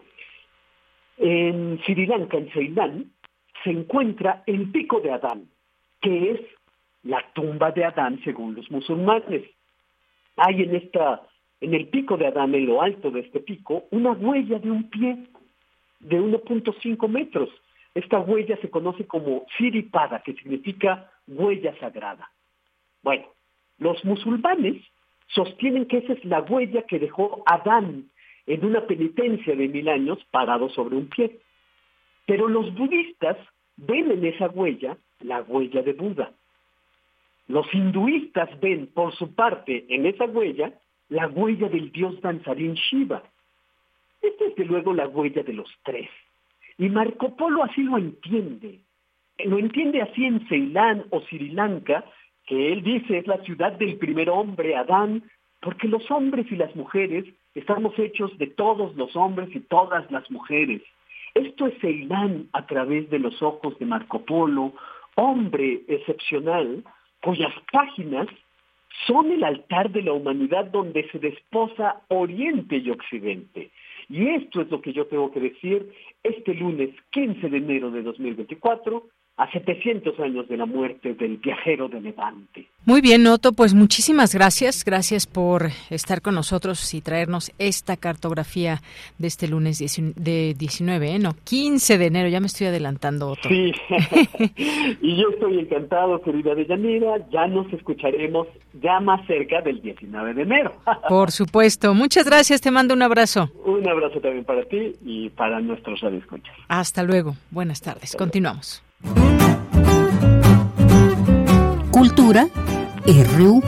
En Sri Lanka, en Ceilán, se encuentra el Pico de Adán, que es la tumba de Adán según los musulmanes. Hay en esta, en el Pico de Adán, en lo alto de este pico, una huella de un pie de uno punto cinco metros. Esta huella se conoce como Siripada, que significa huella sagrada. Bueno, los musulmanes sostienen que esa es la huella que dejó Adán en una penitencia de mil años parado sobre un pie. Pero los budistas ven en esa huella la huella de Buda. Los hinduistas ven, por su parte, en esa huella, la huella del dios danzarín Shiva. Esta es, de luego, la huella de los tres. Y Marco Polo así lo entiende. Lo entiende así en Ceilán o Sri Lanka, que él dice es la ciudad del primer hombre, Adán, porque los hombres y las mujeres estamos hechos de todos los hombres y todas las mujeres. Esto es Ceilán a través de los ojos de Marco Polo, hombre excepcional, cuyas páginas son el altar de la humanidad donde se desposa Oriente y Occidente. Y esto es lo que yo tengo que decir este lunes quince de enero de dos mil veinticuatro a setecientos años de la muerte del viajero de Levante. Muy bien, Otto, pues muchísimas gracias. Gracias por estar con nosotros y traernos esta cartografía de este lunes de diecinueve, ¿eh? No, quince de enero. Ya me estoy adelantando, Otto. Sí, y yo estoy encantado, querida Deyanira. Ya nos escucharemos ya más cerca del diecinueve de enero. Por supuesto. Muchas gracias. Te mando un abrazo. Un abrazo también para ti y para nuestros radioescuchas. Hasta luego. Buenas tardes. Continuamos. Cultura R U.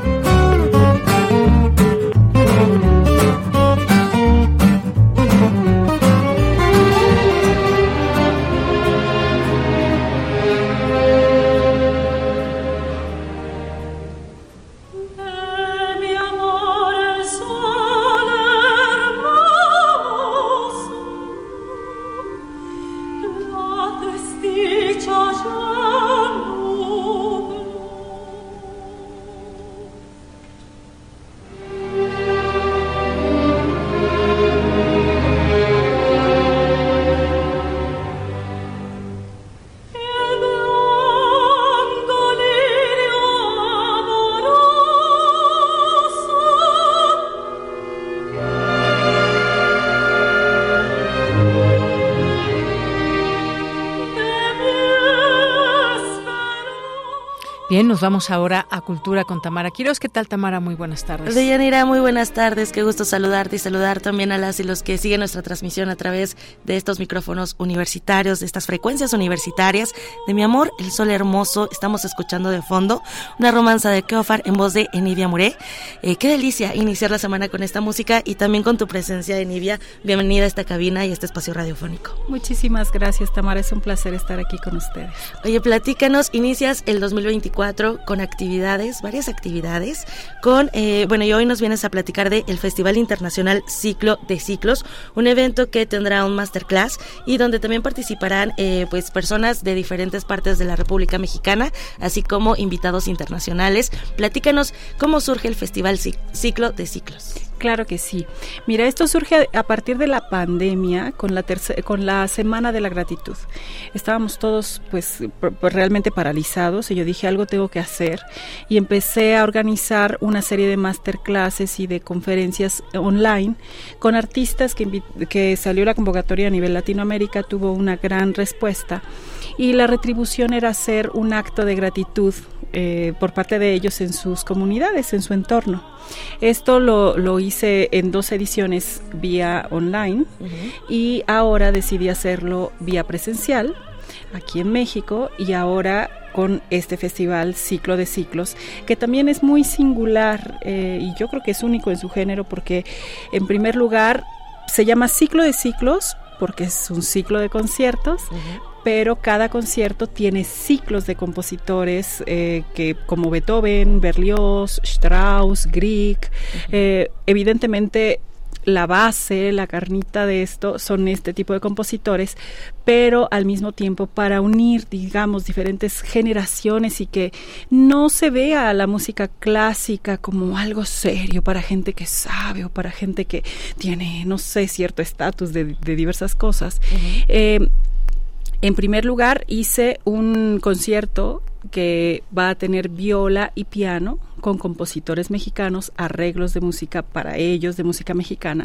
Bien, nos vamos ahora a Cultura con Tamara Quiroz. ¿Qué tal, Tamara? Muy buenas tardes. Deyanira, muy buenas tardes. Qué gusto saludarte y saludar también a las y los que siguen nuestra transmisión a través de estos micrófonos universitarios, de estas frecuencias universitarias. De Mi Amor, el Sol Hermoso, estamos escuchando de fondo una romanza de Keofar en voz de Enivia Muré. Eh, qué delicia iniciar la semana con esta música y también con tu presencia, Enivia. Bienvenida a esta cabina y a este espacio radiofónico. Muchísimas gracias, Tamara. Es un placer estar aquí con ustedes. Oye, platícanos, inicias el dos mil veinticuatro con actividades, varias actividades, con, eh, bueno, y hoy nos vienes a platicar de el Festival Internacional Ciclo de Ciclos, un evento que tendrá un masterclass y donde también participarán eh, pues personas de diferentes partes de la República Mexicana, así como invitados internacionales. Platícanos cómo surge el Festival Ciclo de Ciclos. Claro que sí. Mira, esto surge a partir de la pandemia con la tercera, con la Semana de la Gratitud. Estábamos todos pues, pues realmente paralizados y yo dije algo tengo que hacer y empecé a organizar una serie de masterclasses y de conferencias online con artistas que, que salió la convocatoria a nivel Latinoamérica, tuvo una gran respuesta y la retribución era hacer un acto de gratitud eh, por parte de ellos en sus comunidades, en su entorno. Esto lo, lo hice en dos ediciones vía online uh-huh. y ahora decidí hacerlo vía presencial aquí en México y ahora con este festival Ciclo de Ciclos, que también es muy singular eh, y yo creo que es único en su género porque en primer lugar se llama Ciclo de Ciclos porque es un ciclo de conciertos, uh-huh. pero cada concierto tiene ciclos de compositores eh, que como Beethoven, Berlioz, Strauss, Grieg, uh-huh. eh, evidentemente la base, la carnita de esto son este tipo de compositores, pero al mismo tiempo para unir, digamos, diferentes generaciones y que no se vea a la música clásica como algo serio para gente que sabe o para gente que tiene, no sé, cierto estatus de, de diversas cosas. Uh-huh. Eh, en primer lugar, hice un concierto que va a tener viola y piano con compositores mexicanos, arreglos de música para ellos, de música mexicana,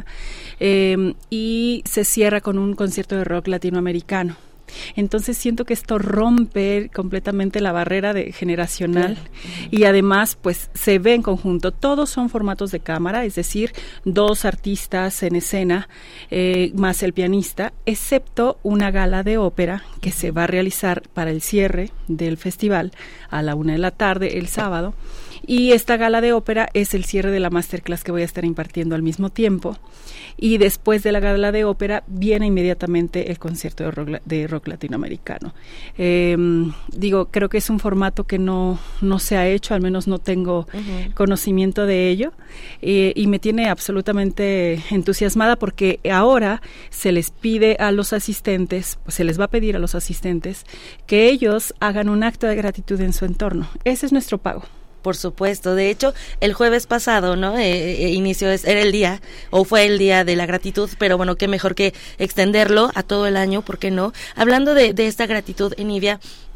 eh, y se cierra con un concierto de rock latinoamericano. Entonces siento que esto rompe completamente la barrera de generacional sí. y además pues se ve en conjunto. Todos son formatos de cámara, es decir, dos artistas en escena eh, más el pianista, excepto una gala de ópera que se va a realizar para el cierre del festival a la una de la tarde el sábado. Y esta gala de ópera es el cierre de la masterclass que voy a estar impartiendo al mismo tiempo. Y después de la gala de ópera viene inmediatamente el concierto de rock, de rock latinoamericano. Eh, digo, creo que es un formato que no, no se ha hecho, al menos no tengo uh-huh. conocimiento de ello. Eh, y me tiene absolutamente entusiasmada porque ahora se les pide a los asistentes, pues se les va a pedir a los asistentes que ellos hagan un acto de gratitud en su entorno. Ese es nuestro pago. Por supuesto, de hecho, el jueves pasado, ¿no? Eh, eh, inició, era el día, o fue el día de la gratitud, pero bueno, qué mejor que extenderlo a todo el año, ¿por qué no? Hablando de, de esta gratitud, Enivia,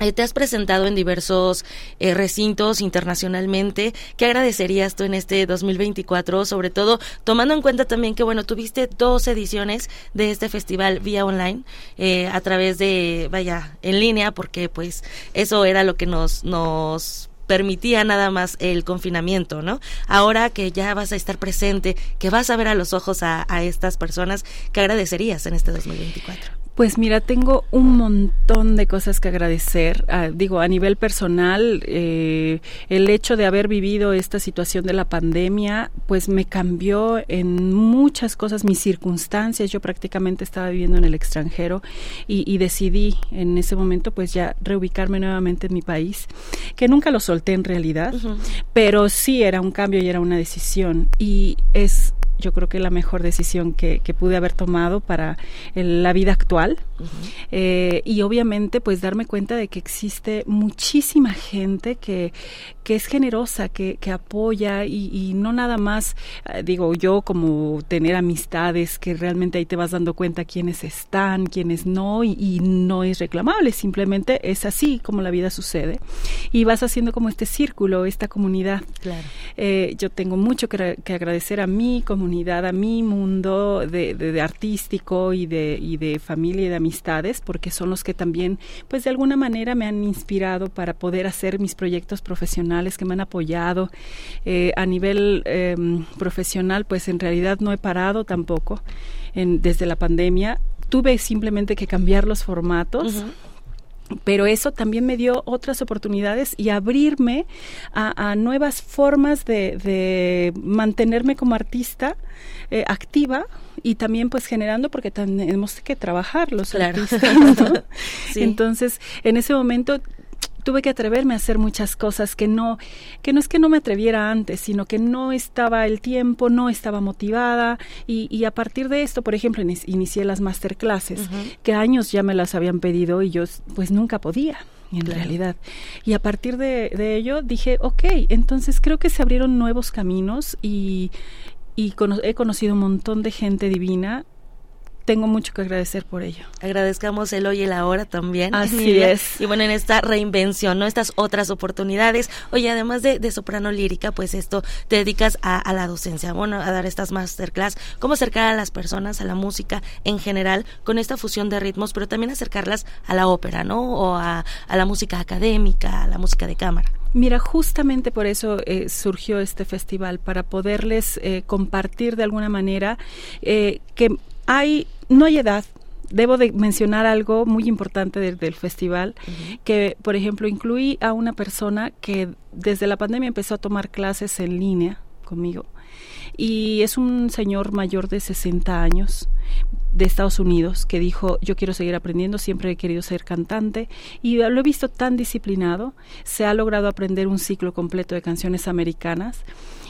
Eh, te has presentado en diversos eh, recintos internacionalmente. ¿Qué agradecerías tú en este dos mil veinticuatro? Sobre todo tomando en cuenta también que, bueno, tuviste dos ediciones de este festival vía online, eh, a través de, vaya, en línea, porque pues eso era lo que nos, nos permitía nada más el confinamiento, ¿no? Ahora que ya vas a estar presente, que vas a ver a los ojos a, a estas personas, ¿qué agradecerías en este dos mil veinticuatro? Pues mira, tengo un montón de cosas que agradecer. Ah, digo, a nivel personal, eh, el hecho de haber vivido esta situación de la pandemia, pues me cambió en muchas cosas, mis circunstancias. Yo prácticamente estaba viviendo en el extranjero y, y decidí en ese momento pues ya reubicarme nuevamente en mi país, que nunca lo solté en realidad, uh-huh. pero sí era un cambio y era una decisión, y es yo creo que la mejor decisión que, que pude haber tomado para el, la vida actual. Uh-huh. eh, y obviamente pues darme cuenta de que existe muchísima gente que, que es generosa, que, que apoya y, y no nada más, eh, digo yo, como tener amistades que realmente ahí te vas dando cuenta quiénes están, quiénes no, y, y no es reclamable, simplemente es así como la vida sucede y vas haciendo como este círculo, esta comunidad. Claro. Eh, yo tengo mucho que, que agradecer a mi comunidad, a mi mundo de, de, de artístico y de, y de familia y de amistades, porque son los que también, pues de alguna manera me han inspirado para poder hacer mis proyectos profesionales, que me han apoyado. Eh, a nivel eh, profesional, pues en realidad no he parado tampoco en, desde la pandemia. Tuve simplemente que cambiar los formatos. Uh-huh. Pero eso también me dio otras oportunidades y abrirme a, a nuevas formas de, de mantenerme como artista eh, activa y también pues generando, porque tenemos que trabajar los claro. artistas, ¿no? Sí. Entonces, en ese momento tuve que atreverme a hacer muchas cosas que no, que no es que no me atreviera antes, sino que no estaba el tiempo, no estaba motivada, y, y a partir de esto, por ejemplo, inicié las masterclasses, uh-huh. que años ya me las habían pedido y yo pues nunca podía, en claro. realidad. Y a partir de, de ello dije, ok, entonces creo que se abrieron nuevos caminos y, y cono- he conocido un montón de gente divina. Tengo mucho que agradecer por ello. Agradezcamos el hoy y el ahora también. Así Emilia. es. Y bueno, en esta reinvención, ¿no? Estas otras oportunidades. Oye, además de, de soprano lírica, pues esto, te dedicas a, a la docencia, bueno, a dar estas masterclass. ¿Cómo acercar a las personas a la música en general con esta fusión de ritmos, pero también acercarlas a la ópera, ¿no? O a, a la música académica, a la música de cámara? Mira, justamente por eso eh, surgió este festival, para poderles eh, compartir de alguna manera eh, que hay, no hay edad. Debo de mencionar algo muy importante de, del festival, uh-huh. que, por ejemplo, incluí a una persona que desde la pandemia empezó a tomar clases en línea conmigo, y es un señor mayor de sesenta años, de Estados Unidos, que dijo, yo quiero seguir aprendiendo, siempre he querido ser cantante, y lo he visto tan disciplinado, se ha logrado aprender un ciclo completo de canciones americanas,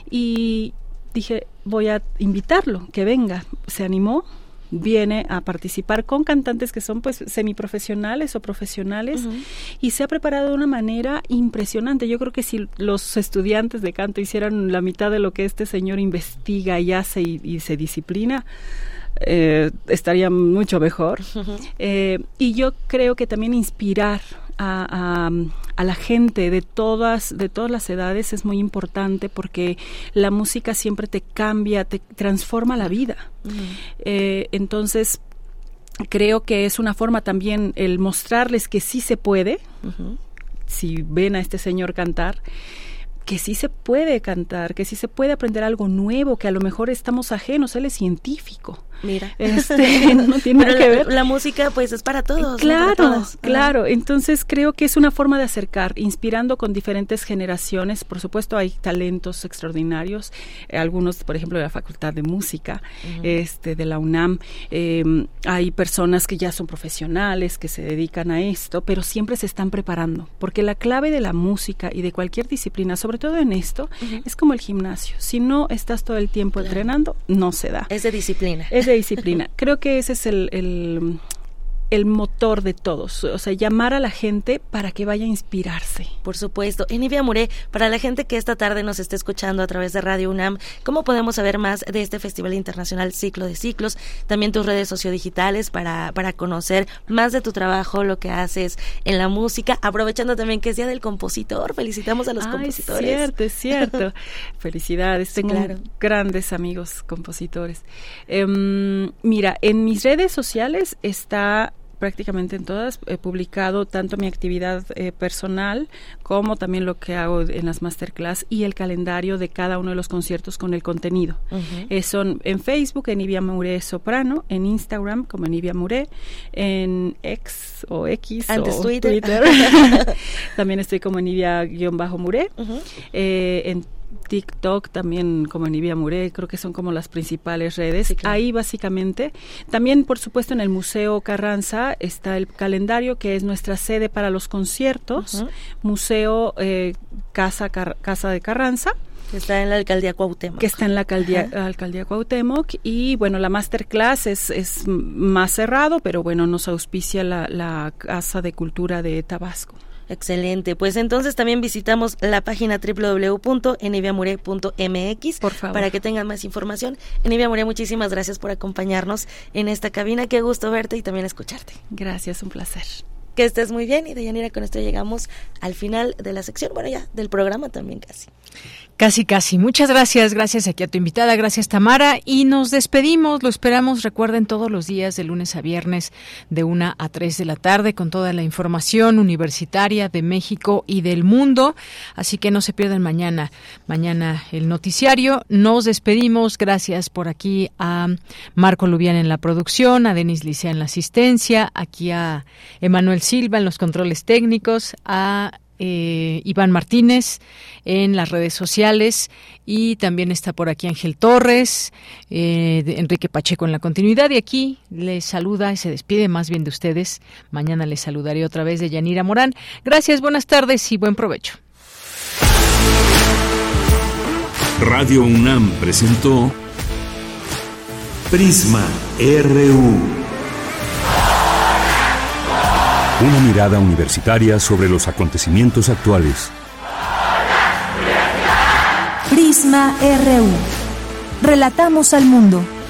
y dije, voy a invitarlo, que venga. Se animó, viene a participar con cantantes que son pues semiprofesionales o profesionales, uh-huh. y se ha preparado de una manera impresionante. Yo creo que si los estudiantes de canto hicieran la mitad de lo que este señor investiga y hace y, y se disciplina, eh, estaría mucho mejor. Uh-huh. Eh, y yo creo que también inspirar A, a, a la gente de todas de todas las edades es muy importante, porque la música siempre te cambia, te transforma la vida. Uh-huh. Eh, entonces creo que es una forma también el mostrarles que sí se puede. Uh-huh. Si ven a este señor cantar, que sí se puede cantar, que sí se puede aprender algo nuevo, que a lo mejor estamos ajenos. Él es científico. Mira, este, no tiene nada que ver. La, la música pues es para todos. Claro, ¿no? Para todas. Claro. Entonces creo que es una forma de acercar, inspirando con diferentes generaciones. Por supuesto hay talentos extraordinarios, eh, algunos, por ejemplo, de la Facultad de Música, uh-huh. este, de la UNAM. Eh, hay personas que ya son profesionales, que se dedican a esto, pero siempre se están preparando, porque la clave de la música y de cualquier disciplina, sobre todo en esto, uh-huh. es como el gimnasio. Si no estás todo el tiempo claro. entrenando, no se da. Es de disciplina. Es de disciplina. Creo que ese es el, el, el motor de todos, o sea, llamar a la gente para que vaya a inspirarse. Por supuesto. Enivia Muré, para la gente que esta tarde nos esté escuchando a través de Radio UNAM, ¿cómo podemos saber más de este Festival Internacional Ciclo de Ciclos? También tus redes sociodigitales para, para conocer más de tu trabajo, lo que haces en la música, aprovechando también que es Día del Compositor. Felicitamos a los Ay, compositores. Es cierto, es cierto. Felicidades, Sí, tengo claro. grandes amigos compositores. Eh, mira, en mis redes sociales está prácticamente en todas he publicado tanto mi actividad eh, personal como también lo que hago en las masterclass y el calendario de cada uno de los conciertos con el contenido. Uh-huh. Eh, son en Facebook, Enivia Muré Soprano, en Instagram como Enivia Muré, en X o X Antes o Twitter, Twitter. También estoy como Enivia-Muré, uh-huh. eh, en TikTok también como Enivia Muré, creo que son como las principales redes. Sí, claro. Ahí básicamente, también por supuesto en el Museo Carranza está el calendario que es nuestra sede para los conciertos, uh-huh. Museo eh, Casa, Car- Casa de Carranza. Que está en la alcaldía Cuauhtémoc. Que está en la alcaldía, alcaldía Cuauhtémoc. Y bueno, la masterclass es, es más cerrado, pero bueno, nos auspicia la, la Casa de Cultura de Tabasco. Excelente, pues entonces también visitamos la página doble u doble u doble u punto enivia muré punto eme equis por favor, para que tengan más información. Enivia Muré, muchísimas gracias por acompañarnos en esta cabina, qué gusto verte y también escucharte. Gracias, un placer. Que estés muy bien y Deyanira, con esto llegamos al final de la sección, bueno ya, del programa también casi. Casi, casi. Muchas gracias. Gracias aquí a tu invitada. Gracias, Tamara. Y nos despedimos. Lo esperamos, recuerden, todos los días de lunes a viernes de una a tres de la tarde con toda la información universitaria de México y del mundo. Así que no se pierdan mañana. Mañana el noticiario. Nos despedimos. Gracias por aquí a Marco Lubián en la producción, a Denis Licea en la asistencia, aquí a Emanuel Silva en los controles técnicos, a Eh, Iván Martínez en las redes sociales y también está por aquí Ángel Torres, eh, de Enrique Pacheco en la continuidad y aquí les saluda y se despide más bien de ustedes. Mañana les saludaré otra vez de Yanira Morán. Gracias, buenas tardes y buen provecho. Radio UNAM presentó Prisma R U. Una mirada universitaria sobre los acontecimientos actuales. Prisma R U. Relatamos al mundo.